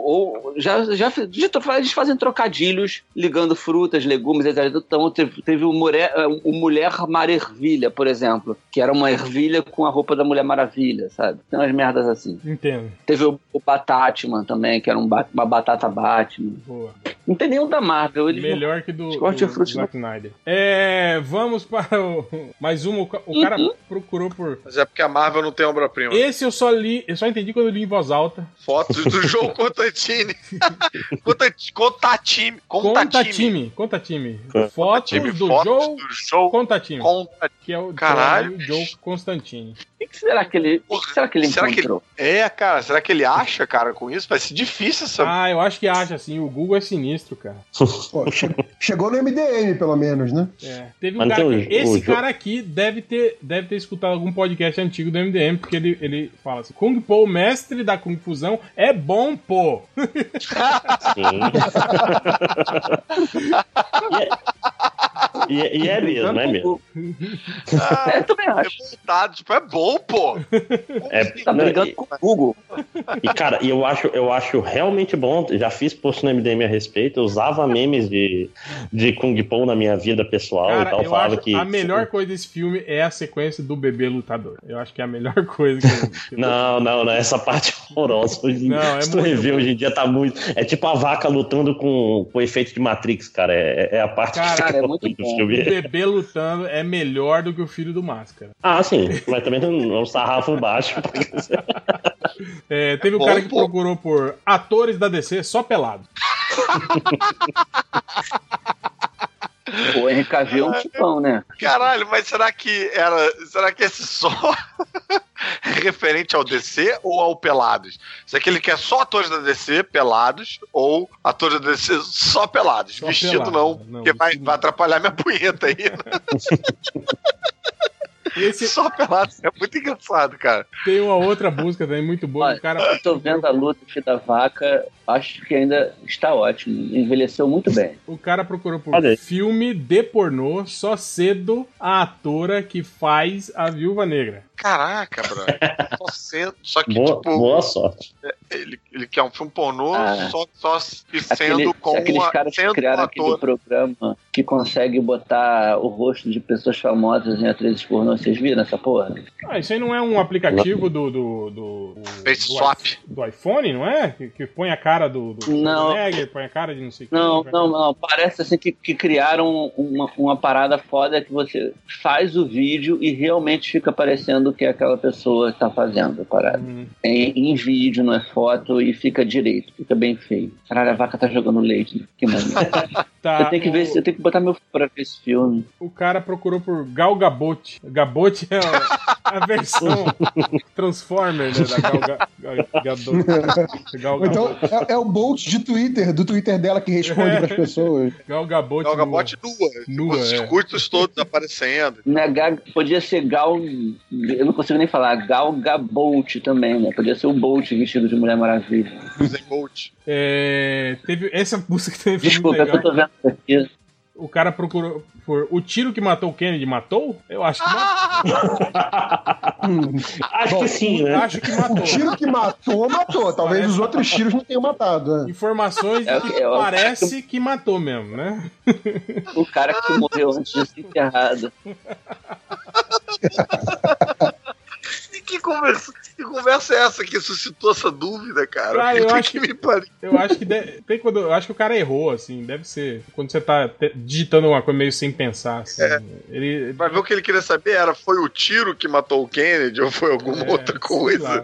eles fazem trocadilhos ligando frutas, legumes, etc. Então teve o Mulher Mara Ervilha, por exemplo, que era uma ervilha com a roupa da Mulher Maravilha, sabe? Tem umas merdas assim. Entendo. Teve o Batatman também, que era uma batata Batman. Boa. Não tem nenhum da Marvel. Melhor que do Zack Snyder. Vamos para mais uma. O cara procurou por... Mas é porque a Marvel não tem obra-prima. Esse eu só entendi quando eu li em voz alta. Fotos do João Contatini. Contatime. Fotos do Joe Contatime. Que é o Joe Constantine. O que será que ele encontrou? Cara, será que ele acha, cara, com isso? Vai ser difícil essa... eu acho que acha, assim. O Google é sinistro, cara. Pô, chegou no MDM, pelo menos, né? Teve um cara esse cara aqui deve ter escutado algum podcast antigo do MDM, porque ele fala assim: Kung Po, mestre da Kung Fusão, é bom, pô. Sim. E é mesmo, não é mesmo? Eu também acho. É bom, pô. Tá brigando com o Google. E, cara, eu acho realmente bom. Já fiz post no MDM a respeito. Eu usava memes de Kung Po na minha vida pessoal, cara, e tal. Eu falava acho que a melhor coisa desse filme é a sequência do bebê lutador. Eu acho que é a melhor coisa que Não, essa parte é horrorosa. Se tu rever hoje em dia tá muito... É tipo a vaca lutando com o efeito de Matrix, cara. É a parte que é muito bom. O bebê lutando é melhor do que o filho do Máscara. Sim, mas também tem um sarrafo baixo. Teve um cara que procurou por atores da DC só pelado. O Henry Cavill é um tipão, né? Caralho, mas será que esse só é referente ao DC ou ao Pelados? Será que ele quer só atores da DC pelados ou atores da DC só pelados? Só vestido pelado, não, porque vai atrapalhar minha punheta aí. Né? Só pelado é muito engraçado, cara. Tem uma outra busca também muito boa. Olha, O cara... eu tô vendo a luta da vaca, acho que ainda está ótimo. Envelheceu muito bem. O cara procurou por filme de pornô, só cedo a atora que faz a Viúva Negra. Caraca, brother. Só que, boa sorte. Ele quer um filme pornô só sendo aqueles caras que criaram aquele programa que consegue botar o rosto de pessoas famosas em atrizes pornô. Vocês viram essa porra? Isso aí não é um aplicativo do Face Swap. Do iPhone, não é? Que põe a cara do Negra, põe a cara de não sei o que. Não. Parece assim que criaram uma parada foda que você faz o vídeo e realmente fica parecendo que aquela pessoa está fazendo a parada. Em vídeo, não é foto, e fica direito, fica bem feio. Caralho, a vaca tá jogando leite. Que maneiro. Tá, eu tenho que botar meu filho pra ver esse filme. O cara procurou por Gal Gadot. Gadot é a versão Transformer, né, da Gal Gadot. Então, é o Bolt de Twitter, do Twitter dela que responde pras pessoas. Gal Gadot nua. Os circuitos todos aparecendo. Podia ser Gal... Eu não consigo nem falar. Gal Gadot também, né? Podia ser o Bolt vestido de Mulher Maravilha. Usem Bolt. Teve essa música que teve. Desculpa, eu tô vendo aqui. O cara procurou por o tiro que matou o Kennedy matou? Eu acho que matou. Acho que sim, né? Acho que matou. O tiro que matou. Talvez os outros tiros não tenham matado. Né? Informações que parece que matou mesmo, né? O cara que morreu antes de ser enterrado. Que conversa é essa que suscitou essa dúvida, cara? Eu acho que o cara errou, assim, deve ser. Quando você tá digitando uma coisa meio sem pensar, assim. Vai ver o que ele queria saber foi o tiro que matou o Kennedy ou foi alguma outra coisa?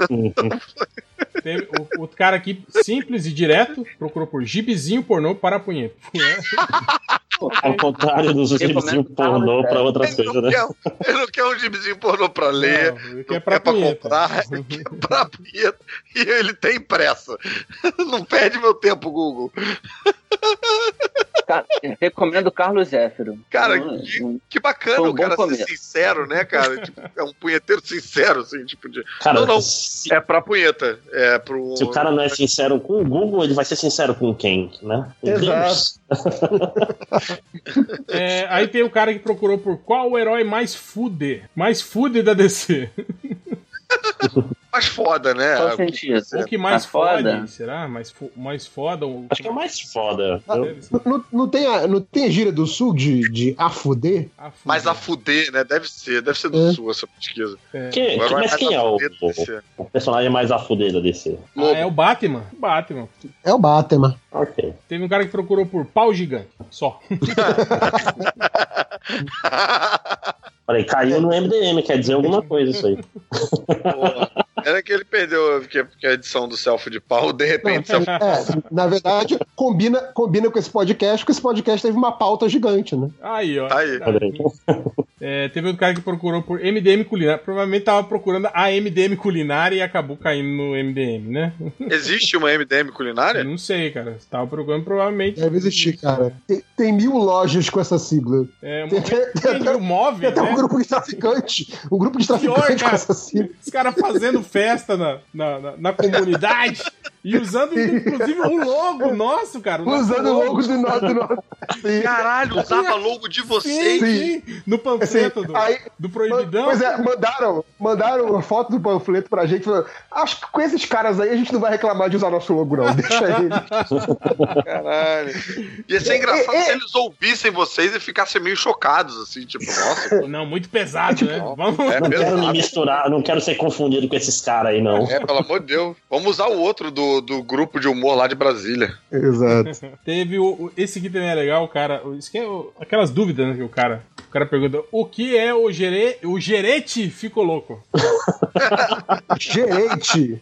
Teve o cara aqui, simples e direto, procurou por gibizinho pornô para punheta. Ao contrário dos gibizinhos pornô pra outras coisas, né? Ele não quer um gibizinho pornô pra ler, não quer pra comprar, ele quer pra punheta. E ele tem pressa. Não perde meu tempo, Google. Cara, recomendo o Carlos Zéfiro. Cara, que bacana o cara ser sincero, né, cara? Tipo, é um punheteiro sincero, assim, tipo de... Cara, não, é pra punheta. Se o cara não é sincero com o Google, ele vai ser sincero com quem, né? Exato. Aí tem o cara que procurou por qual o herói mais fude da DC. Mais foda, né? Qual sentido? O que mais foda? Será? Mais foda? Acho que é o mais foda. Não tem a gíria do sul de afuder? Mas afuder, né? Deve ser do sul essa pesquisa. Mas quem é o personagem mais afuder da DC? É o Batman. É o Batman. Ok. Teve um cara que procurou por pau gigante. Só. Peraí, caiu no MDM, quer dizer alguma coisa isso aí. Era que ele perdeu porque a edição do selfie de pau, de repente... na verdade, combina com esse podcast, porque esse podcast teve uma pauta gigante, né? Aí, ó. Aí. Teve um cara que procurou por MDM culinária. Provavelmente tava procurando a MDM culinária e acabou caindo no MDM, né? Existe uma MDM culinária? Eu não sei, cara. Você tava procurando, provavelmente. Deve existir, cara. Tem 1000 lojas com essa sigla. Tem 1000 móveis, tem até um grupo de traficante. Com essa sigla. Os caras fazendo festa na comunidade e usando, inclusive, um logo nosso, cara. Usando o logo do nosso. Caralho, usava logo de vocês. Sim. No panfleto do Proibidão. Pois é, mandaram uma foto do panfleto pra gente. Falaram, acho que com esses caras aí a gente não vai reclamar de usar nosso logo, não. Deixa eles. Caralho. Ia ser engraçado se eles ouvissem vocês e ficassem meio chocados, assim, tipo, nossa. Não, muito pesado, né? Não quero me misturar, não quero ser confundido com esses caras aí, não. Pelo amor de Deus. Vamos usar o outro do grupo de humor lá de Brasília. Exato. Teve esse aqui também é legal, o cara. Isso que é aquelas dúvidas, né? Que o cara pergunta: o que é o gerente ficou louco? Gerente.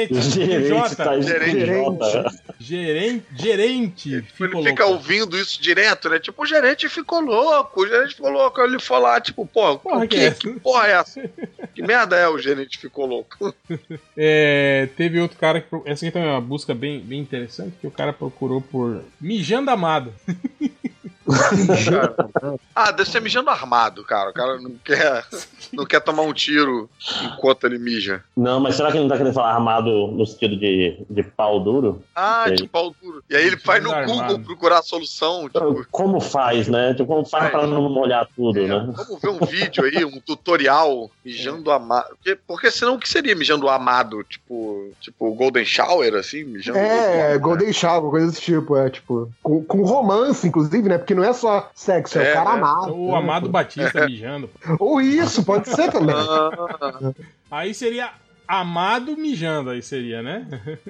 Gerente ficou louco. Ele fica ouvindo isso direto, né? Tipo, o gerente ficou louco. Ele foi lá, tipo, que porra é essa? Que merda é o gerente ficou louco? Teve outro cara que... Essa aqui também é uma busca bem interessante, que o cara procurou por mijando amado. Deve ser mijando armado, cara. O cara não quer tomar um tiro enquanto ele mija. Não, mas será que ele não tá querendo falar armado no sentido de pau duro? De pau duro. E aí ele vai no Google procurar a solução. Tipo... Como faz, né? Tipo, como faz pra não molhar tudo, né? Vamos ver um vídeo aí, um tutorial mijando amado. Porque senão o que seria mijando amado? Tipo Golden Shower, assim? Mijando Golden Shower, coisa desse tipo. Tipo, com romance, inclusive, né? Porque não é só sexo, é o cara amado. O Amado Batista mijando. Ou isso, pode ser também. Aí seria amado mijando, aí seria, né?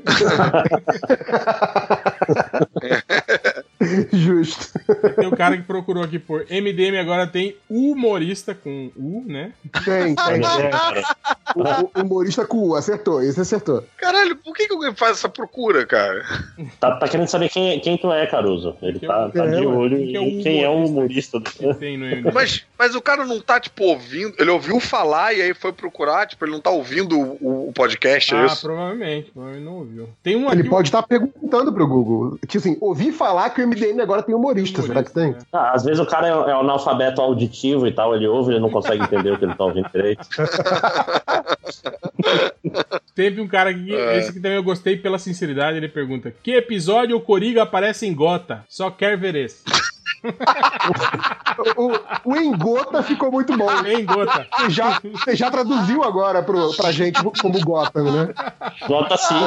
Justo. Tem um cara que procurou aqui por MDM, agora tem humorista com U, né? Tem. O humorista com U, acertou, esse acertou. Caralho, por que alguém faz essa procura, cara? Tá querendo saber quem tu é, Caruso. Ele tá de olho em quem é o humorista. Mas o cara não tá, tipo, ouvindo, ele ouviu falar e aí foi procurar, tipo, ele não tá ouvindo o podcast, é isso? Provavelmente não ouviu. Tem um ele pode estar perguntando pro Google, tipo assim, ouvi falar que o MDM agora tem humorista, será que tem? Às vezes o cara é analfabeto auditivo e tal, ele ouve, ele não consegue entender o que ele tá ouvindo direito. Teve um cara aqui, esse que também eu gostei pela sinceridade, ele pergunta: que episódio o Coringa aparece em Gota? Só quer ver esse. O Engota ficou muito bom. Engota. Você já traduziu agora pra gente como Gotham, né? Gota sim.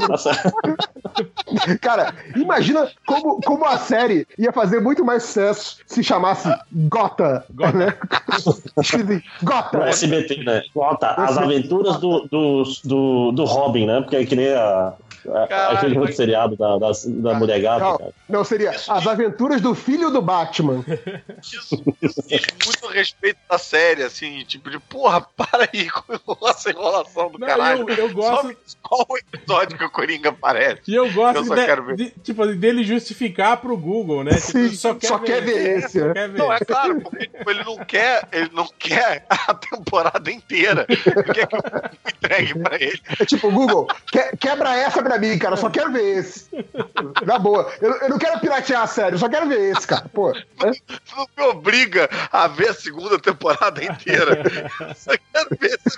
Cara, imagina como a série ia fazer muito mais sucesso se chamasse Gotham. Né? Gotham. No SBT, né? Gota, as aventuras do Robin, né? Porque é que nem aquele outro seriado da Mulher Gata, cara. Não, seria As Aventuras do Filho do Batman. Isso muito respeito da série, assim, tipo de porra, para aí com essa enrolação do caralho. Eu gosto. Só o episódio que o Coringa aparece. E eu gosto dele justificar pro Google, né? Sim, tipo, só quer ver esse. Não, é claro, porque tipo, ele não quer a temporada inteira. Ele quer que eu entregue pra ele. É tipo, Google, quebra essa pra mim, cara, eu só quero ver esse. Na boa, eu não quero piratear a série, eu só quero ver esse, cara. Pô. Não me obriga a ver a segunda temporada inteira. Só quero ver esse.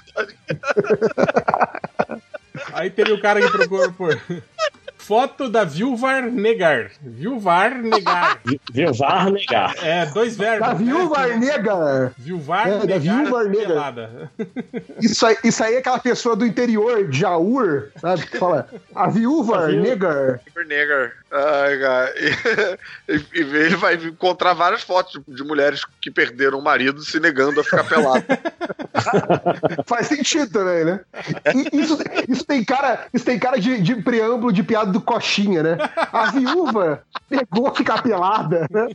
Aí teve o cara que procurou por foto da Vilvar Negar. Vilvar Negar. Vilvar Negar. É, 2 verbos. Da Vilvar Negar. Vilvar Negar. Da Vilvar Negar. Isso aí é aquela pessoa do interior de Jaur, sabe? Que fala, a Viúva Negar. Negar. Ai, cara. E ele vai encontrar várias fotos de mulheres que perderam o marido se negando a ficar pelado. Faz sentido também, né? Isso tem cara de preâmbulo de piada do Coxinha, né? A viúva pegou ficar pelada, né?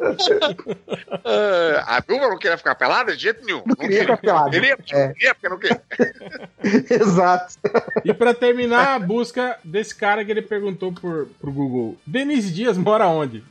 A viúva não queria ficar pelada de jeito nenhum. Não queria ficar pelada. Queria porque não queria. Exato. E pra terminar a busca desse cara que ele perguntou pro Google: Denise Dias mora onde?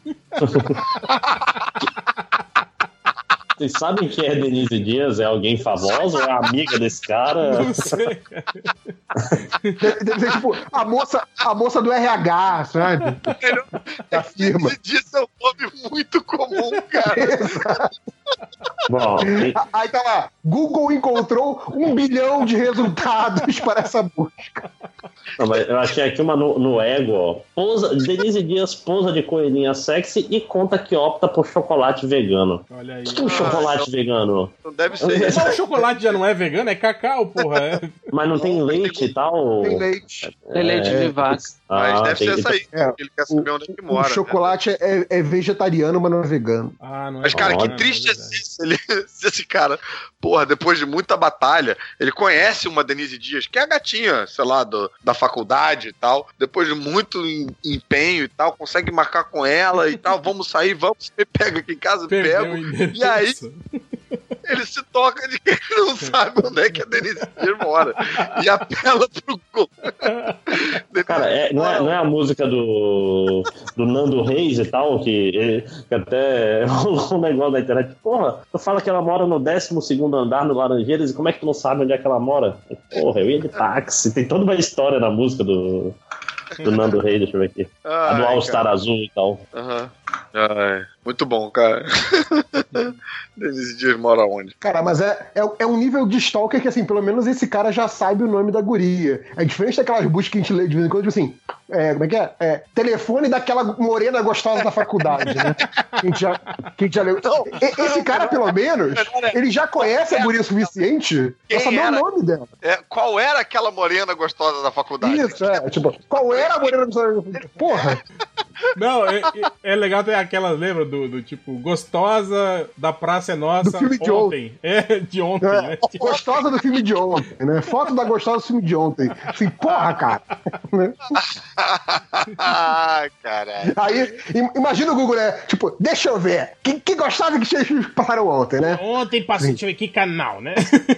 Vocês sabem quem é Denise Dias? É alguém famoso? É amiga desse cara? Não sei, cara. Deve ser tipo a moça do RH, sabe? Da firma. Denise Dias é um nome muito comum, cara. Bom, aí tá lá, Google encontrou 1 bilhão de resultados para essa busca. Não, mas eu achei aqui uma no Ego, ó. Denise Dias pousa de coelhinha sexy e conta que opta por chocolate vegano. Olha aí. O que é um chocolate vegano? Não deve ser isso. Mas o chocolate já não é vegano? É cacau, porra. Mas não tem leite e tal? Tem leite. Tem leite de vaca. Mas deve ser essa aí. Ele quer saber onde é que mora. O chocolate é vegetariano, mas não é vegano. Não é. Mas, cara, que triste é se esse cara, porra, depois de muita batalha, ele conhece uma Denise Dias, que é a gatinha, sei lá, da faculdade e tal. Depois de muito empenho e tal, consegue marcar com ela e tal. Vamos sair, você pega aqui em casa, pego. E aí ele se toca de que ele não sabe onde é que a Denise Dias mora. E apela pro gol. Cara, não é a música do Nando Reis e tal, que até rolou um negócio na internet. Porra, tu fala que ela mora no 12º andar no Laranjeiras e como é que tu não sabe onde é que ela mora? Porra, eu ia de táxi. Tem toda uma história na música do Nando Reis, deixa eu ver aqui. A do All Star Azul e tal. Muito bom, cara. Denise Dias mora onde? Cara, mas é um nível de stalker que, assim, pelo menos esse cara já sabe o nome da guria. É diferente daquelas buscas que a gente lê de vez em quando, tipo assim, como é que é? Telefone daquela morena gostosa da faculdade, né? Que a gente já leu. Esse cara, pelo menos, ele já conhece a guria o suficiente pra saber o nome dela. Qual era aquela morena gostosa da faculdade? Isso, tipo, qual era a morena gostosa da faculdade? Porra! Não, é legal ter aquelas, lembra do tipo, gostosa da Praça é Nossa do filme de ontem. De ontem, né? Gostosa do filme de ontem, né? Foto da gostosa do filme de ontem. Assim, porra, cara. Caralho. Aí, imagina o Google, né? Tipo, deixa eu ver. Que gostosa que vocês passaram ontem, né? Ontem passou, deixa eu ver que canal, né?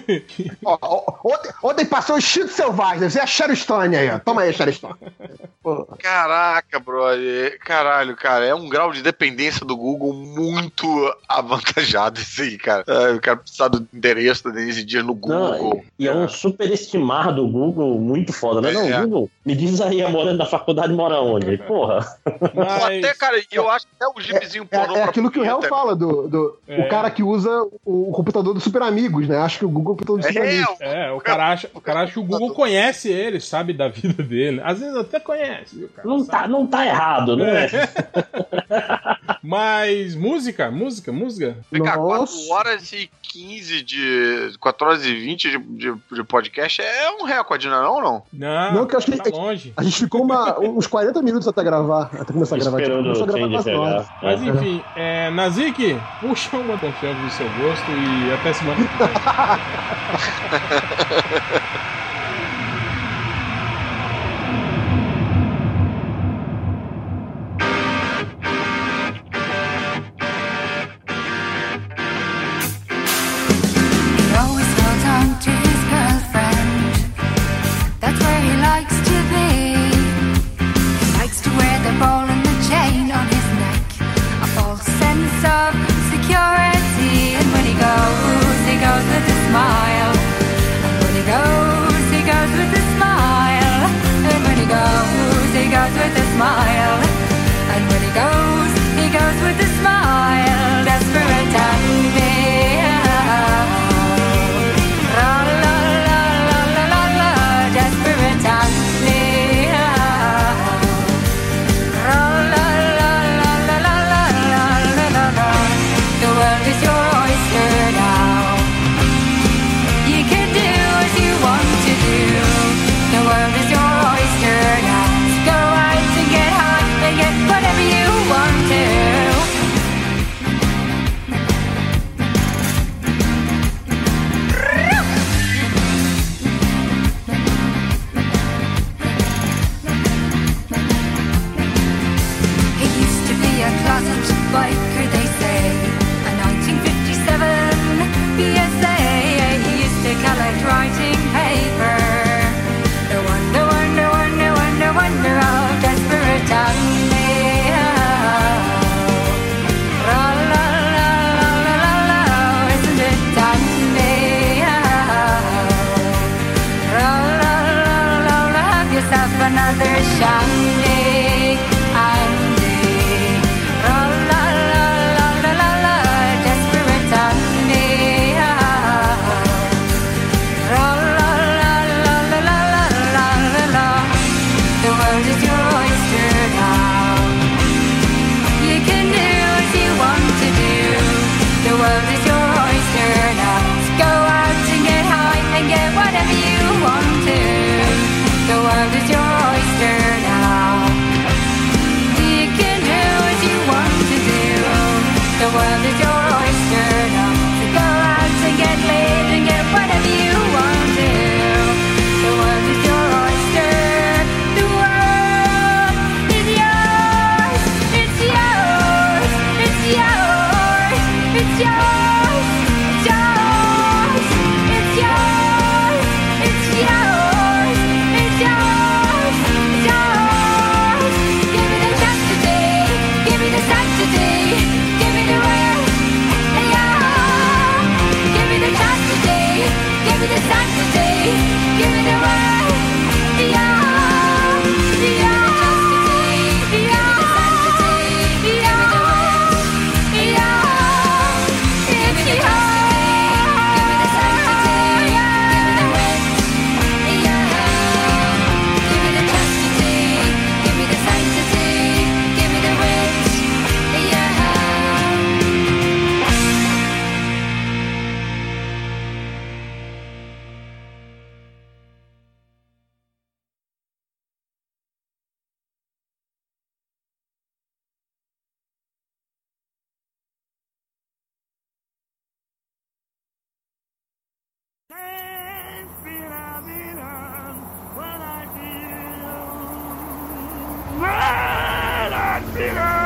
Ontem passou o Chico Selvagem. Você é a Sharon Stone aí, ó. Toma aí, Sharon Stone. Caraca, brother. Caralho, cara. É um grau de dependência do Google muito avantajado isso aí, cara. Eu quero precisar do endereço da Denise Dias no Google. E é um superestimar do Google muito foda, né? Não, Google, me diz aí, a morena da faculdade mora onde? Porra. Mas... Até, cara, eu acho que até o gibzinho pornô... É aquilo que o Hel fala, o cara que usa o computador dos Super Amigos, né? Acho que o Google é o computador dos Super Amigos. O cara acha que o Google conhece ele, sabe da vida dele. Às vezes até conhece, viu, cara? Não tá errado, né? Mas música. Vem cá, 4 horas e 15 de... 4 horas e 20 de podcast é um recorde, não é não? Não, que eu acho que tá longe. A gente ficou uns 40 minutos até gravar, até começar a gravar. Esperando o Change chegar. Mas enfim, Nazik, puxa uma confiança do seu gosto e até semana que vem. The world is your oyster now. piranha!